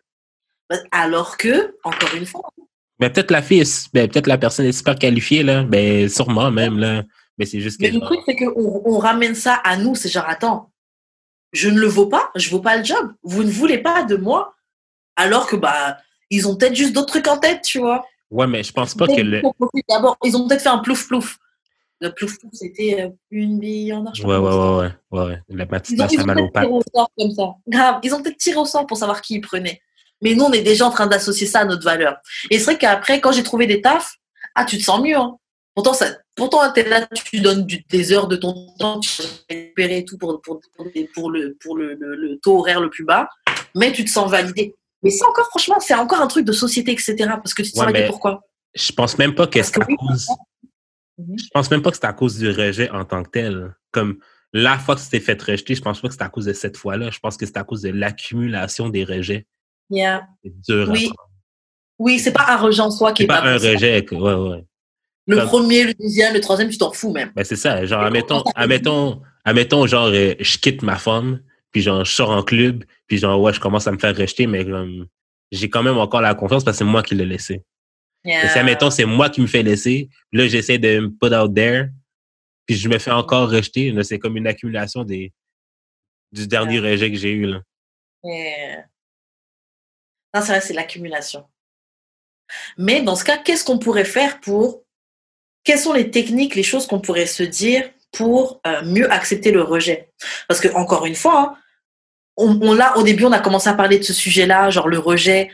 encore une fois. Mais peut-être peut-être la personne est super qualifiée, là. Ben, sûrement même, là. Mais c'est juste que. Mais le truc, c'est qu'on ramène ça à nous. C'est genre, attends, je ne le vaux pas, je ne vaux pas le job. Vous ne voulez pas de moi, alors que, ils ont peut-être juste d'autres trucs en tête, tu vois. Ouais, mais je pense pas que D'abord, ils ont peut-être fait un plouf-plouf. Le plouf-plouf, c'était une bille en argent. Ouais. La petite passe à mal au pattes. Comme ça. Grave. Ils ont peut-être tiré au sort pour savoir qui ils prenaient. Mais nous, on est déjà en train d'associer ça à notre valeur. Et c'est vrai qu'après, quand j'ai trouvé des tafs, tu te sens mieux. Hein. Pourtant, t'es là, tu donnes des heures de ton temps, tu récupères tout pour le taux horaire le plus bas. mais tu te sens validé. Mais c'est encore, franchement, c'est encore un truc de société, etc. Parce que tu te sens validé, pourquoi? Je pense même pas que Parce c'est que à cause... Je pense même pas que c'est à cause du rejet en tant que tel. Comme la fois que tu t'es fait rejeter, je pense pas que c'est à cause de cette fois-là. Je pense que c'est à cause de l'accumulation des rejets. Yeah. C'est dur à prendre. Oui, c'est pas un rejet en soi qui C'est est pas pas un possible. rejet. Ouais. Le Comme... premier, le deuxième, le troisième, tu t'en fous même. Ben c'est ça. Genre, admettons, genre, je quitte ma femme, puis genre, je sors en club, puis genre, ouais, je commence à me faire rejeter, mais comme, j'ai quand même encore la confiance parce que c'est moi qui l'ai laissé. Yeah. Et si, admettons, c'est moi qui me fais laisser, là, j'essaie de me put out there, puis je me fais encore rejeter. Là, c'est comme une accumulation du dernier rejet que j'ai eu, là. Yeah. Non, c'est vrai, c'est l'accumulation. Mais dans ce cas, qu'est-ce qu'on pourrait faire quelles sont les techniques, les choses qu'on pourrait se dire pour mieux accepter le rejet? Parce que, encore une fois, hein, au début, on a commencé à parler de ce sujet-là, genre le rejet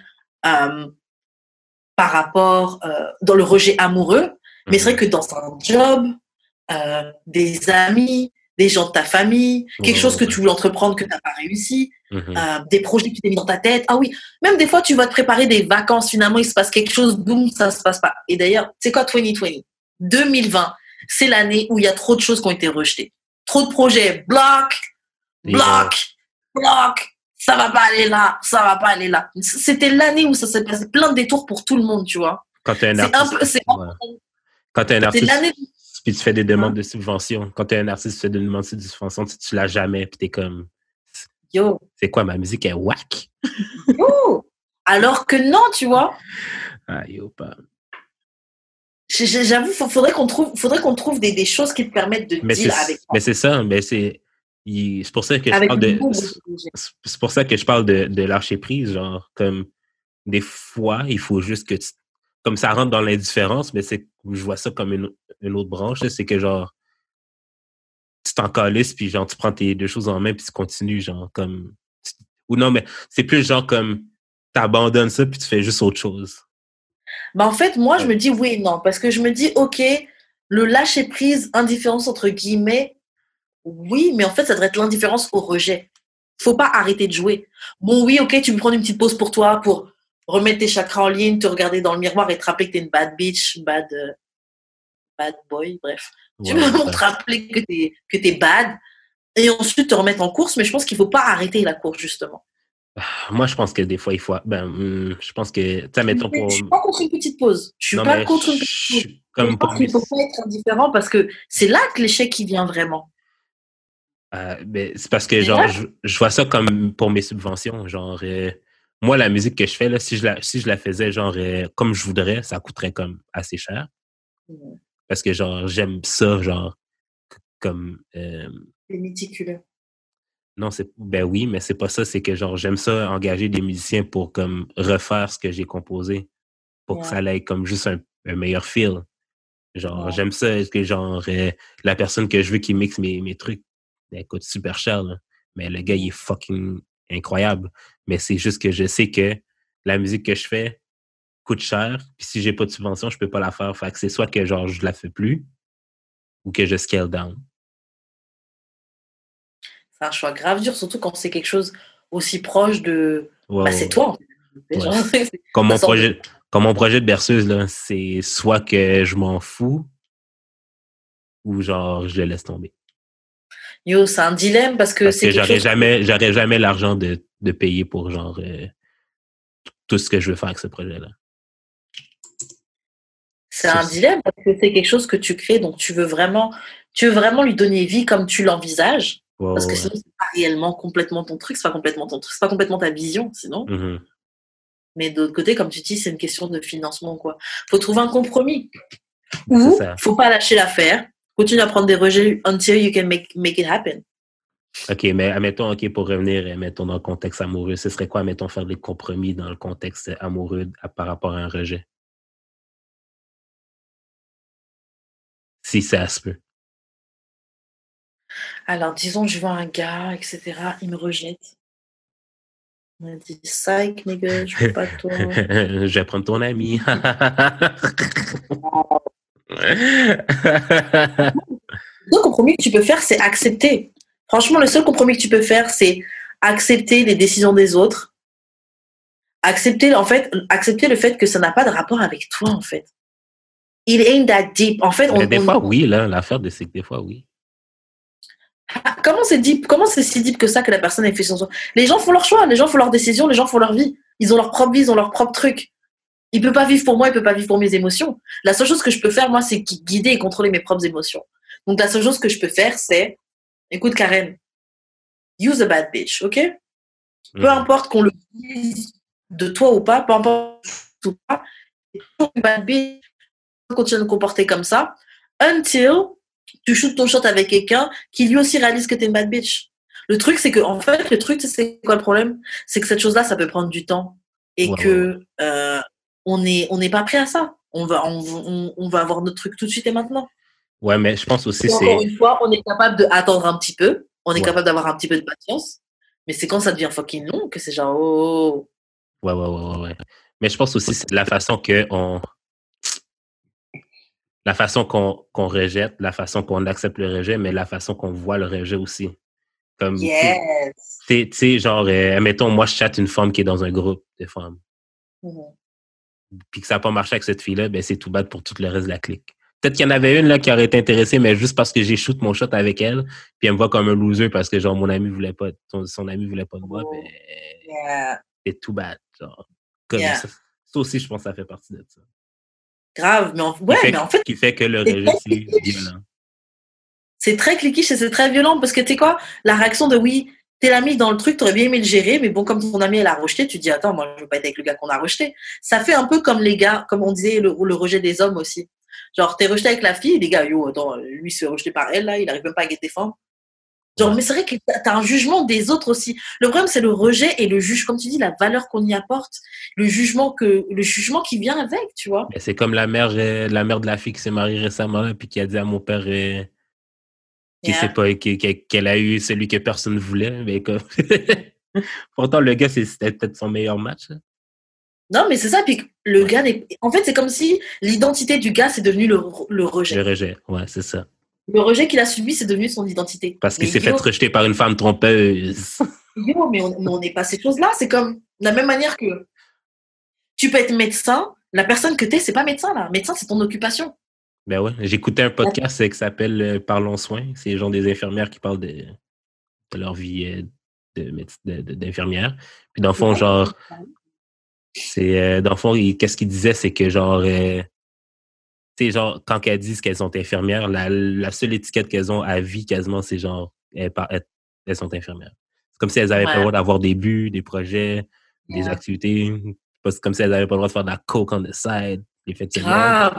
par rapport, dans le rejet amoureux. Mais c'est vrai que dans un job, des amis, des gens de ta famille, quelque chose que tu voulais entreprendre que tu n'as pas réussi, des projets que tu t'es mis dans ta tête. Ah oui, même des fois, tu vas te préparer des vacances, finalement, il se passe quelque chose, boum, ça ne se passe pas. Et d'ailleurs, c'est quoi 2020? 2020, c'est l'année où il y a trop de choses qui ont été rejetées. Trop de projets, bloc, ça va pas aller là, ça va pas aller là. C'était l'année où ça s'est passé plein de détours pour tout le monde, tu vois. Quand tu es un artiste, quand tu es un artiste, puis tu fais des demandes de subvention. Quand tu es un artiste, tu fais des demandes de subvention, tu l'as jamais, puis tu es comme... Yo. C'est quoi, ma musique est whack? Yo. Alors que non, tu vois. Ah, yo, pas... J'avoue, faudrait qu'on trouve des choses qui te permettent de deal avec ça. Mais c'est ça, mais c'est pour ça que je parle de... C'est pour ça que je parle de lâcher prise, genre, comme des fois, il faut juste que comme ça rentre dans l'indifférence, mais je vois ça comme une autre branche, c'est que genre, tu t'en calisses, puis genre, tu prends tes deux choses en main, puis tu continues, genre, comme... Ou non, mais c'est plus genre comme, t'abandonnes ça, puis tu fais juste autre chose. En fait, moi, je me dis oui et non, parce que je me dis, OK, le lâcher prise, indifférence entre guillemets, oui, mais en fait, ça devrait être l'indifférence au rejet. Faut pas arrêter de jouer. Bon, oui, OK, tu me prends une petite pause pour toi, pour remettre tes chakras en ligne, te regarder dans le miroir et te rappeler que t'es une bad bitch, bad boy, bref. Tu veux te rappeler que t'es bad et ensuite te remettre en course, mais je pense qu'il faut pas arrêter la course, justement. Moi, je pense que des fois, il faut... je pense que... Je suis pas contre une petite pause. Je suis pas contre une petite pause. Je pense qu'il faut pas être indifférent parce que c'est là que l'échec qui vient vraiment. C'est parce que, genre, je vois ça comme pour mes subventions. Genre, moi, la musique que je fais, là, si je la faisais, genre, comme je voudrais, ça coûterait comme assez cher. Parce que, genre, j'aime ça, genre, comme... C'est méticuleux. Non, oui, mais c'est pas ça. C'est que, genre, j'aime ça engager des musiciens pour, comme, refaire ce que j'ai composé. Pour que ça aille comme juste un meilleur feel. Genre, j'aime ça. Que, genre, la personne que je veux qui mixe mes trucs, elle coûte super cher, là. Mais le gars, il est fucking incroyable. Mais c'est juste que je sais que la musique que je fais coûte cher. Puis si j'ai pas de subvention, je peux pas la faire. Fait que c'est soit que, genre, je la fais plus ou que je scale down. C'est un choix grave dur, surtout quand c'est quelque chose aussi proche de... c'est toi, en fait. Genre, comme mon projet de berceuse, là, c'est soit que je m'en fous ou genre je le laisse tomber. Yo, c'est un dilemme parce que c'est j'aurais jamais l'argent de payer pour genre tout ce que je veux faire avec ce projet-là. C'est un dilemme parce que c'est quelque chose que tu crées, donc tu veux vraiment lui donner vie comme tu l'envisages. Parce que sinon, c'est pas réellement complètement ton truc, c'est pas complètement ta vision, sinon. Mm-hmm. Mais d'autre côté, comme tu dis, c'est une question de financement, quoi. Faut trouver un compromis. Ou, faut pas lâcher l'affaire, continue à prendre des rejets until you can make it happen. OK, mais admettons, pour revenir, mettons, dans le contexte amoureux, ce serait quoi, mettons, faire des compromis dans le contexte amoureux par rapport à un rejet? Si ça se peut. Alors, disons, je vois un gars, etc., il me rejette. On a dit, psych, nigga, je veux pas de toi. Je vais prendre ton ami. Le seul compromis que tu peux faire, c'est accepter. Franchement, le seul compromis que tu peux faire, c'est accepter les décisions des autres, accepter le fait que ça n'a pas de rapport avec toi, en fait. It ain't that deep. En fait, Mais des fois, oui, là, l'affaire, c'est que des fois, oui. Comment c'est deep? Comment c'est si deep que ça que la personne ait fait son choix? Les gens font leur choix, les gens font leurs décisions, les gens font leur vie. Ils ont leur propre vie, ils ont leur propre truc. Il peut pas vivre pour moi, il peut pas vivre pour mes émotions. La seule chose que je peux faire, moi, c'est guider et contrôler mes propres émotions. Donc, la seule chose que je peux faire, c'est, écoute, Karen, use a bad bitch, ok? Peu importe qu'on le dise de toi ou pas, peu importe ou pas, une bad bitch, continue de te comporter comme ça, until tu shootes ton shot avec quelqu'un qui lui aussi réalise que t'es une bad bitch. Le truc, c'est que, en fait, c'est quoi le problème? C'est que cette chose-là, ça peut prendre du temps. Et que, on n'est pas prêt à ça. On va avoir notre truc tout de suite et maintenant. Ouais, mais je pense aussi encore une fois, on est capable d'attendre un petit peu. On est capable d'avoir un petit peu de patience. Mais c'est quand ça devient fucking long que c'est genre, oh. Ouais. Mais je pense aussi c'est la façon qu'on rejette, la façon qu'on accepte le rejet, mais la façon qu'on voit le rejet aussi. Comme, yes. Tu sais, genre, admettons, moi, je chatte une femme qui est dans un groupe de femmes. Puis que ça n'a pas marché avec cette fille-là, ben c'est tout bad pour tout le reste de la clique. Peut-être qu'il y en avait une là qui aurait été intéressée, mais juste parce que j'ai shoot mon shot avec elle, puis elle me voit comme un loser parce que genre mon ami voulait pas, son ami voulait pas de moi, ben c'est tout bad. Genre, comme ça aussi, je pense que ça fait partie de ça. Grave, mais en fait, qui fait que le rejet, c'est violent. C'est très cliquiche et c'est très violent parce que tu sais quoi, la réaction de oui, t'es l'ami dans le truc, t'aurais bien aimé le gérer, mais bon, comme ton ami elle a rejeté, tu te dis attends, moi je veux pas être avec le gars qu'on a rejeté. Ça fait un peu comme les gars, comme on disait, le rejet des hommes aussi. Genre, t'es rejeté avec la fille, les gars, yo, attends, lui se fait rejeter par elle, là, il arrive même pas à guetter femmes. Genre, mais c'est vrai que t'as un jugement des autres aussi. Le problème, c'est le rejet et le juge, comme tu dis, la valeur qu'on y apporte, le jugement qui vient avec, tu vois. Mais c'est comme la mère de la fille qui s'est mariée récemment, puis qui a dit à mon père qu'elle a eu celui que personne voulait, mais comme pourtant le gars c'était peut-être son meilleur match. Hein. Non, mais c'est ça. Puis le gars, en fait, c'est comme si l'identité du gars, c'est devenu le rejet. Le rejet, ouais, c'est ça. Le rejet qu'il a subi, c'est devenu son identité. Parce qu'il s'est fait rejeter par une femme trompeuse. Yo, mais on n'est pas ces choses-là. C'est comme de la même manière que tu peux être médecin. La personne que t'es, c'est pas médecin, là. Médecin, c'est ton occupation. Ben ouais. J'écoutais un podcast qui s'appelle Parlons Soins. C'est les gens des infirmières qui parlent de leur vie d'infirmière. Puis dans le fond, genre, c'est dans le fond, qu'est-ce qu'il disait, c'est que genre, tu sais, genre, quand elles disent qu'elles sont infirmières, la seule étiquette qu'elles ont à vie quasiment, c'est genre, elles sont infirmières. C'est comme si elles n'avaient pas le droit d'avoir des buts, des projets, des activités. C'est comme si elles n'avaient pas le droit de faire de la coke on the side, les fêtes Non,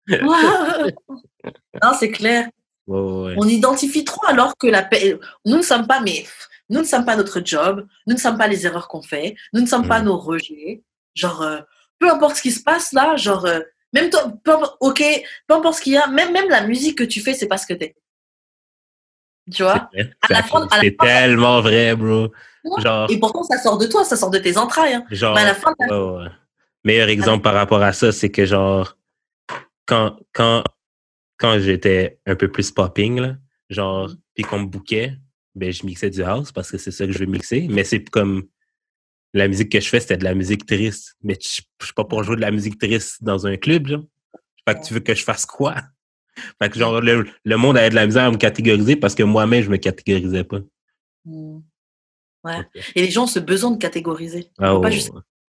c'est clair. Ouais. On identifie trop alors que nous ne sommes pas notre job, nous ne sommes pas les erreurs qu'on fait, nous ne sommes pas nos rejets. Genre, peu importe ce qui se passe là, genre, même toi, peu importe ce qu'il y a, même la musique que tu fais, c'est pas ce que t'es. Tu vois? C'est tellement vrai, bro. Genre, et pourtant, ça sort de toi, ça sort de tes entrailles. Hein. Genre, mais à la fin, meilleur exemple par rapport à ça, c'est que genre, quand j'étais un peu plus popping, là, genre, puis qu'on me bookait, ben, je mixais du house parce que c'est ça que je veux mixer. Mais c'est comme la musique que je fais, c'était de la musique triste. Mais je suis pas pour jouer de la musique triste dans un club, genre. Fait que tu veux que je fasse quoi? Fait que genre, le monde avait de la misère à me catégoriser parce que moi-même, je me catégorisais pas. Ouais. Okay. Et les gens ont ce besoin de catégoriser. Pas juste...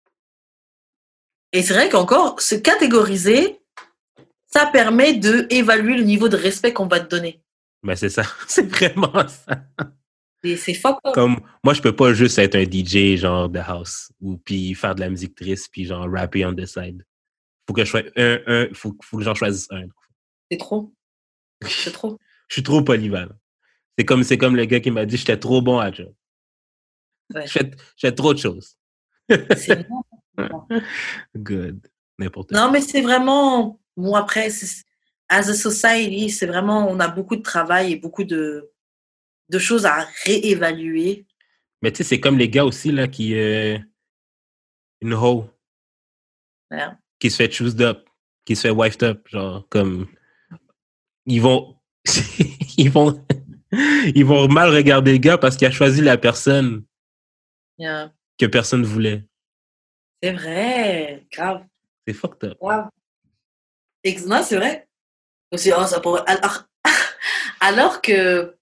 Et c'est vrai qu'encore, se catégoriser, ça permet d'évaluer le niveau de respect qu'on va te donner. Ben c'est ça. C'est vraiment ça. Et c'est fuck up. Comme, moi, je peux pas juste être un DJ genre de house ou puis faire de la musique triste puis genre rapper on the side. Faut que je sois faut que j'en choisisse un. C'est trop. C'est trop. Je suis trop polyvalent. C'est comme le gars qui m'a dit j'étais trop bon à job. Ouais. Je fais trop de choses. C'est Good. N'importe quoi. Non, mais c'est vraiment... Bon, après, as a society, c'est vraiment... On a beaucoup de travail et beaucoup de choses à réévaluer. Mais tu sais, c'est comme les gars aussi, là, qui... une hoe. Yeah. Qui se fait choosed up. Qui se fait wifed up. Genre, comme... Ils vont mal regarder le gars parce qu'il a choisi la personne Yeah. que personne voulait. C'est vrai, grave. C'est fucked up. Grave. Non, c'est vrai. Aussi, oh, ça pourrait... alors que,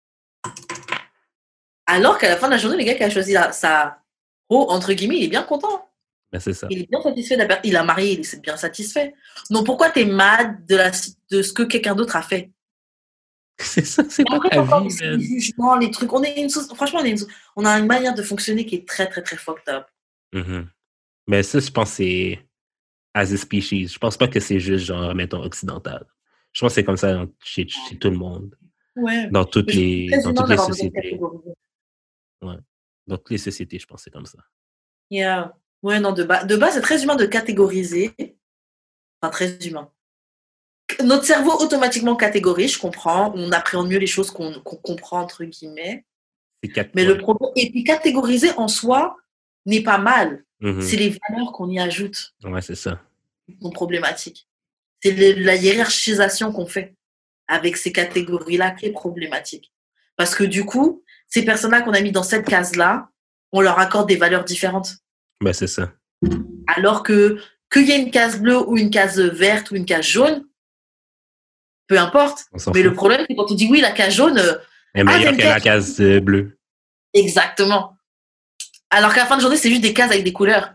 alors qu'à la fin de la journée, le gars qui a choisi sa entre guillemets, il est bien content. Ben, c'est ça. Il est bien satisfait. Il a marié, il est bien satisfait. Donc pourquoi t'es mad de ce que quelqu'un d'autre a fait? C'est ça, c'est pas Après, la encore vie, les man. jugements, les trucs. Franchement, on a une manière de fonctionner qui est très, très, très fucked up. Mais ça, je pense que c'est as a species. Je pense pas que c'est juste, genre, mettons, occidental. Je pense que c'est comme ça chez tout le monde. Ouais. Dans toutes les sociétés. sociétés. Ouais. Dans toutes les sociétés, je pense que c'est comme ça. Yeah. Ouais, non, de base, c'est très humain de catégoriser. Enfin, très humain. Notre cerveau automatiquement catégorise, je comprends. On appréhende mieux les choses qu'on comprend, entre guillemets. Mais le problème, et puis catégoriser en soi n'est pas mal. C'est les valeurs qu'on y ajoute. Ouais, c'est ça. Qui sont problématiques. C'est la hiérarchisation qu'on fait avec ces catégories-là qui est problématique. Parce que du coup, ces personnes-là qu'on a mis dans cette case-là, on leur accorde des valeurs différentes. Ben, c'est ça. Alors qu'il y ait une case bleue ou une case verte ou une case jaune, peu importe. Mais le problème, c'est quand on dit oui, la case jaune est meilleure que la case bleue. Exactement. Alors qu'à la fin de journée, c'est juste des cases avec des couleurs.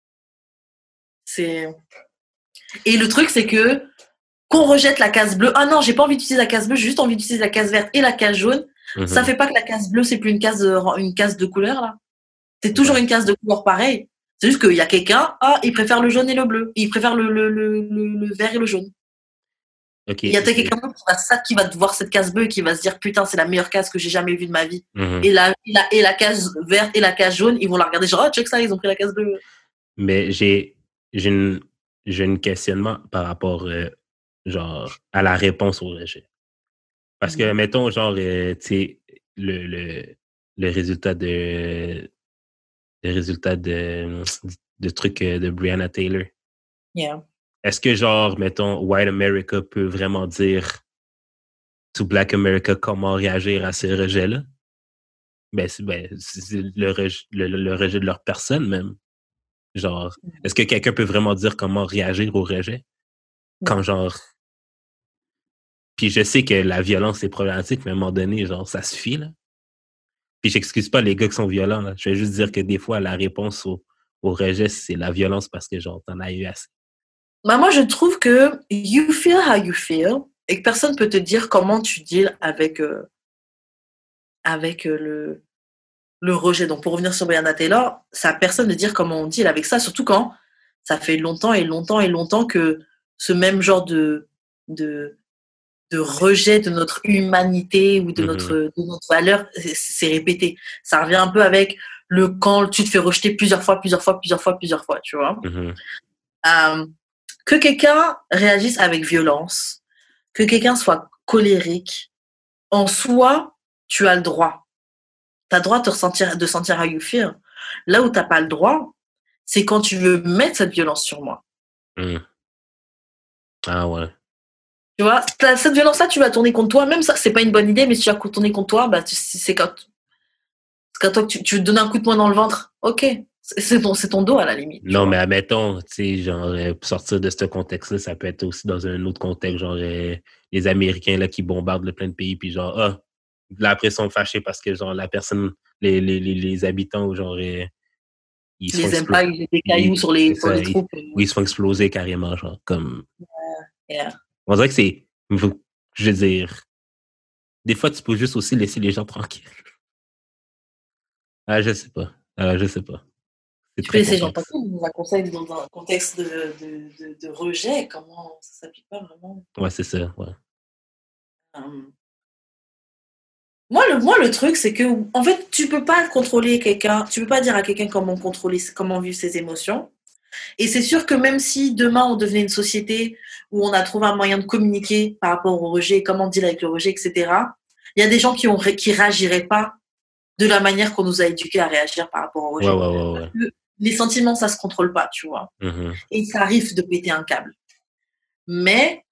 Et le truc, c'est que qu'on rejette la case bleue. Ah non, j'ai pas envie d'utiliser la case bleue, j'ai juste envie d'utiliser la case verte et la case jaune. Ça fait pas que la case bleue, c'est plus une case de couleur, là. C'est toujours une case de couleur pareille. C'est juste qu'il y a quelqu'un, il préfère le jaune et le bleu. Il préfère le vert et le jaune. Okay, il y a quelqu'un d'autre qui va voir cette case bleue et qui va se dire putain, c'est la meilleure case que j'ai jamais vue de ma vie. Et la case verte et la case jaune, ils vont la regarder genre, check ça, ils ont pris la case bleue. Mais j'ai un questionnement par rapport genre à la réponse au rejet. Parce que, mettons, genre, tu sais, le résultat de trucs de Breonna Taylor. Yeah. Est-ce que, genre, mettons, White America peut vraiment dire to Black America comment réagir à ce rejet-là? C'est le rejet de leur personne, même. Genre, est-ce que quelqu'un peut vraiment dire comment réagir au rejet? Quand, genre... Puis je sais que la violence est problématique, mais à un moment donné, genre, ça suffit, là. Puis j'excuse pas les gars qui sont violents, là. Je vais juste dire que des fois, la réponse au rejet, c'est la violence parce que, genre, t'en as eu assez. Moi, je trouve que you feel how you feel et que personne peut te dire comment tu deals avec le rejet. Donc, pour revenir sur Breonna Taylor, ça a personne de dire comment on deal avec ça, surtout quand ça fait longtemps et longtemps et longtemps que ce même genre de rejet de notre humanité ou de notre valeur, c'est répété. Ça revient un peu avec quand tu te fais rejeter plusieurs fois, tu vois. Que quelqu'un réagisse avec violence, que quelqu'un soit colérique, en soi, tu as le droit. Tu as le droit de sentir how you feel. Là où tu n'as pas le droit, c'est quand tu veux mettre cette violence sur moi. Ah ouais. Tu vois, cette violence-là, tu vas tourner contre toi. Même ça, c'est pas une bonne idée, mais si tu vas tourner contre toi, c'est quand toi que tu veux te donnes un coup de poing dans le ventre. Ok, c'est ton dos à la limite. Non, mais admettons, tu sais, genre, pour sortir de ce contexte-là, ça peut être aussi dans un autre contexte, genre, les Américains, là, qui bombardent plein de pays, puis genre, là, après, ils sont fâchés parce que, genre, la personne, les habitants, ou genre, ils aiment pas, ils mettent des cailloux sur les troupes. Oui, ils se font exploser carrément, genre, comme... Yeah. On dirait que c'est... Je veux dire... Des fois, tu peux juste aussi laisser les gens tranquilles. Je sais pas. Tu peux laisser les gens tranquilles dans un contexte de rejet, comment ça s'applique pas vraiment. Ouais, c'est ça, ouais. Moi, le truc, c'est que, en fait, tu peux pas contrôler quelqu'un, tu peux pas dire à quelqu'un comment vivre ses émotions. Et c'est sûr que même si demain on devenait une société où on a trouvé un moyen de communiquer par rapport au rejet, comment deal avec le rejet, etc., il y a des gens qui réagiraient pas de la manière qu'on nous a éduqués à réagir par rapport au rejet. Ouais. Parce que les sentiments, ça se contrôle pas, tu vois. Et ça arrive de péter un câble. Mais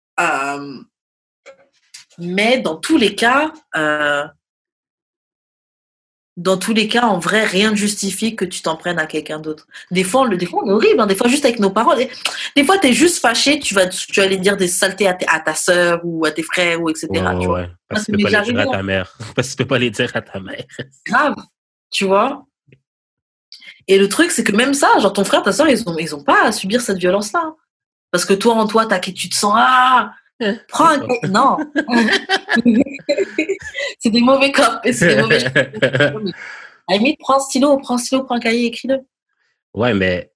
dans tous les cas, dans tous les cas, en vrai, rien ne justifie que tu t'en prennes à quelqu'un d'autre. Des fois, on est horrible. Hein. Des fois, juste avec nos parents. Des fois, t'es juste fâché. Tu vas aller dire des saletés à ta sœur ou à tes frères ou etc. Tu vois. Ouais. Parce que tu peux pas les dire à ta mère. Parce que tu peux pas les dire à ta mère. Grave. Tu vois. Et le truc, c'est que même ça, genre ton frère, ta soeur, ils ont pas à subir cette violence-là. Parce que toi, en toi, tu te sens, prends un... Non. C'est des mauvais cops. C'est des mauvais... À la limite, prends un stylo, prends un cahier, écris-le. Ouais, mais...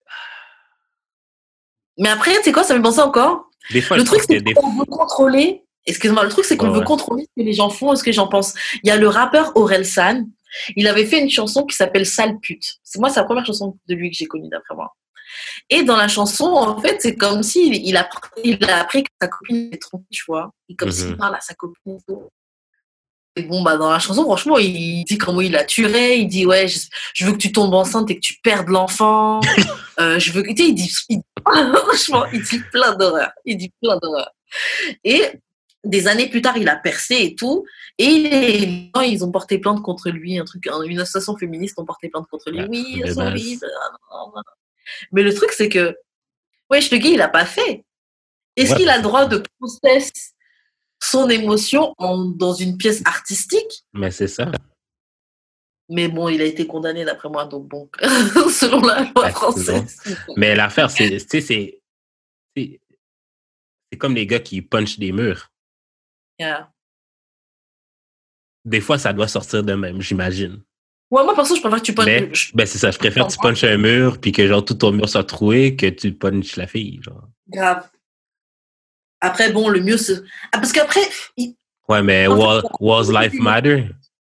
Mais après, tu sais quoi, ça me pensait encore. Des fois, le truc, c'est qu'on veut contrôler... Excuse-moi, le truc, c'est qu'on veut contrôler ce que les gens font et ce que les gens pensent. Il y a le rappeur Orelsan. Il avait fait une chanson qui s'appelle Sale pute. C'est la première chanson de lui que j'ai connue, d'après moi. Et dans la chanson, en fait, c'est comme s'il il a appris que sa copine est trompée, tu vois. Et comme s'il parle à sa copine. Et bon, dans la chanson, franchement, il dit comment il la tuerait. Il dit, ouais, je veux que tu tombes enceinte et que tu perdes l'enfant. Je veux que, tu sais, franchement, il dit plein d'horreurs. Et des années plus tard, il a percé et tout. Et ils ont porté plainte contre lui, une association féministe ont porté plainte contre lui. Oui, c'est horrible. Mais le truc, c'est que, wesh, le gars, il a pas fait. Est-ce qu'il a le droit de processer son émotion dans une pièce artistique? Mais c'est ça. Mais bon, il a été condamné d'après moi, donc bon, selon la loi française. Mais l'affaire, c'est comme les gars qui punchent des murs. Yeah. Des fois, ça doit sortir de même, j'imagine. Ouais, moi, perso, je préfère que tu punches. Ben, c'est ça, je préfère que tu punches un mur puis que genre tout ton mur soit troué que tu punches la fille. Genre. Grave. Après, bon, le mieux, c'est. Parce qu'après. Ouais, mais was life matter?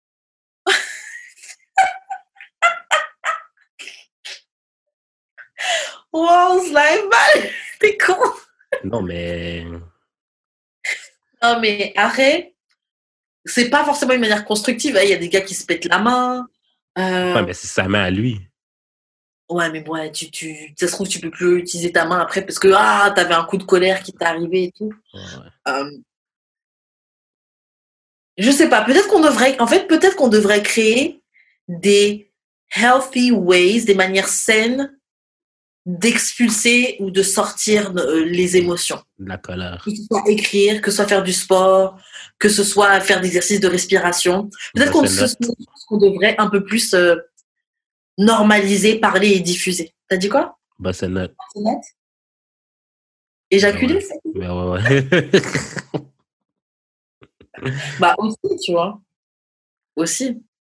Was life matter? T'es con? Non, mais. Non, mais après, c'est pas forcément une manière constructive. Il y a des gars qui se pètent la main. Ouais, mais c'est sa main à lui. Ouais, mais bon, ça se trouve, tu peux plus utiliser ta main après parce que t'avais un coup de colère qui t'est arrivé et tout. Ouais. Je sais pas, peut-être qu'on devrait créer des healthy ways, des manières saines d'expulser ou de sortir les émotions. La colère. Que ce soit écrire, que ce soit faire du sport, que ce soit faire des exercices de respiration. Peut-être qu'on devrait un peu plus normaliser, parler et diffuser. T'as dit quoi? C'est net. Éjaculer, c'est ouais. Aussi, tu vois. Aussi,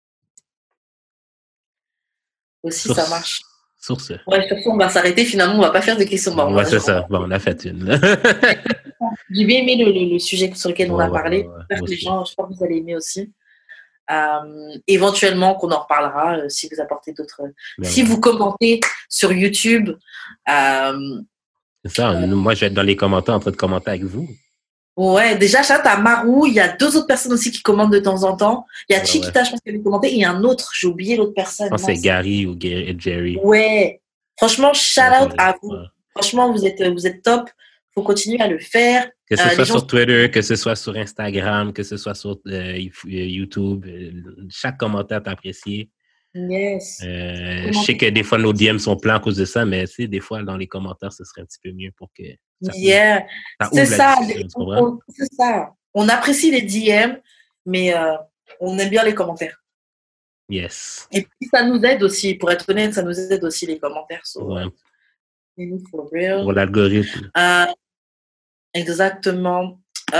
ça marche. Sur ce. Ouais, sur ce, on va s'arrêter. Finalement, on va pas faire de questions. Ouais, c'est ça. Bon, on a fait une. J'ai bien aimé le sujet sur lequel on a parlé. J'espère que vous allez aimer aussi. Éventuellement, qu'on en reparlera si vous apportez d'autres. Vous commentez sur YouTube. C'est ça. Moi, je vais être dans les commentaires en train de commenter avec vous. Ouais, déjà, t'as Marou. Il y a 2 autres personnes aussi qui commentent de temps en temps. Il y a Chiquita, je pense qu'elle a commenté. Et il y a un autre, j'ai oublié l'autre personne. Je pense que c'est Gary ou Jerry. Ouais. Franchement, shout out à vous. Ouais. Franchement, vous êtes top. Faut continuer à le faire. Que ce soit sur Twitter, que ce soit sur Instagram, que ce soit sur YouTube. Chaque commentaire est apprécié. Yes. Je sais que des fois, nos DM sont pleins à cause de ça, mais des fois, dans les commentaires, ce serait un petit peu mieux pour que c'est ça. On apprécie les DM, mais on aime bien les commentaires. Yes. Et puis, ça nous aide aussi. Pour être honnête, ça nous aide aussi les commentaires. Ouais. For real. Pour l'algorithme. Exactement.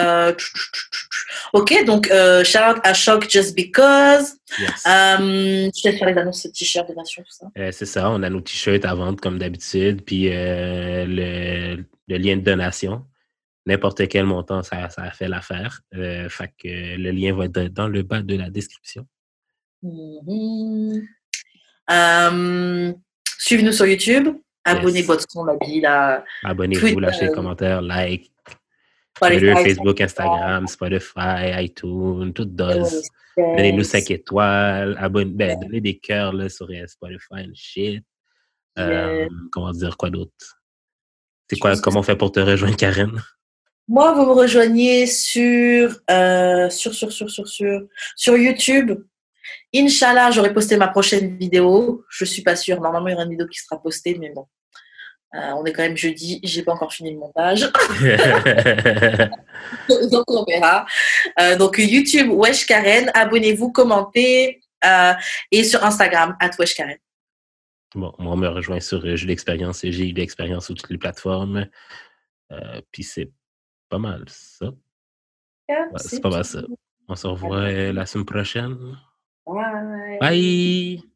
Ok, donc shout out à Choc Just Because. Yes. Je vais faire les annonces de t-shirts de Nation, tout ça. C'est ça, on a nos t-shirts à vendre comme d'habitude, puis le lien de donation. N'importe quel montant, ça a fait l'affaire. Fait que le lien va être dans le bas de la description. Suivez-nous sur YouTube. Abonnez-vous à son habit. Abonnez-vous, lâchez des commentaires, like. Twitter, Facebook, Instagram, Spotify, iTunes, tout does. Donnez-nous 5 étoiles. Donnez des cœurs là, sur Spotify and shit. Comment dire, quoi d'autre? Comment on fait pour te rejoindre, Karen? Moi, vous me rejoignez sur YouTube. Inch'Allah, j'aurai posté ma prochaine vidéo. Je suis pas sûre. Normalement, il y aura une vidéo qui sera postée, mais bon. On est quand même jeudi. J'ai pas encore fini le montage. Donc, on verra. Donc, YouTube, Wesh Karen. Abonnez-vous, commentez. Et sur Instagram, @WeshKaren. Bon, moi, on me rejoint sur J'ai d'expérience et j'ai eu d'expérience sur toutes les plateformes. Puis c'est pas mal ça. Ouais, c'est pas mal ça. On se revoit la semaine prochaine. Bye. Bye!